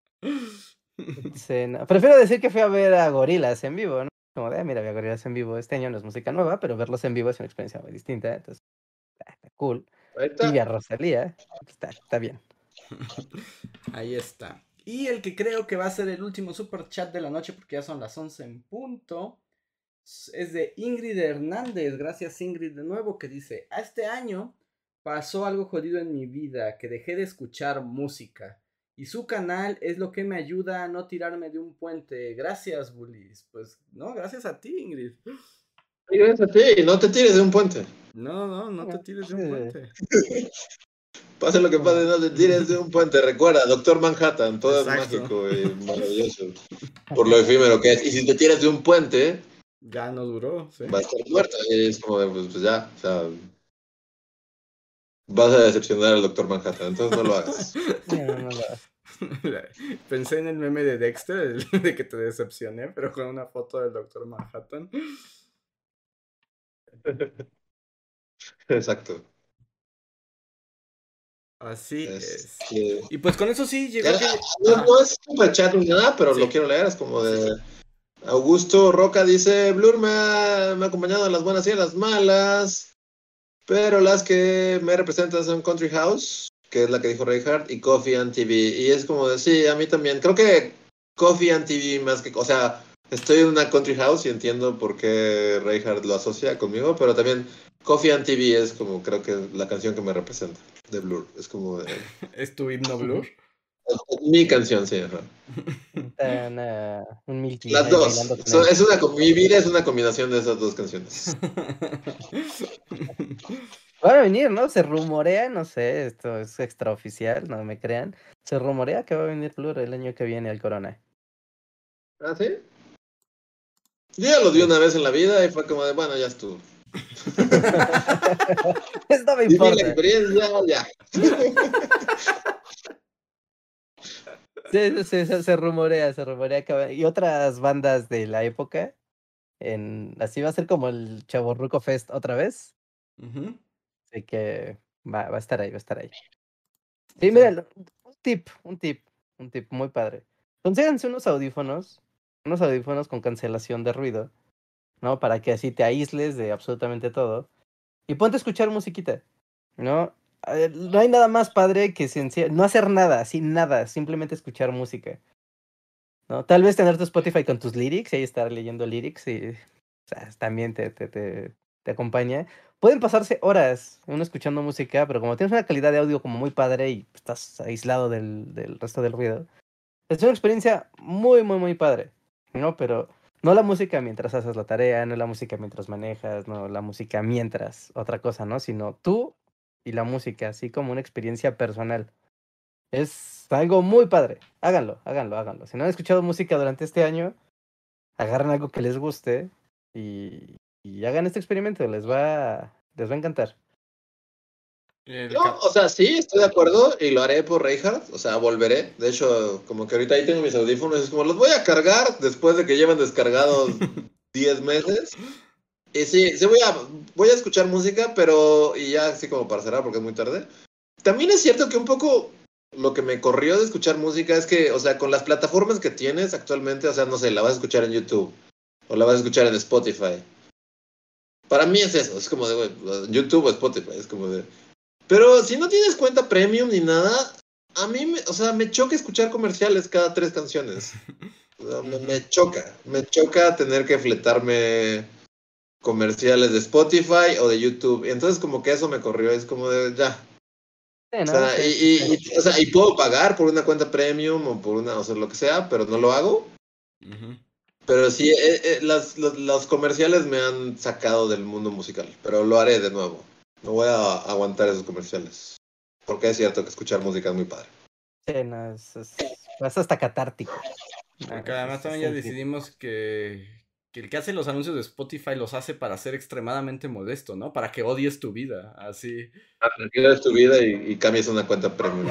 Sí, no. Prefiero decir que fui a ver a Gorilas en vivo, ¿no? Como de, "Ah, mira, vi a Gorilas en vivo. Este año no es música nueva, pero verlos en vivo es una experiencia muy distinta. Entonces, está, está cool. Ahí Y vi a está. Rosalía. Está, está bien. Ahí está. Y el que creo que va a ser el último super chat de la noche, porque ya son las once en punto, es de Ingrid Hernández. Gracias, Ingrid, de nuevo, que dice: a este año pasó algo jodido en mi vida, que dejé de escuchar música. Y su canal es lo que me ayuda a no tirarme de un puente. Gracias, Bullies. Pues no, gracias a ti, Ingrid. Y gracias a ti, no te tires de un puente. No, no, no te tires de un Sí. puente. Pase lo que pase, no te tires de un puente. Recuerda, Doctor Manhattan, todo Exacto. es mágico y maravilloso. Por lo efímero que es. Y si te tiras de un puente, Ya no duró, sí. va a estar muerto. Y es como, de, pues, pues ya, o sea, vas a decepcionar al Doctor Manhattan, entonces no lo hagas. No, no, no lo hagas. Pensé en el meme de Dexter, el de que te decepcioné, pero con una foto del Doctor Manhattan. Exacto. Así Es es. que... Y pues con eso sí llegó Ya, que... no, Ajá. no es super chat ni nada, pero Sí. lo quiero leer. Es como de Sí, sí. Augusto Roca dice: Blur me ha, me ha acompañado en las buenas y en las malas, pero las que me representan son Country House, que es la que dijo Reinhardt, y Coffee and T V. Y es como de, sí, a mí también. Creo que Coffee and T V más que... O sea, estoy en una Country House y entiendo por qué Reinhardt lo asocia conmigo, pero también Coffee and T V es como, creo que la canción que me representa de Blur. Es como de... ¿Es tu himno Blur? Mi canción, sí, ajá. Tan, uh, un Milky Las ahí dos. bailando con So, él. es una, mi vida es una combinación de esas dos canciones. Van a venir, ¿no? Se rumorea, no sé, esto es extraoficial, no me crean. Se rumorea que va a venir Blur el año que viene al Corona. ¿Ah, sí? Yo ya lo vi una vez en la vida y fue como de, bueno, ya estuvo. Esto me Viví la importa. experiencia, ya. Sí, sí, sí, se, se rumorea, se rumorea que va- y otras bandas de la época, en así va a ser como el Chavorruco Fest otra vez, Ujú. así que va, va a estar ahí, va a estar ahí. Sí, Sí. mira, un tip, un tip, un tip muy padre. Consíganse unos audífonos, unos audífonos con cancelación de ruido, ¿no? Para que así te aísles de absolutamente todo y ponte a escuchar musiquita, ¿no? Eh, No hay nada más padre que senci- no hacer nada, así nada, simplemente escuchar música. ¿No? Tal vez tener tu Spotify con tus lyrics y ahí estar leyendo lyrics y o sea, también te, te, te, te acompaña. Pueden pasarse horas uno escuchando música, pero como tienes una calidad de audio como muy padre y estás aislado del, del resto del ruido, es una experiencia muy, muy, muy padre, ¿no? Pero no la música mientras haces la tarea, no la música mientras manejas, no la música mientras otra cosa, ¿no? Sino tú y la música, así como una experiencia personal. Es algo muy padre. Háganlo, háganlo, háganlo. Si no han escuchado música durante este año, agarren algo que les guste y, y hagan este experimento. Les va, les va a encantar. El No, cap- o sea, sí, estoy de acuerdo y lo haré por Reinhardt, o sea, volveré. De hecho, como que ahorita ahí tengo mis audífonos, es como los voy a cargar después de que lleven descargados diez meses. Y sí, sí voy a, voy a escuchar música, pero, y ya así como para cerrar porque es muy tarde. También es cierto que un poco lo que me corrió de escuchar música es que, o sea, con las plataformas que tienes actualmente, o sea, no sé, la vas a escuchar en YouTube o la vas a escuchar en Spotify. Para mí es eso, es como de, güey, YouTube o Spotify, es como de... Pero si no tienes cuenta premium ni nada, a mí, me, o sea, me choca escuchar comerciales cada tres canciones. O sea, me, Ujú. me choca, me choca tener que fletarme comerciales de Spotify o de YouTube. Y entonces como que eso me corrió, es como de, ya. Sí, O ¿no? sea, Sí, y, sí, sí. y, y, o sea, y puedo pagar por una cuenta premium o por una, o sea, lo que sea, pero no lo hago. Ujú. Pero sí, eh, eh, las, los, los comerciales me han sacado del mundo musical, pero lo haré de nuevo. No voy a aguantar esos comerciales. Porque es cierto que escuchar música es muy padre. Sí, no, es, es, es hasta catártico. No, Porque es, además es, también es ya un trip. decidimos que, que el que hace los anuncios de Spotify los hace para ser extremadamente molesto, ¿no? Para que odies tu vida, así. Arriesgas tu vida y, y cambias una cuenta premium.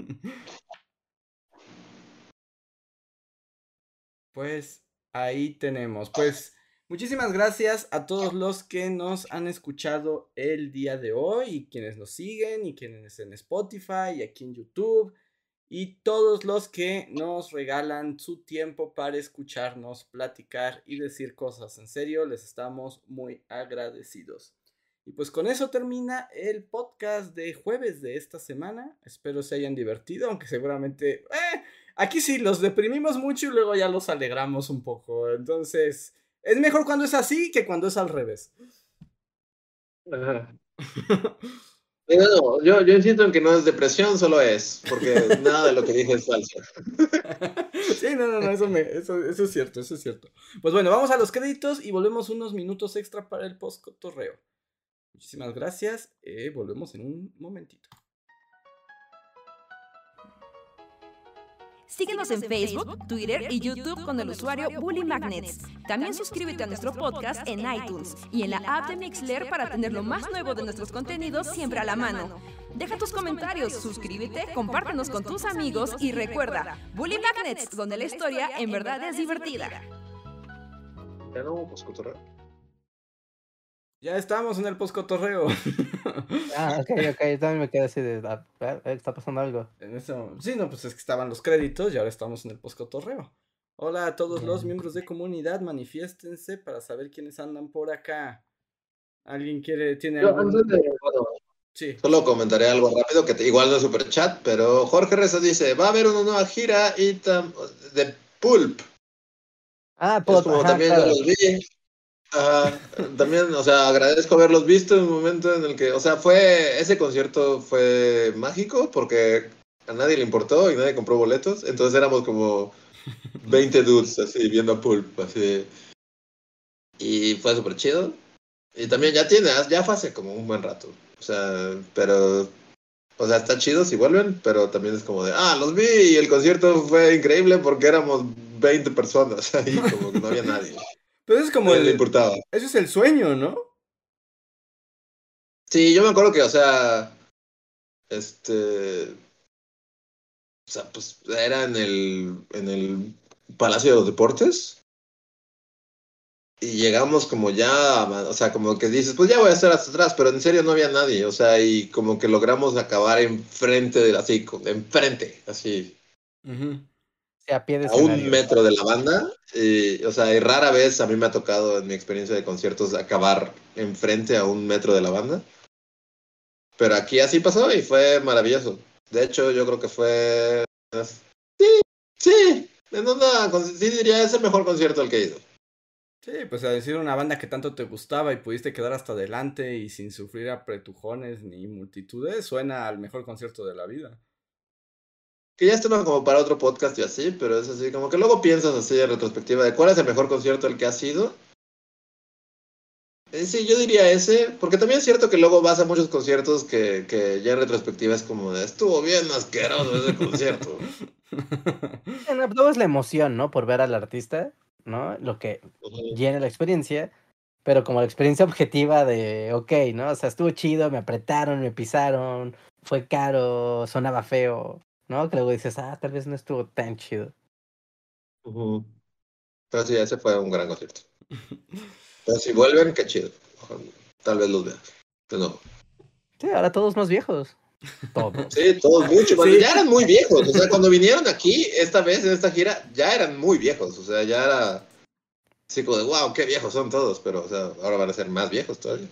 Pues ahí tenemos. Pues muchísimas gracias a todos los que nos han escuchado el día de hoy y quienes nos siguen y quienes en Spotify y aquí en YouTube y todos los que nos regalan su tiempo para escucharnos, platicar y decir cosas en serio. Les estamos muy agradecidos. Y pues con eso termina el podcast de jueves de esta semana. Espero se hayan divertido, aunque seguramente... Eh, aquí sí, los deprimimos mucho y luego ya los alegramos un poco. Entonces, es mejor cuando es así que cuando es al revés. Ajá. No, no, yo, yo insisto en que no es depresión, solo es, porque nada de lo que dije es falso. Sí, no, no, no, eso, me, eso, eso es cierto, eso es cierto. Pues bueno, vamos a los créditos y volvemos unos minutos extra para el post-cotorreo. Muchísimas gracias, eh, volvemos en un momentito. Síguenos en Facebook, Twitter y YouTube con el usuario Bully Magnets. También suscríbete a nuestro podcast en iTunes y en la app de Mixler para tener lo más nuevo de nuestros contenidos siempre a la mano. Deja tus comentarios, suscríbete, compártenos con tus amigos y recuerda, Bully Magnets, donde la historia en verdad es divertida. Ya no, pues cotorreo. Ya estamos en el postcotorreo. Ah, ok, ok, yo también me quedé así de, ah, eh, está pasando algo. En ese mom- Sí, no, pues es que estaban los créditos y ahora estamos en el postcotorreo. Hola a todos los Bien. miembros de comunidad, manifiéstense para saber quiénes andan por acá. ¿Alguien quiere, tiene Yo, algún...? antes de- bueno, Sí. solo comentaré algo rápido, que te- igual no es super chat, pero Jorge Reza dice, va a haber una nueva gira y tam- de Pulp. Ah, Es Pulp, como ajá, también claro. yo los vi. Ajá, también, o sea, agradezco haberlos visto en un momento en el que, o sea, fue, ese concierto fue mágico porque a nadie le importó y nadie compró boletos, entonces éramos como veinte dudes así viendo a Pulp, así, y fue súper chido. Y también ya tiene, ya fue hace como un buen rato, o sea, pero, o sea, está chido si vuelven, pero también es como de, ah, los vi y el concierto fue increíble porque éramos veinte personas ahí, como que no había nadie, Pero es a como nadie le el... importaba. Eso es el sueño, ¿no? Sí, yo me acuerdo que, o sea, este, o sea, pues era en el, en el Palacio de los Deportes y llegamos como ya, o sea, como que dices, pues ya voy a estar hasta atrás, pero en serio no había nadie, o sea, y como que logramos acabar enfrente de la, así, co- enfrente, así, Ujú. Sí, a pie de a un escenario. metro de la banda, y, o sea, y rara vez a mí me ha tocado en mi experiencia de conciertos acabar enfrente a un metro de la banda, pero aquí así pasó y fue maravilloso. De hecho, yo creo que fue... Sí, en onda, con- sí diría, es el mejor concierto al que he ido. Sí, pues a decir una banda que tanto te gustaba y pudiste quedar hasta adelante y sin sufrir apretujones ni multitudes, suena al mejor concierto de la vida. Que ya es tema como para otro podcast y así, pero es así, como que luego piensas así en retrospectiva de cuál es el mejor concierto al que has ido. Eh, sí, yo diría ese, porque también es cierto que luego vas a muchos conciertos que, que ya en retrospectiva es como de, estuvo bien asqueroso ese concierto. Sí, no, todo es la emoción, ¿no? Por ver al artista, ¿no? Lo que Ujú. llena la experiencia, pero como la experiencia objetiva de, ok, ¿no? O sea, estuvo chido, me apretaron, me pisaron, fue caro, sonaba feo, ¿no? Que luego dices, ah, tal vez no estuvo tan chido. Ujú. Pero sí, ese fue un gran concierto. Pero si vuelven, qué chido. Ojalá, tal vez los vea. De nuevo. Sí, ahora todos más viejos. Todos. Sí, todos mucho más. Sí. Ya eran muy viejos. O sea, cuando vinieron aquí, esta vez, en esta gira, ya eran muy viejos. O sea, ya era así como de, wow, qué viejos son todos. Pero, o sea, ahora van a ser más viejos todavía.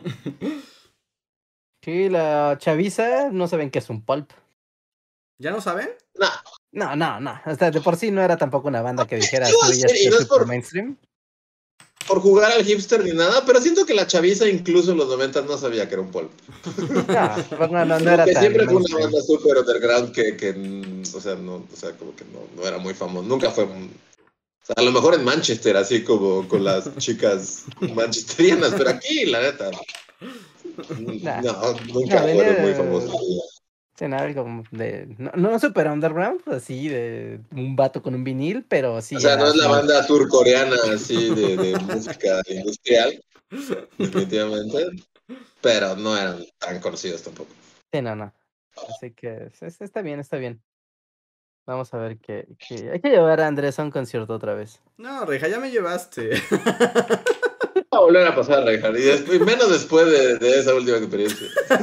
Sí, la chaviza no saben qué es un pulp. ¿Ya no saben? Nah, No, no, no. Hasta de por sí no era tampoco una banda que dijeras, iba a güey, ser, y esto no es es por- super mainstream. por jugar al hipster ni nada, pero siento que la chaviza incluso en los noventas no sabía que era un pulp. No, pues no, no, no Como era que tan siempre fue una mainstream. banda súper underground que, que, mm, o sea, no, o sea, como que no, no era muy famoso. Nunca fue, un- o sea, a lo mejor en Manchester, así como con las chicas manchesterianas, pero aquí, la neta, Nah. no, nunca No, fueron muy venía famosos. sí, no, algo como de. No, no super underground, así de un vato con un vinil, pero sí O sea, era no es la así. banda surcoreana así de, de música industrial, definitivamente, pero no eran tan conocidos tampoco. Sí, no, no. Así que es- es- está bien, está bien. Vamos a ver qué, qué- Hay que llevar a Andrés a un concierto otra vez. No, Reja, ya me llevaste. Va a volver a pasar, Reinhardt, y después, menos después de, de esa última experiencia.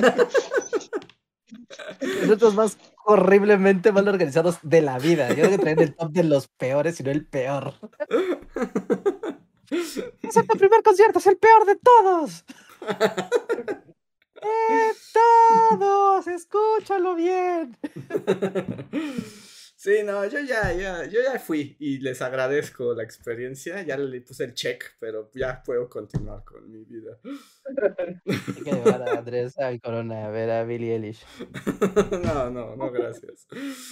Conciertos más horriblemente mal organizados de la vida. Yo creo que traen el top de los peores, y no el peor. Es el primer concierto, es el peor de todos. ¡De todos! Escúchalo bien. Sí, no, yo ya, ya, yo ya fui y les agradezco la experiencia. Ya le puse el check, pero ya puedo continuar con mi vida. Hay que llevar a Andrés al Corona a ver a Billie Eilish. No, no, no, gracias.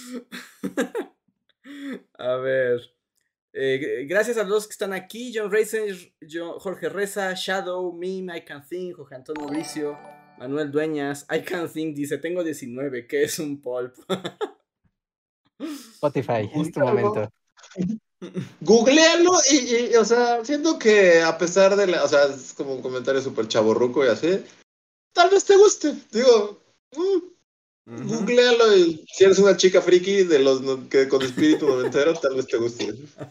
A ver. Eh, gracias a los que están aquí: John Reisen, John- Jorge Reza, Shadow, Mime, I Can Think, Jorge Antonio Mauricio, Manuel Dueñas. I Can Think dice: tengo diecinueve, ¿qué es un pulp? Spotify, es tu momento. Googlealo y, y, o sea, siento que a pesar de la, o sea, es como un comentario súper chaborruco y así, tal vez te guste, digo, mm, uh-huh. Googlealo y si eres una chica friki de los no, que con espíritu noventero, tal vez te guste.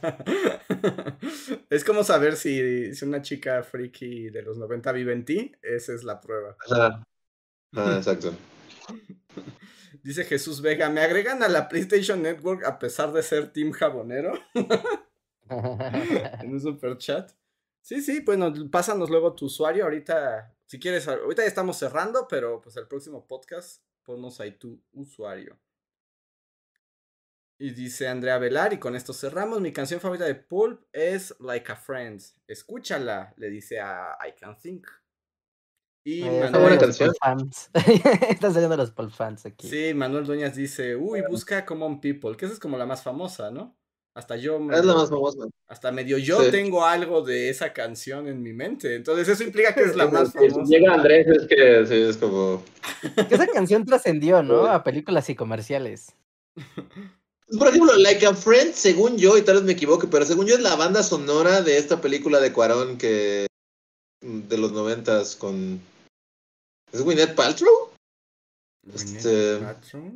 Es como saber si, si una chica friki de los noventa vive en ti, esa es la prueba. Ajá. Ah, exacto. Dice Jesús Vega, ¿me agregan a la PlayStation Network a pesar de ser Team Jabonero? En un super chat. Sí, sí, bueno, pásanos luego tu usuario. Ahorita, si quieres, ahorita ya estamos cerrando, pero pues el próximo podcast, ponnos ahí tu usuario. Y dice Andrea Velar, y con esto cerramos. Mi canción favorita de Pulp es Like a Friend. Escúchala, le dice a I Can Think. Y eh, Manuel, buena canción. Fans. Están saliendo los Pulp fans aquí. Sí, Manuel Dueñas dice, uy, busca Common People, que esa es como la más famosa, ¿no? Hasta yo medio, es la más famosa. Hasta medio yo sí. tengo algo de esa canción en mi mente. Entonces eso implica que es la más famosa. Si llega Andrés es que sí, es como... Que esa canción trascendió, ¿no? A películas y comerciales. Por ejemplo, Like a Friend, según yo, y tal vez me equivoque, pero según yo es la banda sonora de esta película de Cuarón que... de los noventas con... ¿Es Gwyneth Paltrow? ¿Gwyneth este... Paltrow?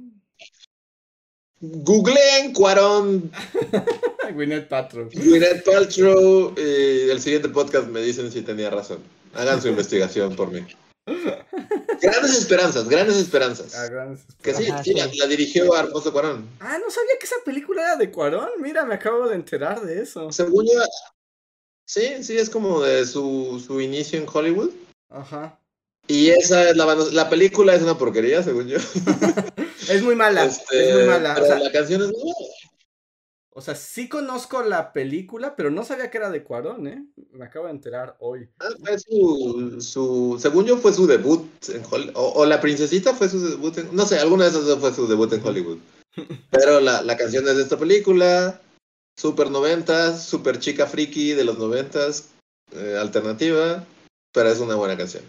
Googleen Cuarón. Gwyneth Paltrow. Gwyneth Paltrow. Y el siguiente podcast me dicen si tenía razón. Hagan su investigación por mí. Grandes esperanzas, grandes esperanzas. Ah, grandes esperanzas. Que sí, Ajá, sí, sí. La, la dirigió Alfonso Cuarón. Ah, no sabía que esa película era de Cuarón. Mira, me acabo de enterar de eso. Según yo, sí, sí, es como de su, su inicio en Hollywood. Ajá. Y esa es la banda. La película es una porquería, según yo. Es muy mala. Este, es muy mala. Pero o sea, la canción es muy mala. O sea, sí conozco la película, pero no sabía que era de Cuarón, ¿eh? Me acabo de enterar hoy. Ah, fue su, su, según yo fue su debut en Hollywood, o, o La Princesita fue su debut en, no sé, alguna de esas dos fue su debut en Hollywood. Pero la, la canción es de esta película, super noventas, super chica friki de los noventas, eh, alternativa, pero es una buena canción.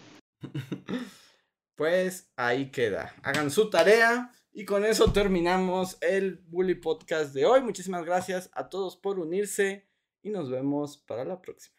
Pues ahí queda. Hagan su tarea. Y con eso terminamos el Bully Podcast de hoy. Muchísimas gracias a todos por unirse y nos vemos para la próxima.